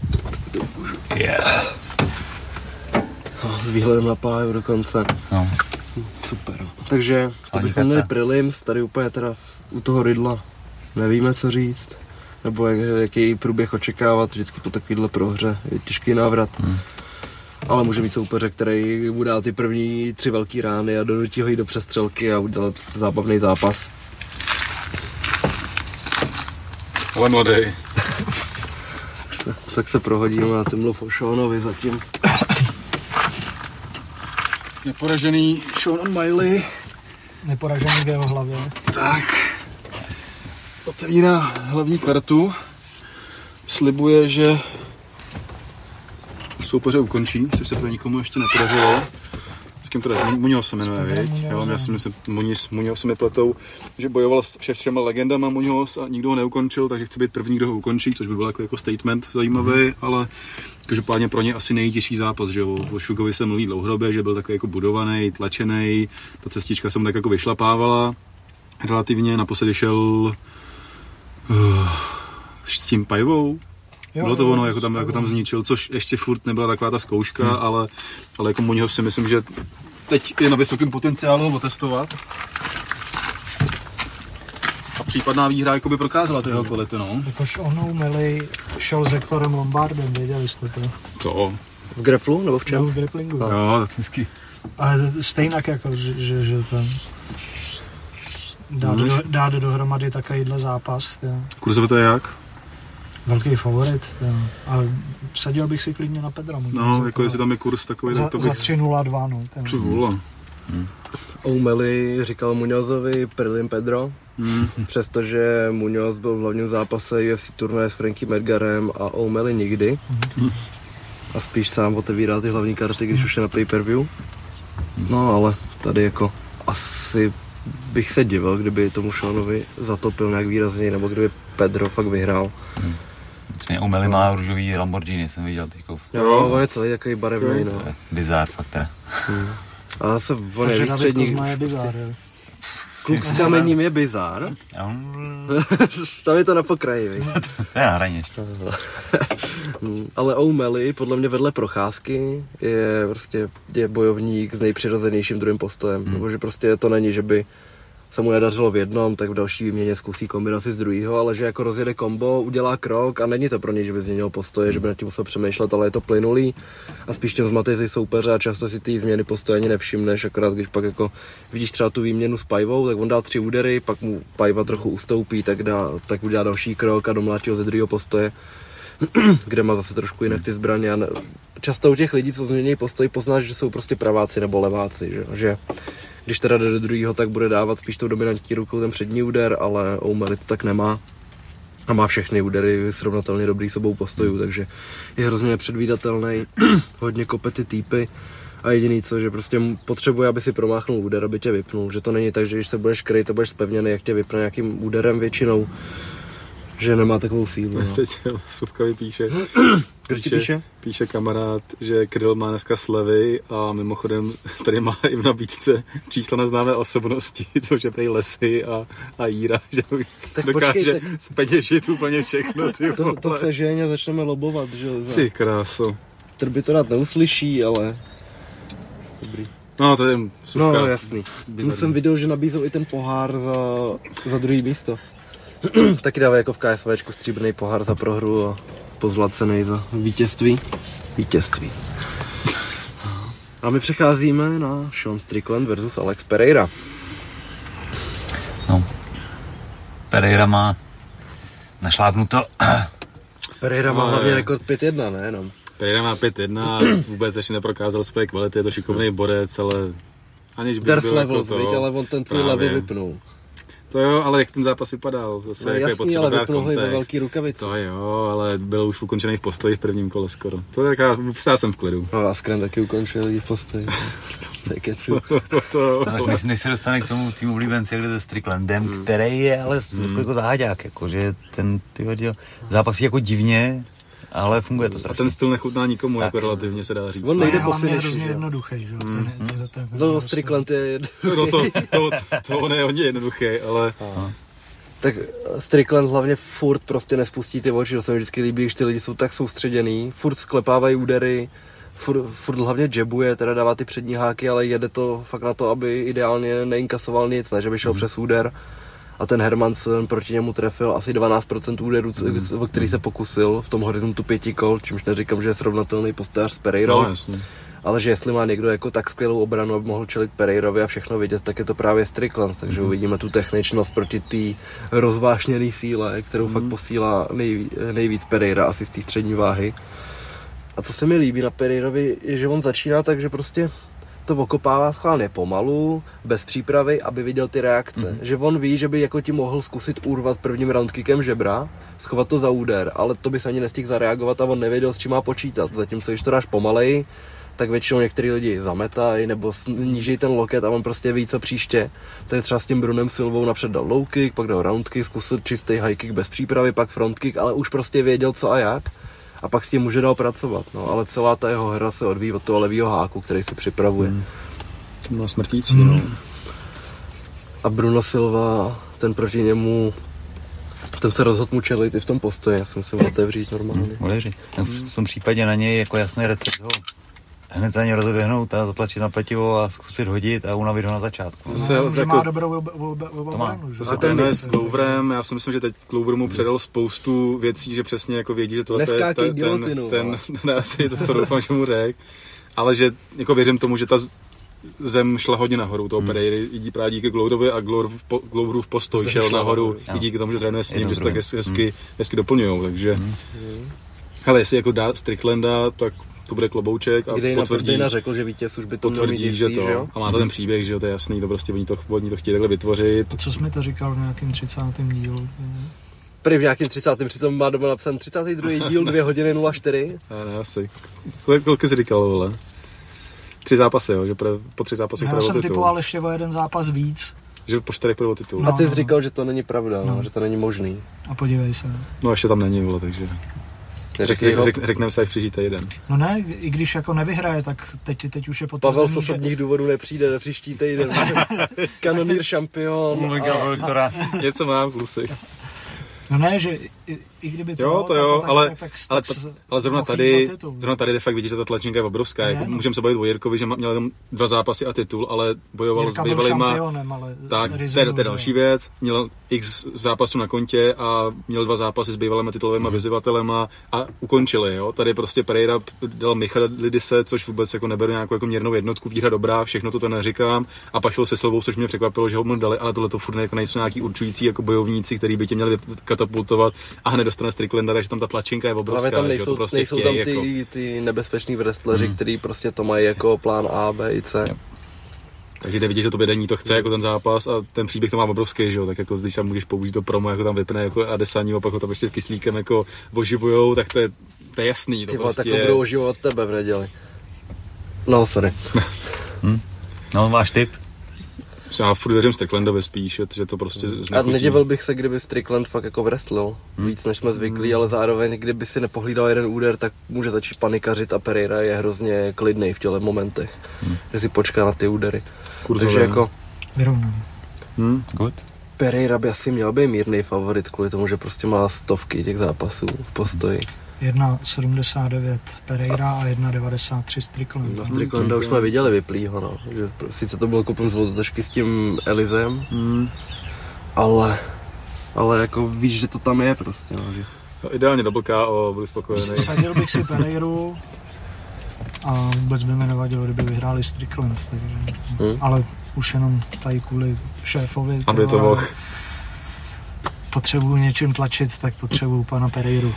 Yes. S výhledem na páju dokonce. No. Super. Takže to bychom měli prelims, tady úplně teda u toho Riddla nevíme co říct. Nebo jaký průběh očekávat, vždycky po takovýhle prohře je těžký návrat. Ale může být soupeře, který mu dá ty první 3 velký rány a donutí ho jít do přestřelky a udělat zábavný zápas. Ale mladý. Tak se prohodíme na ten mluv o Seanovi zatím. Neporažený Sean O'Malley. Neporažený v jeho hlavě. Tak. Otevírá hlavní kartu. Slibuje, že soupeře ukončí, což se pro nikomu ještě nepodařilo. S kým to jde? Muñoz se jmenuje, viď? Jo, já si myslím, Muñoz se mi pletou, že bojoval s všema legendama Muñoz a nikdo ho neukončil, takže chce být první, kdo ho ukončí, což by byl jako statement zajímavý, ale každopádně pro ně asi nejtěžší zápas, že jo. O Sugovi se mluví dlouhodobě, že byl takový jako budovaný, tlačený, ta cestička se mu tak jako vyšlapávala. Relativně naposledy šel s tím Pajvou. Bylo to ono, jako tam zničil, což ještě furt nebyla taková ta zkouška, ale jako Muñoz si myslím, že teď je na vysokém potenciálu ho otestovat. A případná výhra jako by prokázala to jeho kvalitu, no. Jakož O'Malley šel s Hectorem Lombardem, věděli jste to? Co? V grapplu nebo v čem? No, v grapplingu. Jo, hezky. Ale stejně jako, že ten dát dohromady takovýhle zápas. Kurzově to je jak? Velký favorit, ale vsadil bych si klidně na Pedra. No, jako jestli tam je kurz takový, za 3-0-2, no. 3-0. O'Malley říkal Muñozovi Prelim Pedro, přestože Muñoz byl v hlavním zápase UFC turnaje s Frankiem Edgarem a O'Malley nikdy. A spíš sám otevírá ty hlavní karty, když už je na pay-per-view. No ale tady jako asi bych se divil, kdyby tomu Seanovi zatopil nějak výrazněji, nebo kdyby Pedro fakt vyhrál. O'Malley má růžový Lamborghini, jsem viděl teďko. Jo, on je celý takový barevný, no. Bizár fakt teda. A zase on je výstředník. Kluk s kamením je bizár. Tam je to na pokraji, viď? To je na hraně ještě. Ale O'Malley podle mě vedle Procházky je bojovník s nejpřirozenějším druhým postojem. Nebo že prostě to není, že by se mu nedařilo v jednom, tak v další výměně zkusí kombinaci z druhého, ale že jako rozjede kombo, udělá krok a není to pro něj, že by změnil postoje, že by nad tím musel přemýšlet, ale je to plynulý a spíš tím zmatej soupeře a často si ty změny postoje ani nevšimneš, akorát když pak jako vidíš třeba tu výměnu s Pajvou, tak on dá 3 údery, pak mu Pajva trochu ustoupí, tak udělá další krok a domlátí ho ze druhého postoje, kde má zase trošku jinak ty zbraně a často u těch lidí, co změní postoj, poznáš, že jsou prostě praváci nebo leváci, že když teda jde do druhého, tak bude dávat spíš tou dominantní rukou ten přední úder, ale O'Malley to tak nemá. A má všechny údery srovnatelně dobrý s obou postojů, takže je hrozně nepředvídatelný, hodně kope ty týpy a jediný co, že prostě potřebuje, aby si promáchnul úder, aby tě vypnul, že to není tak, že když se budeš kryt a budeš zpevněný, jak tě vypne nějakým úderem většinou, že nemá takovou sílu. No. Teď Suvka vypíše. Píše kamarád, že Kryl má dneska slevy a mimochodem tady má i v nabídce čísla na známé osobnosti, což je prej Lesy a Jíra, že tak dokáže zpeněžit úplně všechno. To se ženě začneme lobovat, že? Ty kráso. Trby to rád neuslyší, ale dobrý. No to je Suvka. No jasný. Jsem viděl, že nabízel i ten pohár za druhý místo. Taky dávají jako v KSVčku stříbrný pohár za prohru a pozlacený za vítězství. A my přecházíme na Sean Strickland versus Alex Pereira. No. Pereira má Našlápnuto. Pereira má hlavně rekord 5-1, ne jenom. Pereira má 5-1, vůbec ještě neprokázal své kvality, je to šikovný borec, ale aniž by byl levels, jako to, ale on ten tvůj level vypnul. To jo, ale jak ten zápas vypadal, zase no, jako jasný, je potřeba ale dát vypnul kontext. ve velký rukavici. To jo, ale byl už ukončený v postoji v prvním kole skoro. To je taková, já jsem v klidu. No a Skren taky ukončil v postoji. To je kecu. Tak myslím, než se dostane k tomu tým oblíbenci, kde to Stricklandem, který je ale jako záďák, jako, že ten zápasí jako divně, ale funguje to strašně. A ten styl nechutná nikomu, tak, jako relativně se dá říct. On nejde po finiši, je hrozně jednoduchý, že? No, Strickland je jednoduchý. To on je hodně jednoduchý, ale... Tak Strickland hlavně furt prostě nespustí ty oči, to se mi vždycky líbí, když ty lidi jsou tak soustředěný, furt sklepávají údery, furt hlavně jabuje, teda dává ty přední háky, ale jede to fakt na to, aby ideálně neinkasoval nic, ne, že by šel přes úder. A ten Hermansen proti němu trefil asi 12% úderů, o který se pokusil v tom horizontu 5 kol, čímž neříkám, že je srovnatelný postář s Pereirou. No, jasně. Ale že jestli má někdo jako tak skvělou obranu, aby mohl čelit Pereirovi a všechno vidět, tak je to právě Strickland. Takže uvidíme tu techničnost proti té rozvášněné síle, kterou fakt posílá nejvíc Pereira asi z té střední váhy. A co se mi líbí na Pereirovi, je, že on začíná tak, že prostě to okopává schválně pomalu, bez přípravy, aby viděl ty reakce. Že on ví, že by jako ti mohl zkusit urvat prvním roundkickem žebra, schovat to za úder, ale to by se ani nestihl zareagovat a on nevěděl, s čím má počítat. Zatímco když to dáš pomalej, tak většinou některý lidi zametají nebo sníží ten loket a on prostě ví, co příště. Tak třeba s tím Brunem Silvou napřed dal low kick, pak dal round kick, zkusil čistý high kick bez přípravy, pak front kick, ale už prostě věděl co a jak. A pak s tím může dál pracovat, no, ale celá ta jeho hra se odvíjí od toho levýho háku, který si připravuje. To bylo smrtící, no. A Bruno Silva, ten proti němu, ten se rozhodl mu čelit i v tom postoji, já si musím otevřít normálně. V tom případě na něj jako jasný recept ho hned za ně rozeběhnout a zatlačit na pletivo a zkusit hodit a unavit ho na začátku. Že má dobrou obranu. To se trénuje s Gloverem, já si myslím, že teď Glover mu předal spoustu věcí, že přesně jako vědí, že tohle je ten ne, asi to doufám, že mu řek, ale že jako věřím tomu, že ta zem šla hodně nahoru toho Pereiry, i právě díky Gloverovi a Gloveru v postoj šel nahoru, i díky tomu, že trénuje s ním, že se tak hezky doplňujou, takže hele, jestli jako dá Stricklanda, tak to bude klobouček a potvrdí, řekl, že vítěz už by to měl mít jistý, že to, jo? A má to ten příběh, že jo, to je jasný, to prostě oni to chtějí takhle vytvořit. To, co jsi mi to říkal v nějakém 30. dílu? Prý v nějakém 30. přitom má doma napsán 32. díl 2 hodiny 04. Ne, asi. Kolik jsi říkal, vole? 3 zápasy, jo, že po 3 zápasech já jsem typoval ještě o jeden zápas víc. Že po 4 půjde o titul. No, a ty jsi říkal, že to není pravda, že to není možný. A podívej se. No ještě tam není, vole, takže... Řekneme se, až přežijte jeden. No ne, i když jako nevyhraje, tak teď už je potvrzený, Pavel z osobních důvodů nepřijde na příští týden. Kanonýr šampion. Něco mám v lusech. No ne, že i kdyby to... Jo, to jo, ale zrovna tady je fakt vidět, že ta tlačenka je obrovská. Jako, můžeme se bavit o Jirkovi, že měl jenom 2 zápasy a titul, ale bojoval s bývalýma. Tak, to je další věc. Měl x zápasů na kontě a měl 2 zápasy s bývalýma titulovými vyzývatelema a ukončili. Jo. Tady prostě Pereira dal Michalidise, což vůbec jako neberu nějakou jako měrnou jednotku, výhra dobrá, všechno to neříkám. A pašel se Silvou, což mě překvapilo, že ho mu dali, ale tohle to furt jako nejsou nějaký určující jako bojovníci, kteří by tě měli katapultovat a hned dostane Stricklanda, takže tam ta tlačenka je obrovská. Tam nejsou, prostě nejsou tam ty nebezpeční wrestleri, kteří prostě to mají jako plán A, B i C. Jo. Takže jde vidět, že to vedení to chce jako ten zápas a ten příběh to má obrovský, že jo, tak jako když tam můžeš použít to promo, jako tam vypne jako Adesanya, pak ho tam ještě kyslíkem jako oživujou, tak to je jasný. Ty prostě... tak budou oživovat tebe v neděli. No, sorry. No, máš tip? Já furt věřím Stricklandovi spíš, že to prostě znechutí. A nedivil bych se, kdyby Strickland fakt jako wrestlil víc, než jsme zvyklí, ale zároveň, kdyby si nepohlídal jeden úder, tak může začít panikařit a Pereira je hrozně klidnej v těle momentech, že si počká na ty údery. Takže jako... Vyrovnaný. Good. Pereira by asi měl být mírný favorit kvůli tomu, že prostě má stovky těch zápasů v postoji. 1,79 Pereira a 1,93 Strickland. Na Stricklanda už jsme viděli vyplýho, no. Že sice to byl kopem zlototašky s tím Elizem, ale jako víš, že to tam je prostě, no. Že... No, ideálně double KO, byl spokojený. Vsadil bych si Pereiru a vůbec by mi nevadilo, kdyby vyhráli Strickland, takže... Ale už jenom tady kvůli šéfovi. Aby to mohl. potřebuju něčím tlačit, tak potřebuju pana Pereiru.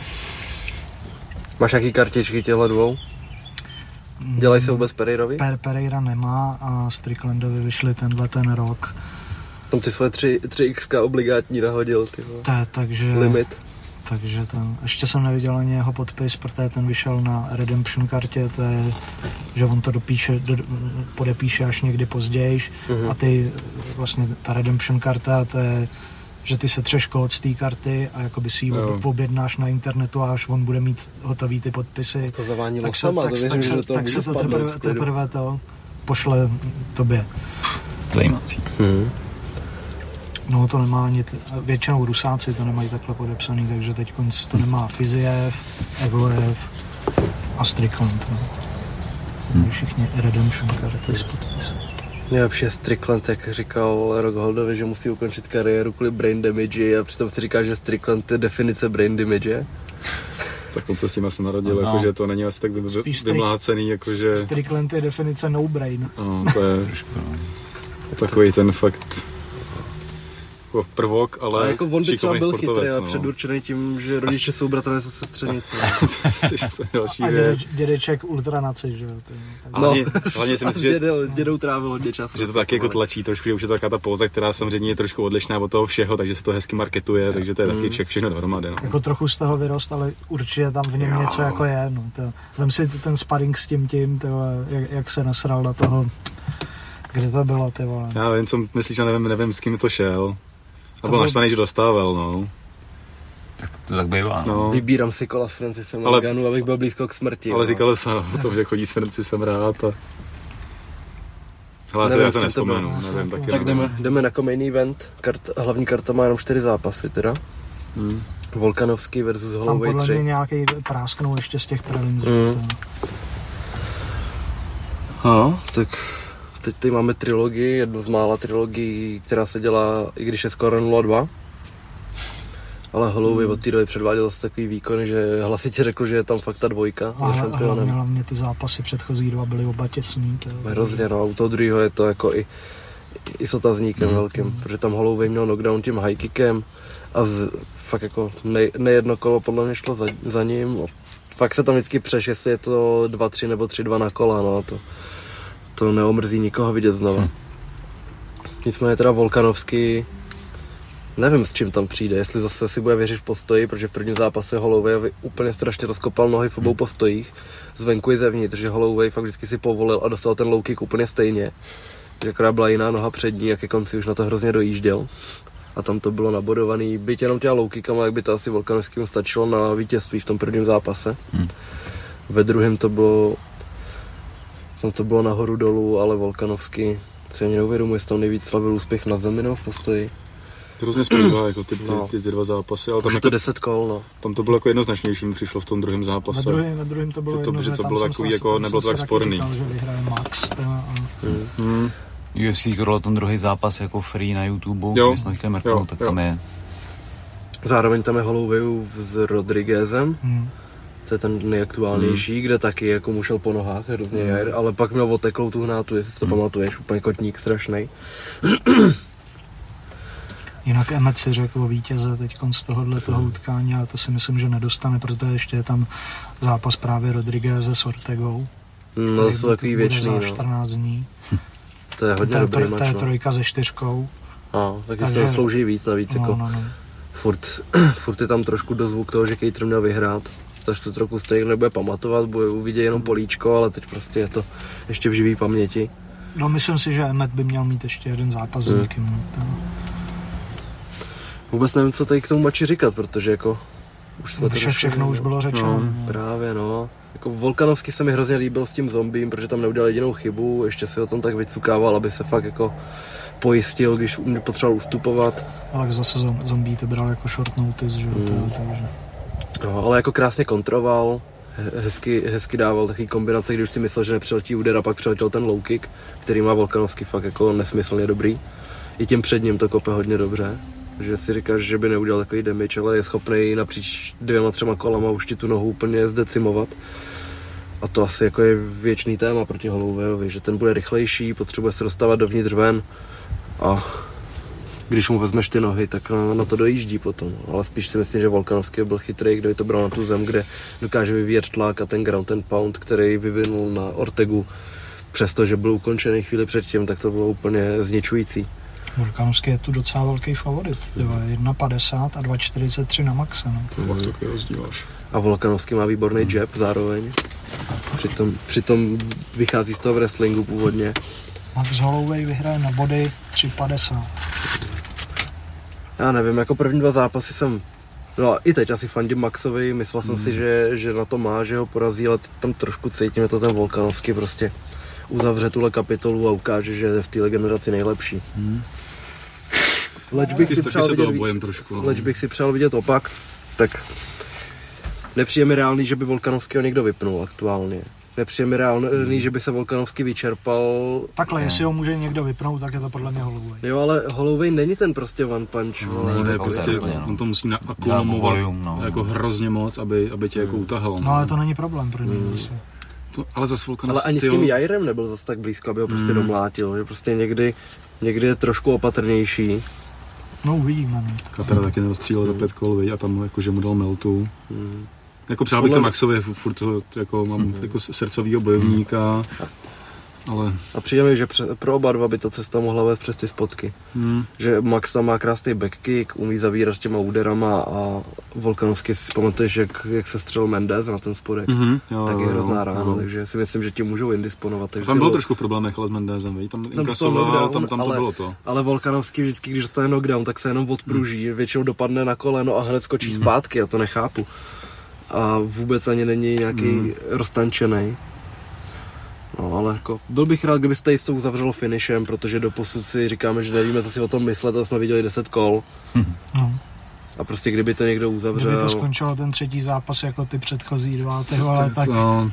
Máš nějaký kartičky těhle dvou? Dělají se vůbec Pereirovi? Pereira nemá a Stricklandovi vyšli ten rok. Tam ty svoje 3x obligátní nahodil, ty takže limit. Takže ještě jsem neviděl ani jeho podpis, protože ten vyšel na redemption kartě, to je, že on to podepíše až někdy později a ty vlastně ta redemption karta, to je, že ty se třeš kód z té karty a jakoby si ji objednáš na internetu a až on bude mít hotový ty podpisy. To zavání losama, tak se to teprve to pošle tobě. Zajímací. No to nemá ani, většinou Rusáci to nemají takhle podepsaný, takže teď to nemá Fiziev, Evloev a Strickland. No. Všichni redemption karty z podpisu. Nejlepší je Strickland, jak říkal Rockholdovi, že musí ukončit kariéru kvůli brain damage a přitom si říká, že Strickland je definice brain damage. Tak on se s tím asi narodil, no. Jakože to není asi tak vymlácený, jakože... Strickland je definice no brain. No, to je takový ten fakt... prvok, ale jako on by třeba byl chytrý a no. předurčený tím, že rodiče jsou bratranec a sestřenice. To je další a dědeček ultranaci, že jo? No, hlavně si myslím, že dědou trávil hodně času. Že to taky jako tlačí trošku, že už je to taková ta póza, která samozřejmě je trošku odlišná od toho všeho, takže se to hezky marketuje, takže to je taky všechno dohromady. No. Jako trochu z toho vyrost, ale určitě tam v něm něco jako je. No. Vem si ten sparring s tím, jak se nasral do toho, kde to bylo, ty vole. Já vím, co myslíš, a nevím, s kým to šel. A byl naštvaný, že dostával, no. To tak bývá, no. Vybírám si kola s Francisem Ngannou, abych byl blízko k smrti. Ale říkali se o tom, že chodí s Francisem rád a... Hele, já se nespomenu, nevím, taky tak jdeme na main event. Hlavní karta má jenom 4 zápasy teda. Volkanovský versus Holloway 3. Tam podle mě nějaký prásknou ještě z těch prelims. Tak... Teď tady máme trilogii, jednu z mála trilogií, která se dělá, i když je skoro 0-2. Ale Holloway od té doby předváděl zase takový výkon, že hlasitě řekl, že je tam fakt ta dvojka za šampionem. Hlavně ty zápasy předchozí 2 byly oba těsný. Hrozně, no, u toho druhého je to jako i s otazníkem velkým, protože tam Holloway měl knockdown tím high kickem a fakt jako nejedno kolo podle mě šlo za ním. Fakt se tam vždycky přeš, jestli je to 2-3 nebo 3-2 na kola, no to neomrzí nikoho vidět znova. Nicméně teda Volkanovský, nevím s čím tam přijde, jestli zase si bude věřit v postoji, protože v prvním zápase Holloway úplně strašně rozkopal nohy v obou postojích, zvenku i zevnitř, že Holloway fakt vždycky si povolil a dostal ten low kick úplně stejně. Že akorát byla jiná noha přední, jak ke konci už na to hrozně dojížděl. A tam to bylo nabodovaný, byť jenom těla low kickama, jak by to asi Volkanovskému stačilo na vítězství v tom prvním zápase. Ve druhém to bylo nahoru dolů, ale Volkanovský si ani neuvědomuje, jestli tam nejvíc slavil úspěch na zemi nebo v postoji. To hrozně zpívá, jako ty 2 zápasy, ale tam jako, to 10 kol, no. Tam to bylo jako jednoznačnější, mi přišlo v tom druhém zápase. Ve druhém to bylo že to bylo takový, jako nebylo to tak sporný. Říkal, že vyhraje Max. UFC krolo ten druhý zápas jako free na YouTube, když jsme chtěli mrknout, tak tam je. Zároveň tam je Holloway s Rodriguezem. To je ten nejaktuálnější, kde taky jako mu šel po nohách, hrozně jair, ale pak měl oteklou tu hnátu, jestli si to pamatuješ, úplně kotník strašnej. Jinak Emmet si řekl o vítěze teď z tohoto utkání, ale to si myslím, že nedostane, protože ještě je tam zápas právě Rodrigueze s Ortegou. To jsou takový věčný, za 14 dní. To je hodně dobrý mač. To je 3 se 4. Takže se slouží víc navíc, jako furt je tam trošku dozvuk toho, že Cater měl vyhrát. Takže to trochu stejně nebude pamatovat, bude uvidět jenom políčko, ale teď prostě je to ještě v živý paměti. No myslím si, že Emmet by měl mít ještě jeden zápas s někým. Vůbec nevím, co tady k tomu mači říkat, protože jako... Už jsme všechno už bylo řečeno. Právě, no. Jako Volkanovský se mi hrozně líbil s tím zombím, protože tam neudělal jedinou chybu, ještě si o tom tak vycukával, aby se fakt jako pojistil, když potřeboval ustupovat. A tak zase zombie to bral jako short notice, že takže... No, ale jako krásně kontroval, hezky dával takový kombinace, když si myslel, že nepřiletí úder a pak přiletěl ten low kick, který má Volkanovský fakt jako nesmyslně dobrý. I tím před ním to kope hodně dobře, že si říkáš, že by neudělal takový damage, ale je schopný napříč 2-3 kolama už ti tu nohu úplně zdecimovat. A to asi jako je věčný téma proti Hollowayovi, že ten bude rychlejší, potřebuje se dostávat dovnitř ven a když mu vezmeš ty nohy, tak na to dojíždí potom. Ale spíš si myslím, že Volkanovský byl chytrý, kdo to bral na tu zem, kde dokáže vyvíjet tlak a ten ground and pound, který vyvinul na Ortegu, přestože byl ukončený chvíli předtím, tak to bylo úplně zničující. Volkanovský je tu docela velký favorit, 1,50 a 2,43 na maxe. No. To fakt taky rozdíláš. A Volkanovský má výborný jab zároveň. Přitom vychází z toho wrestlingu původně. Max Holloway vyhraje na body 3,50. Já nevím, jako první 2 zápasy jsem, no i teď asi fandím Maxovi, myslel jsem si, že na to má, že ho porazí, ale tam trošku cítím, že to ten Volkanovský prostě uzavře tuhle kapitolu a ukáže, že je v téhle generaci nejlepší. Leč bych si přál vidět opak, tak nepřijde mi reálný, že by Volkanovského někdo vypnul aktuálně. Nepřijde mi reálný, že by se Volkanovský vyčerpal. Takhle, jestli ho může někdo vypnout, tak je to podle mě Holloway. Jo, ale Holloway není ten prostě one punch. On to musí naakumulovat jako hrozně moc, aby tě jako utahal. No ale to není problém pro něj. Ale zase Volkanovský... Ale ani s tím Jairem nebyl zase tak blízko, aby ho prostě domlátil. Že prostě někdy je trošku opatrnější. No uvidíme. Katara taky nerozstřílel za 5 kol, a tam jako, že mu dal meltu. Jako přál bych to Maxovi, furt jako mám jako srdcovýho bojovníka, ale... A přijde mi, že pro oba dva by ta cesta mohla vést přes ty spotky. Že Max tam má krásný backkick, umí zavírat těma úderama a Volkanovský si pamatuješ, jak se střelil Mendez na ten spodek. Tak je hrozná rána, takže si myslím, že tím můžou indisponovat. Tam byl trošku problém ale s Mendezem, tam inkasoval, tam to bylo to. Ale Volkanovský vždycky, když dostane knockdown, tak se jenom odpruží, většinou dopadne na koleno a hned skočí zpátky, já to nechápu. A vůbec ani není nějaký roztančený. No ale jako, byl bych rád, kdyby se tady s tou uzavřelo finishem, protože doposud si říkáme, že nevíme, co si o tom myslet, ale jsme viděli 10 kol. A prostě kdyby to někdo uzavřel... Kdyby to skončilo ten 3. zápas jako ty předchozí 2, ale tak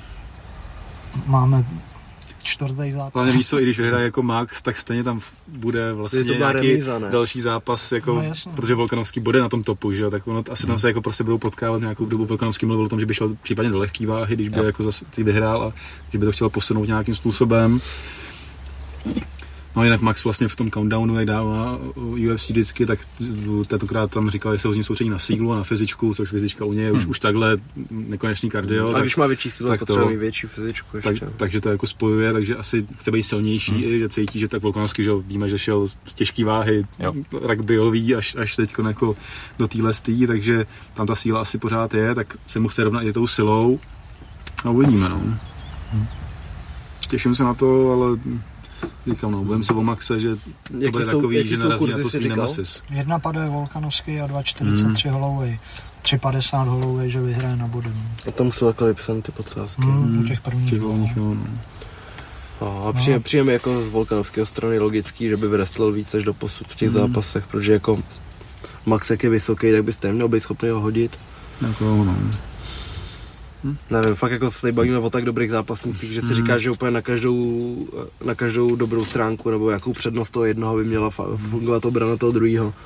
máme 4. zápas. Ale víš co, i když vyhraje jako Max, tak stejně tam bude vlastně nějaký remíza, další zápas, jako, protože Volkanovský bude na tom topu, že jo, tak ono asi tam se jako prostě budou potkávat nějakou dobu. Volkanovský mluvil o tom, že by šel případně do lehký váhy, když by jako zase vyhrál a že by to chtěl posunout nějakým způsobem. No jinak Max vlastně v tom countdownu, jak dává UFC vždycky, tak tentokrát tam říkal, že se ho z ní soustředí na síglu a na fyzičku, což fyzička u něj je už takhle nekonečný kardio. A když má větší sílu, tak potřebuje mít větší fyzičku ještě. Takže to jako spojuje, takže asi chce být silnější, že cítí, že tak Volkanovský, že víme, že šel z těžký váhy, rugbyový až teď jako do téhle stý, takže tam ta síla asi pořád je, tak se mu chce rovnat i tou silou a uvidíme, no. Těším se na to, ale říkám, no, budeme se o Maxe, že to bude takový, že narazí na to svý nemesis. 1 paduje Volkanovský a 2,43 Holloway. 3,50 Holloway, že vyhraje na body. A tam jsou takhle vypsané ty podsázky. U těch prvních no. A přijeme jako z Volkanovského strany logický, že by wrestlil víc než do posud v těch zápasech, protože jako Max jak je vysoký, tak byste neměl být schopný ho hodit. Jako no. Nevím, fakt jako se tady bavíme o tak dobrých zápasnících, že si říkáš, že úplně na každou dobrou stránku nebo jakou přednost toho jednoho by měla fungovat obrana toho druhého.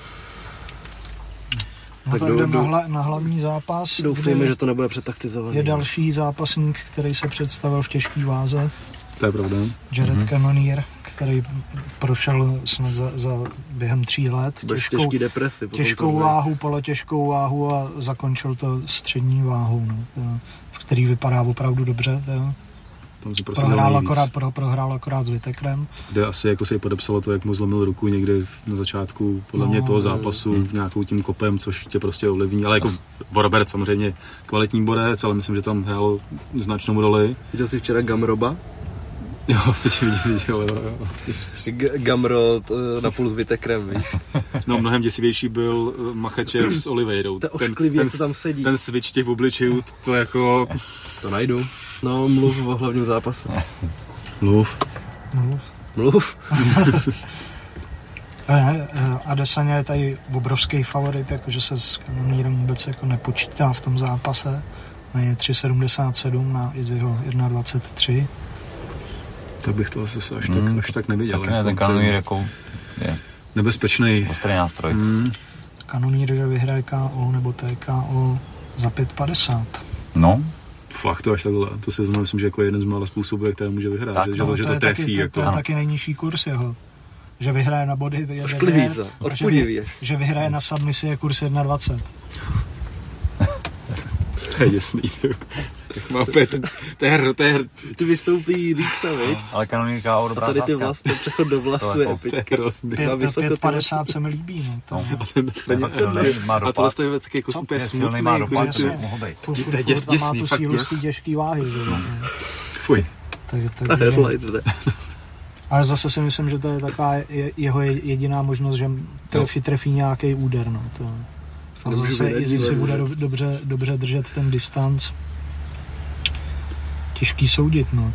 No tak jdeme na hlavní zápas. Doufejme, že to nebude přetaktizovaný. Je další zápasník, který se představil v těžké váze. To je pravda. Jared Cannonier, který prošel snad za během 3 let těžkou váhu, polotěžkou váhu a zakončil to střední váhu, no, který vypadá opravdu dobře. Prohrál akorát s Whittakerem. Kde asi jako se jí podepsalo to, jak mu zlomil ruku někde na začátku podle mě toho zápasu nějakou tím kopem, což tě prostě ovlivní, ale jako Robert samozřejmě kvalitní borec, ale myslím, že tam hrálo značnou roli. Viděl jsi včera Gamroba? Jo, viděl. Gamrot napůl s Whittakerem, víš. No, mnohem děsivější byl Makhachev s Oliveirou. To je ošklivý, jak to tam sedí. Ten switch těch obličejů, to jako... To najdu. No, mluv o hlavním zápase. Mluv. Adesanya je tady obrovský favorit, jakože se s Cannonierem vůbec jako nepočítá v tom zápase. Je 3,77 na Izzyho 1,23. To bych to asi až tak neviděl. Tak ne, ten Cannonier jako je nebezpečný. Ostrý nástroj. Cannonier, že vyhraje KO nebo TKO za 5,50. No. Fakt to až takhle. To si znamená, myslím, že jako jeden z mála způsobů, jak tady může vyhrát. Tak, že to trefí. To je taky nejnižší kurz jeho. že vyhraje na body je 9, že vyhraje na submisi je kurz 1,20. To je jasný, jak má opět, ty vystoupí více, viď? Ale kanonika o dobrá a tady ty sázka. vlastně přechod do vlasu je epický. 5,50 se mi líbí, no. To Má a to vlastně je taky jako super silný, má smutný. dopad, mohl být. furt tam má tu sílu z té těžký váhy, že jo. Fuj. Takže Headliner. ale zase si myslím, že to je taková jeho jediná možnost, že trefí nějaký úder, no. A zase Izzy si bude dobře držet ten distanc. Těžký soudit, no.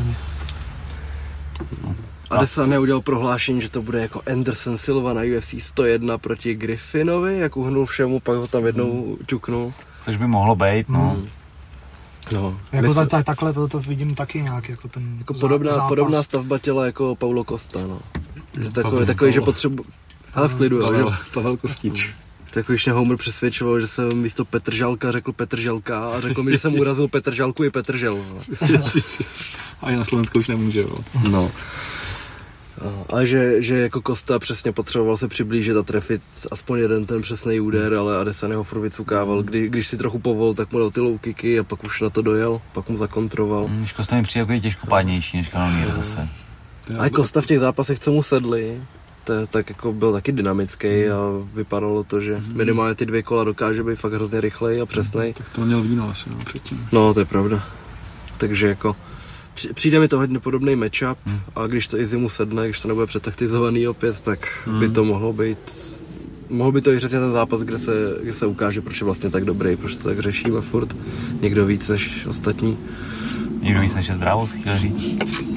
Adesanya udělal prohlášení, že to bude jako Anderson Silva na UFC 101 proti Griffinovi, jak uhnul všemu, pak ho tam jednou ťuknul. Což by mohlo být, no. No, jako takhle to vidím taky nějak, jako ten jako zápas. podobná stavba těla jako Paulo Costa, no. Že takový, že potřebu... Ale v klidu, Pavel Kostič. Takový, že Homer přesvědčoval, že jsem místo Petržalka řekl Petržalka a řekl mi, že jsem urazil Petržalku i Petržel. A i na Slovensku už nemůže, jo. No. Ale že jako Costa přesně potřeboval se přiblížit a trefit aspoň jeden ten přesný úder, ale Adesanya ho furt vycukával. Když si trochu povol, tak mu dal ty low kicky a pak už na to dojel, pak mu zakontroval. Costa mi přijde jako těžkopádnější než Cannonier zase. Ale Costa v těch zápasech, co mu sedli, tak jako byl taky dynamický a vypadalo to, že minimálně ty 2 kola dokáže být fakt hrozně rychlej a přesnej. Tak to měl víno asi, no, předtím. No, to je pravda. Takže jako přijde mi to hodně podobný matchup a když to Izzy mu sedne, když to nebude přetaktizovaný opět, tak by to mohlo být... Mohl by to i přesně ten zápas, kde se ukáže, proč je vlastně tak dobrý, proč to tak řešíme furt. Někdo víc než ostatní. Někdo víc než je zdravou, si chtěl říct.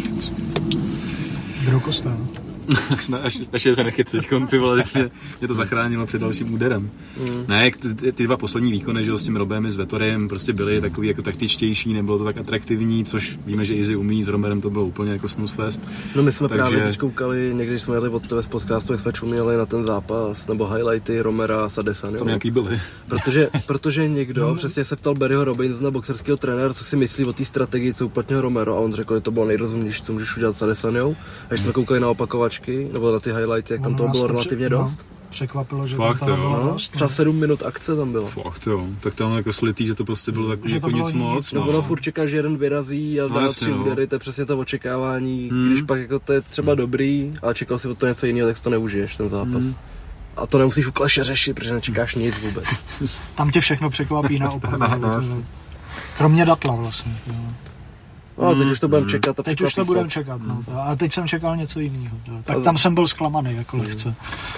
Kdo Costa? Až se nechyt teďkon, ty vole, mě to zachránilo před dalším úderem. Ne, ty 2 poslední výkony, že s tím Robem i s Vettorem prostě byly takový jako taktičtější, nebylo to tak atraktivní, což víme, že Izzy umí, s Romerem to bylo úplně jako snooze fest. No my jsme právě teď koukali, někdy jsme jeli od tebe z podcastu, jak jsme čuměli na ten zápas, nebo highlighty Romera s Adesanyou. Tam nějaký byly. Protože někdo přesně se ptal Barryho Robinsona, boxerského trenéra, co si myslí o té strategii, co uplatnil Romero, a on řekl, že to bylo nejrozumnější, co můžeš udělat s Adesanyou. A když jsme koukali na opakovačky, nebo na ty highlighty, jak tam toho bylo relativně dost. Překvapilo, že fakt, tam toho bylo dost. Třeba 7 minut akce tam bylo. Fakt jo, tak tam jako slitý, že to prostě bylo takový jako nic moc. No ono furt čeká, že jeden vyrazí a dá 3 údery, to je přesně to očekávání. Když pak jako to je třeba dobrý, ale čekal si od toho něco jiného, tak to neužiješ ten zápas. A to nemusíš u Claše řešit, protože nečekáš nic vůbec. Tam tě všechno překvapí naopak. Kromě Datla vlastně. No, teď už to budeme čekat a teď už to budeme čekat, no. A teď jsem čekal něco jiného. Tak tam jsem byl zklamaný, jako lehce.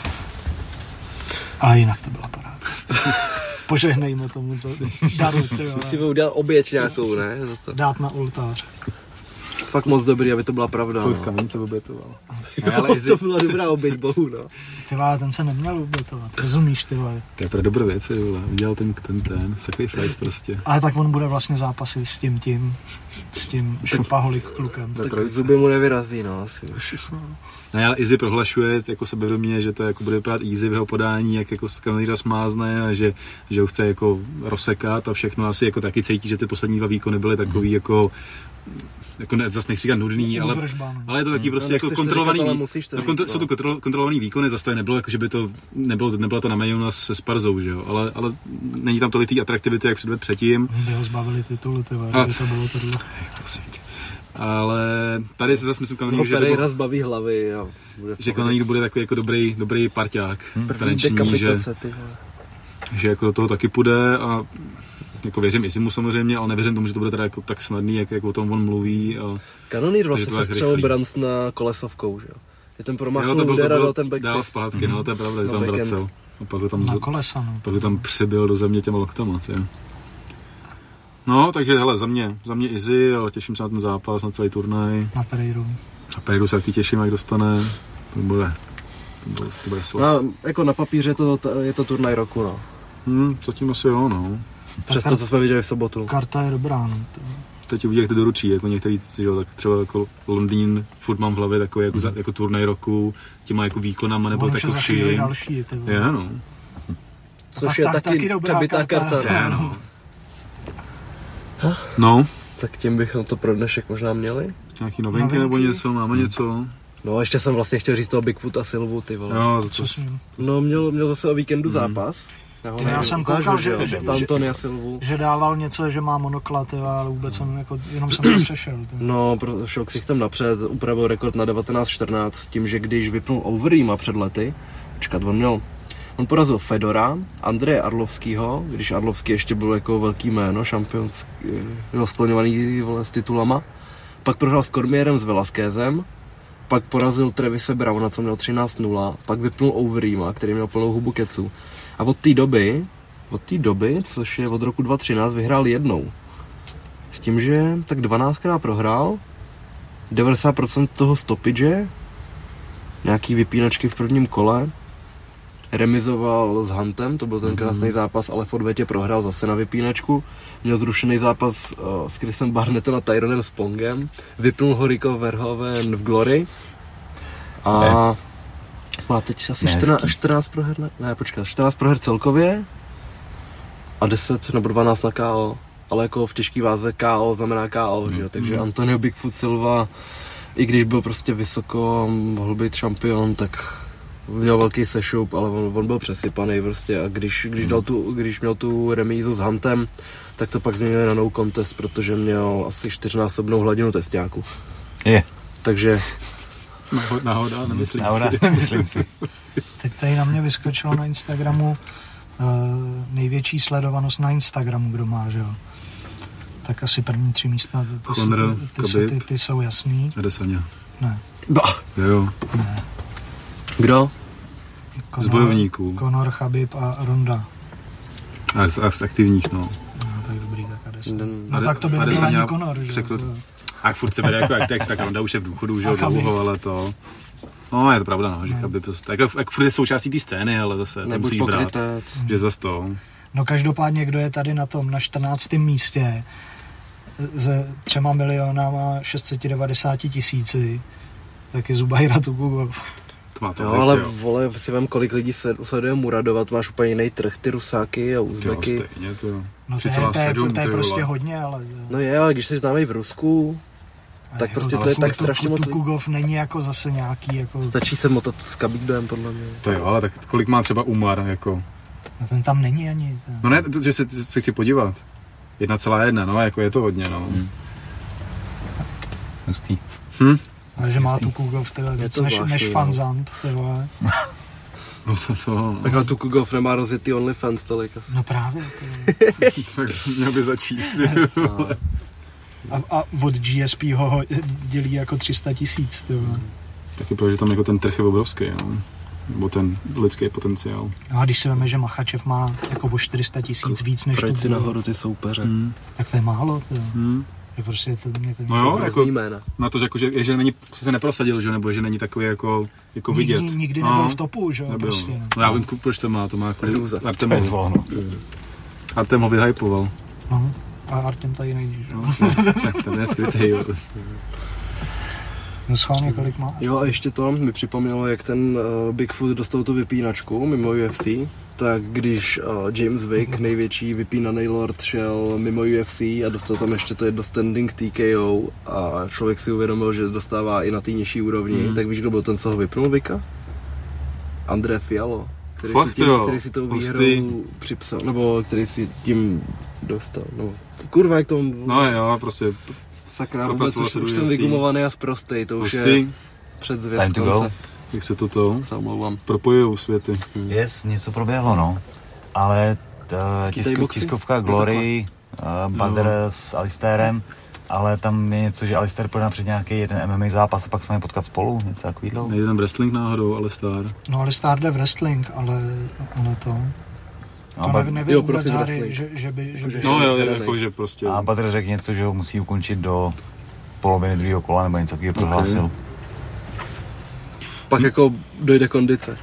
Ale jinak to byla paráda. Požehnejme tomu to daru. Ty si udělal oběť nějakou, ne? Dát na oltář. Fakt moc dobrý, aby to byla pravda. Polská no. Se obětoval. To byla dobrá oběť, bohu, no. Ty vole, ten se neměl obětovat, rozumíš, ty vole. To je pro dobré věci, vole. Udělal ten sacrifice prostě. Ale tak on bude vlastně zápasit s tím šopaholik klukem. Tak zuby mu nevyrazí, no, asi. Ne, ale Izzy prohlašuje jako sebevědomě, že to jako bude vypadat easy v jeho podání, jak jako Cannoniera smázne a že ho chce jako rozsekat a všechno. Asi jako taky cítí, že ty poslední 2 výkony byly takový jako zase nechci říkat nudný, ale je to taky prostě jako kontrolovaný, jsou to kontrolovaný výkony, zase to nebylo jako, že by to nebyla to na Mayona se Sparzou, že jo, ale není tam tolik té atraktivity, jak předtím. By ho zbavili titulu, to bylo tohle. Ale tady se zase myslím Cannonier, že Pereira zbaví hlavy a že Cannonier bude takový jako dobrý parťák, taneční, že jako do toho taky půjde a jako věřím Izzymu samozřejmě, ale nevěřím tomu, že to bude teda jako tak snadný, jak o tom on mluví. Cannonier vlastně se střelil Branc na kolesovkou, že jo? Je ten promachnul úder a dal ten backfist. Dál zpátky, no to je pravda, že tam vracel. A pak ho tam přibyl do země těma loktama, tě. No, takže hele, za mě Izzy, ale těším se na ten zápas, na celý turnaj. Na Pereiru. Na Pereiru se taky těším, jak dostane. To bude slas. No, jako na papíře je to turnaj roku, no. Zatím asi jo, no. Přes to, co jsme viděli v sobotu. Karta je dobrá, no. Teď uvidí, jak to doručí, jako některý, jo, tak třeba jako Londýn, furt mám v hlavě takový jako turnaj roku, těma jako výkonama, nebo takový vším. Je, no. Což je taky přebitá karta. Je, no. No. Tak tím bychom to pro dnešek možná měli. Nějaký novinky nebo něco, máme něco? No, ještě jsem vlastně chtěl říct toho Bigfoota Silvu, ty vole. No, Co s ním? No, měl zase o víkendu zápas. Já jsem koukal, že dával něco, že má monoklat, ale vůbec jsem jako, jenom jsem to přešel. No, šel ksichtem napřed, upravil rekord na 19:14 s tím, že když vypnul Overeema před lety, on porazil Fedora, Andreje Arlovskýho, když Arlovský ještě byl jako velký jméno, šampionský, skloňovaný s titulama, pak prohrál s Cormierem s Velasquezem, pak porazil Trevise Browna, co měl 13:0, pak vypnul Overeema, který měl plnou hubu kecu. A od té doby, což je od roku 2013, vyhrál jednou. S tím, že tak 12krát prohrál, 90% toho stoppage, nějaký vypínačky v prvním kole, remizoval s Huntem, to byl ten krásný zápas, ale v odvetě prohrál zase na vypínačku. Měl zrušený zápas s Chrisem Barnettem a Tyronem Spongem, vypnul ho Rico Verhoeven v Glory a má teď asi 14 proher, 14 proher celkově a 10 nebo 12 na KO, ale jako v těžký váze KO znamená KO, že jo, takže Antonio Bigfoot Silva, i když byl prostě vysoko, mohl být šampion, tak měl velký sešup, ale on byl přesypaný prostě a když měl tu remízu s Huntem, tak to pak změnili na no contest, protože měl asi 4násobnou hladinu testiáku. Takže Náhoda, nemyslím si. Teď tady na mě vyskočilo na Instagramu největší sledovanost na Instagramu, kdo má, že jo. Tak asi první 3 místa, ty jsou jasný. Adesanya. Ne. Jo. Ne. Kdo? Z bojovníků. Conor, Khabib a Ronda. A z aktivních, no. Tak dobrý, tak Adesanya. No tak to by byl ani Conor, že jo. A furt se vede jako tak Ronda už je v důchodu, že jo, dlouho, ale to... No, je to pravda, no, že Khabib prostě... Jak furt je součástí té scény, ale zase to musíš brát, že zas to... No každopádně, kdo je tady na 14. místě se 3 690 000, tak je Zubajra Tukhugov. Jo, ale vole, si vem, kolik lidí sleduje Muradova, máš úplně jiný trh, ty Rusáky a Uzbeky. Stejně to... No to je prostě hodně, ale... No je, ale když jsi známý v Rusku, tak prostě to je tak strašně moc... Tukhugov není jako zase nějaký jako... Stačí se motat s Khabibem, podle mě. To jo, ale tak kolik má třeba Umar, jako... No ten tam není ani... No ne, že se chci podívat. 1,1, no, jako je to hodně, no. Hustý. Ale že má Tukhugov víc než Fanzant, tyhle. No to. Tak ale Tukhugov nemá rozjetý OnlyFans tolik asi. No právě. Tak měl by začít. A od GSP ho dělí jako 300 000, Taky protože tam jako ten trh je obrovský, no. Nebo ten lidský potenciál. No a když si veme, že Makhačev má jako o 400 000 víc než Proč si nahoru ty soupeře? Tak to je málo, je prostě no jo, jako na to, jako, že není, se neprosadil, že, nebo že není takový jako vidět. Nikdy nebyl v topu, že jo, prostě. No já vím, proč to má Artem ho vyhypoval. No, a Artem tady není, že jo. Tak ten je skrytý, jo. No schválně, kolik má? Jo a ještě to mi připomnělo, jak ten Bigfoot dostal tu vypínačku mimo UFC, tak když James Vick, největší vypínaný lord, šel mimo UFC a dostal tam ještě to jedno standing TKO a člověk si uvědomil, že dostává i na té nižší úrovni, tak víš, kdo byl ten, co ho vypnul Vicka? André Fialo, který si tou výhrou připsal, nebo který si tím dostal, no kurva, jak tomu... No jo, prostě... Sakra, vůbec už jsem vygumovaný a sprostej, to už je před zvěstkonce. Jak se to propojujou světy. Něco proběhlo, no. Ale tiskovka Glory, Bader s Alistairem, ale tam je něco, že Alistair půjde před nějaký jeden MMA zápas a pak se mají potkat spolu, něco takovýhle. Nejde tam wrestling náhodou, Alistair. No Alistair jde wrestling, ale to... nevím vůbec Harry, že by... No jo, jako, že prostě... A Bader řekl něco, že ho musí ukončit do poloviny druhého kola, nebo něco takového prohlásil. Pak jako dojde kondice.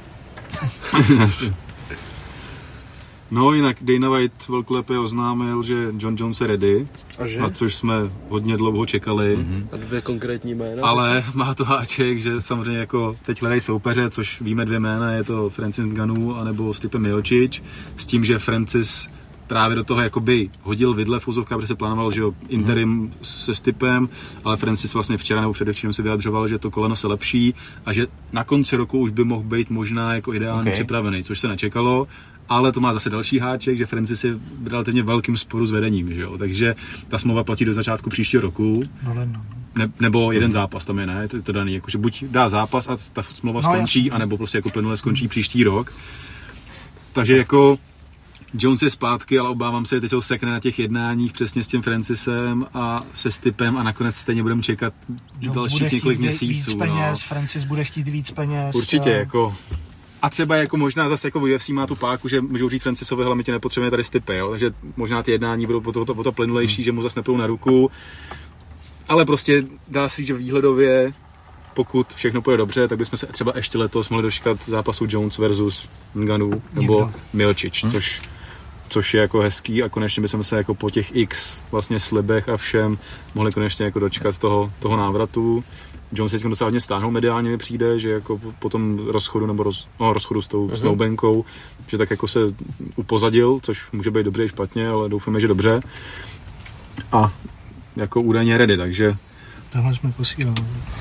No jinak Dana White velkolepě oznámil, že John Jones je ready, na což jsme hodně dlouho čekali. A 2 konkrétní jména. Ale má to háček, že samozřejmě jako teď hledají soupeře, což víme 2 jména, je to Francis Ngannou anebo Stipe Miocic, s tím, že Francis právě do toho jakoby hodil vidle v úzovkách, protože se plánoval, že jo, interim se Stipem, ale Francis vlastně včera nebo předevčírem se vyjadřoval, že to koleno se lepší a že na konci roku už by mohl být možná jako ideálně připravený, což se nečekalo. Ale to má zase další háček, že Francis je v relativně velkým sporu s vedením, že jo? Takže ta smlouva platí do začátku příštího roku. Nebo jeden zápas tam je, ne? To je daný, jakože buď dá zápas a ta smlouva skončí, anebo prostě jako plynule skončí příští rok. Takže jako Jones je zpátky, ale obávám se, že teď se ho sekne na těch jednáních přesně s tím Francisem a se Stipem a nakonec stejně budeme čekat dalších několik měsíců. Víc peněz, Francis bude chtít víc peněz. Určitě, jako... A třeba jako možná zase jako UFC má tu páku, že můžou říct Francisovi, hele, my tě nepotřebujeme tady Stipe, jo? Takže možná ty jednání budou o to plynulejší, že mu zase nepůjdou na ruku. Ale prostě dá se říct, že výhledově, pokud všechno půjde dobře, tak bychom se třeba ještě letos mohli dočkat zápasu Jones versus Ngannou nebo Miocic, což je jako hezký a konečně bychom se jako po těch x vlastně slibech a všem mohli konečně jako dočkat toho návratu. Jones teď docela hodně stáhnul mediálně, mi přijde, že jako po tom rozchodu nebo rozchodu s tou snoubenkou, že tak jako se upozadil, což může být dobře i špatně, ale doufáme, že dobře. A jako údajně ready, takže... Tohle jsme posílali.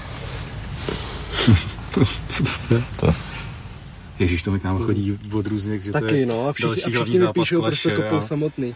Co to je? Ježíš, to mi k nám chodí od různých, že taky, to je no, a všichni mi píšou, proč to kopou samotný.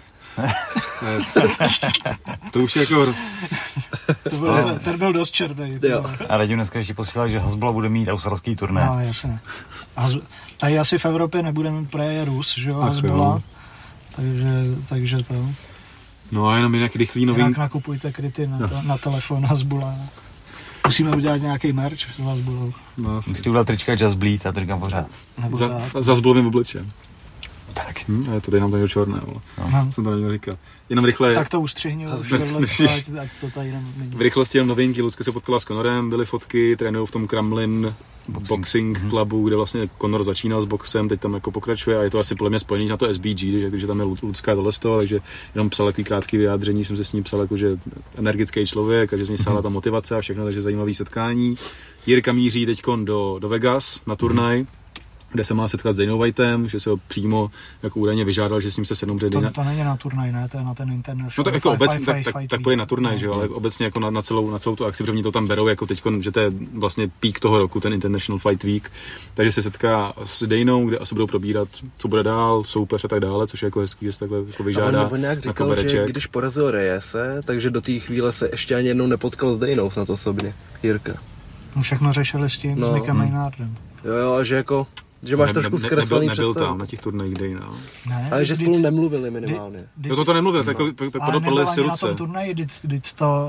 To už je jako... Ten byl dost černý. A Radim dneska ještě posílal, že Hasbulla bude mít australský turné. No, jasně. Tady asi v Evropě nebude mít právě Rus, že jo, Hasbulla. Takže to... No a jenom jinak rychlý novin... Jinak nakupujte kryty na telefon Hasbulla. Musíme udělat nějaký merch s Hasbullou. No, musíte udělat trička Just Bleed a to říkám pořád. Za Hasbullovým obličem. Tak. A je to tady nám tady černé, no. Jsem to neměl říkat. Jenom rychle... Tak to ustřihni, už tak to tady není. V rychlosti jenom novinky, Lucka se potkala s Conorem, byly fotky, trénují v tom Kremlin Boxing Clubu, kde vlastně Conor začínal s boxem, teď tam jako pokračuje a je to asi podle mě spojený na to SBG, takže tam je Lucka tohle z toho, takže jenom psal takový krátký vyjádření, jsem se s ním psal jako, že energický člověk a že z něj sála ta motivace a všechno, takže zajímavý setkání. Jirka míří teďkon do Vegas na turnaj, kde se má setkat s Dana Whitem, že se ho přímo jako údajně vyžádal, že s ním se sednou. To není na turnaj, ne? To je na ten international. No tak jako obecně, tak půjde na turnaj, že jo, ale obecně jako na celou tu akci, protože to tam berou jako teďkon, že to je vlastně peak toho roku, ten International Fight Week. Takže se setká s Danou, kde asi budou probírat, co bude dál, soupeř a tak dále, což je jako hezký, že se takhle jako vyžádá. On nějak říkal, že když porazil Reyese, takže do té chvíle se ještě ani jednou nepotkal s Danou snad osobně, Jirka. No všechno řešili s tím, s Mickem Maynardem. Jo, a že jako... Že máš trošku zkreslený představu. Nebyl tam na těch turnajích Dana. Ne, ale že spolu nemluvili minimálně. Jo, to nemluvil, tak podle si ruce. Na tom turnaji, kdy to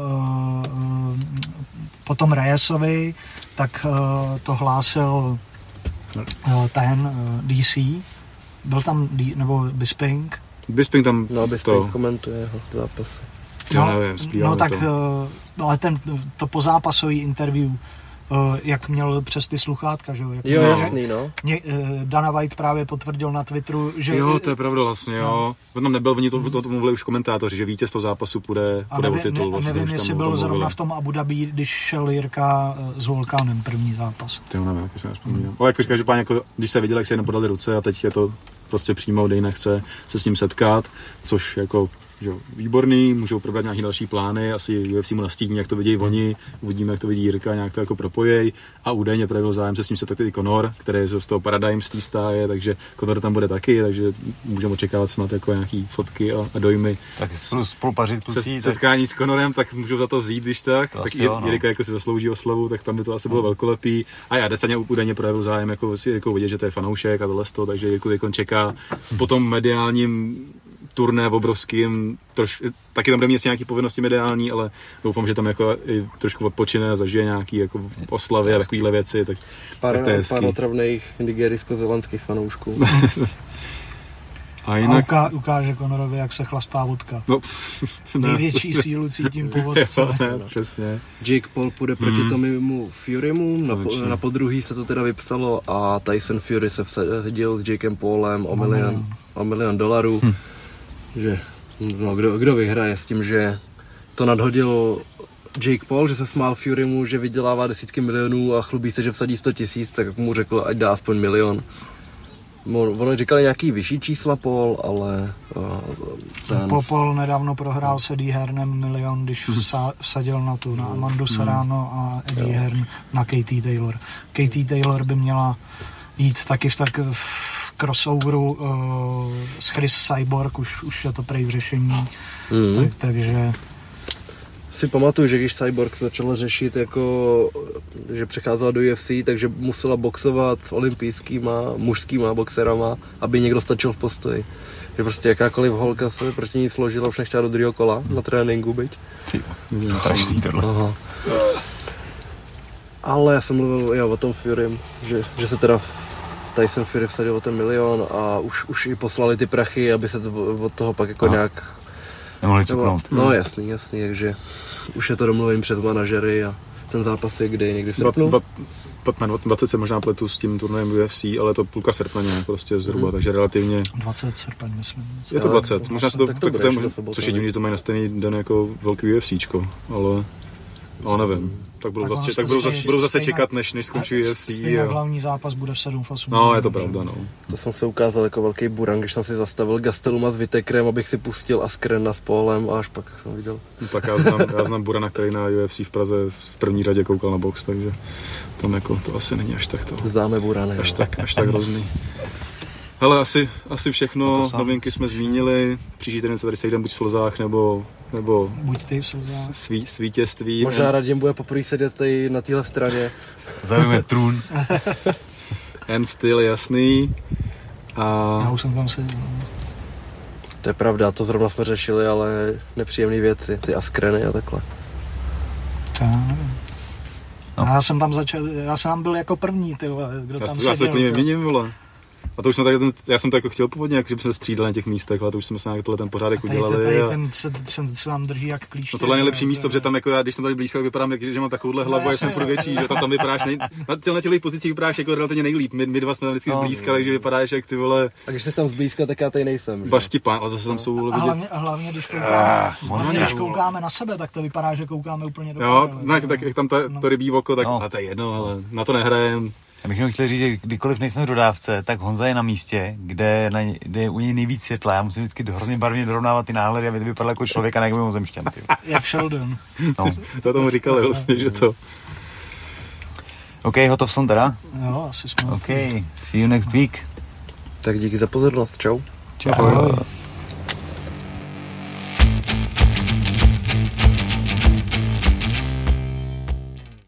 potom Reyesovi, tak to hlásil ten DC. Byl tam, nebo Bisping. Bisping tam Bisping komentuje jeho zápasy. Ale to pozápasový interview, jak měl přes ty sluchátka, že jo? Jo, jasný, no. Dana White právě potvrdil na Twitteru, že... Jo, to je pravda vlastně, jo. On tam nebyl, oni to mluvili už komentátoři, že vítěz toho zápasu půjde o titul. Vlastně, nevím, jestli byl zrovna v tom Abu Dhabi, když šel Jirka s Volkánem první zápas. To nevím, jak se nespomínám. Ale jako každopádně, jako, když se viděl, jak se jenom podali ruce a teď je to prostě přímo, Dana chce se s ním setkat, což jako... Že výborný, můžou probrat nějaké další plány, asi UFC mu nastíní, jak to vidí oni, uvidíme, jak to vidí Jirka, nějak to jako propojej a údajně projevil zájem se s ním setkat i Conor, který je z toho Paradigm z té stáje, takže Conor tam bude taky, takže můžeme očekávat snad jako nějaký fotky a dojmy. Tak spolupařit kluci. Setkání s Conorem, tak můžou za to vzít, když tak Jirka jako si zaslouží oslavu, tak tam by to asi bylo velkolepý. A já Desaně údajně projevil zájem jako si Jirkou vidět, že to je fanoušek a tohle z toho, takže Jirku čeká po tom mediálním turné obrovským, taky tam bude mít nějaké povinnosti mediální, ale doufám, že tam jako i trošku odpočine a zažije nějaký jako oslavy a takovýhle věci, tak to je hezký. Pár otravných nigerijsko-zelandských fanoušků. A jinak... ukáže Conorovi, jak se chlastá vodka. No, největší sílu cítím po vodce. Přesně. Jake Paul půjde proti Tomimu Furymu, na podruhý se to teda vypsalo a Tyson Fury se vsadil s Jakem Paulem o $1 milion. Že, no, kdo vyhraje s tím, že to nadhodil Jake Paul, že se smál Furymu, že vydělává desítky milionů a chlubí se, že vsadí 100 000, tak mu řekl, ať dá aspoň $1 milion. Ono říkali nějaký vyšší čísla Paul, ale Paul nedávno prohrál s Eddie Hearnem milion, když vsadil na Amandu Serrano a Eddie Hearn na Katie Taylor. Katie Taylor by měla jít taky v crossoveru s Chris Cyborg, už je to prej v řešení, takže... Si pamatuju, že když Cyborg začala řešit, jako, že přecházela do UFC, takže musela boxovat s olympijskýma, mužskýma boxerama, aby někdo stačil v postoji. Že prostě jakákoliv holka se proti ní složila, už nechtěla do druhého kola na tréninku, byť. Strašný tohle. Aha. Ale já jsem mluvil o tom Furym, že se teda Tyson Fury vsadil o ten milion a už i poslali ty prachy, aby se to od toho pak jako nějak... Nemohli cuknout. No jasný, takže už je to domluvený přes manažery a ten zápas je někdy v srpnu? 20 se možná pletu s tím turnajem UFC, ale to půlka srpna nějak prostě zhruba, takže relativně... 20 srpen, myslím. Je to 20, možná se to což je divný, že to mají na stejný den jako velký UFCčko, ale nevím. Tak budou zase čekat, než skončí UFC. Stejně hlavní zápas bude v 7 v 8. No, je to pravda, no. To jsem se ukázal jako velký buran, když jsem si zastavil Gasteluma s Whittakerem, abych si pustil Askrena s Paulem a až pak jsem viděl. No, tak já znám burana, který na UFC v Praze v první řadě koukal na box, takže tam jako to asi není až tak to. Známe burany. Až tak hrozný. Hele, asi všechno, novinky jsme zmínili, příští týden se tady sejdeme buď v Slzách, nebo buď ty v Slzách. Vítězství. Možná Radim bude poprvé sedět tady na téhle straně. Zajmeme trůn. Styl jasný. A... Já už jsem tam seděl. To je pravda, to zrovna jsme řešili, ale nepříjemné věci, ty Askreny a takhle. To já nevím. No. Já jsem tam byl jako první, ty vole, kdo tam seděl. Já se k ním vyměním, vole. A to už já jsem to jako chtěl původně, jako, že jsme se střídali na těch místech, ale to už jsme se nějak ten pořádek udělali. Tady ten se tam drží jak klíště. No tohle je nejlepší místo, protože tam jako já, když jsem tady blízko, vypadám, že mám takovouhle hlavu a jsem furt větší, že tam vypadáš, na těch pozicích vypadáš jako relativně nejlíp. My dva jsme tam vždycky zblízka, takže vypadáš jak ty vole. A když jsi tam zblízka, tak já tady nejsem. Bašti pán, ale zase tam jsou lidi. Hlavně když koukáme na sebe, tak to vypadá, že koukáme úplně do. Jo, tak jak tam to rybí oko, tak to je jedno, ale na to nehrajem. Já bych jenom chtěl říct, že kdykoliv nejsme v dodávce, tak Honza je na místě, kde je u něj nejvíc světla. Já musím vždycky hrozně barvně dorovnávat ty náhledy, aby to vypadalo jako člověk a ne jako mimozemšťan. Jak Sheldon. No. To tomu říkali vlastně, že to... OK, hotov jsem teda? Jo, asi jsme. OK, see you next week. Tak díky za pozornost, čau. Čau.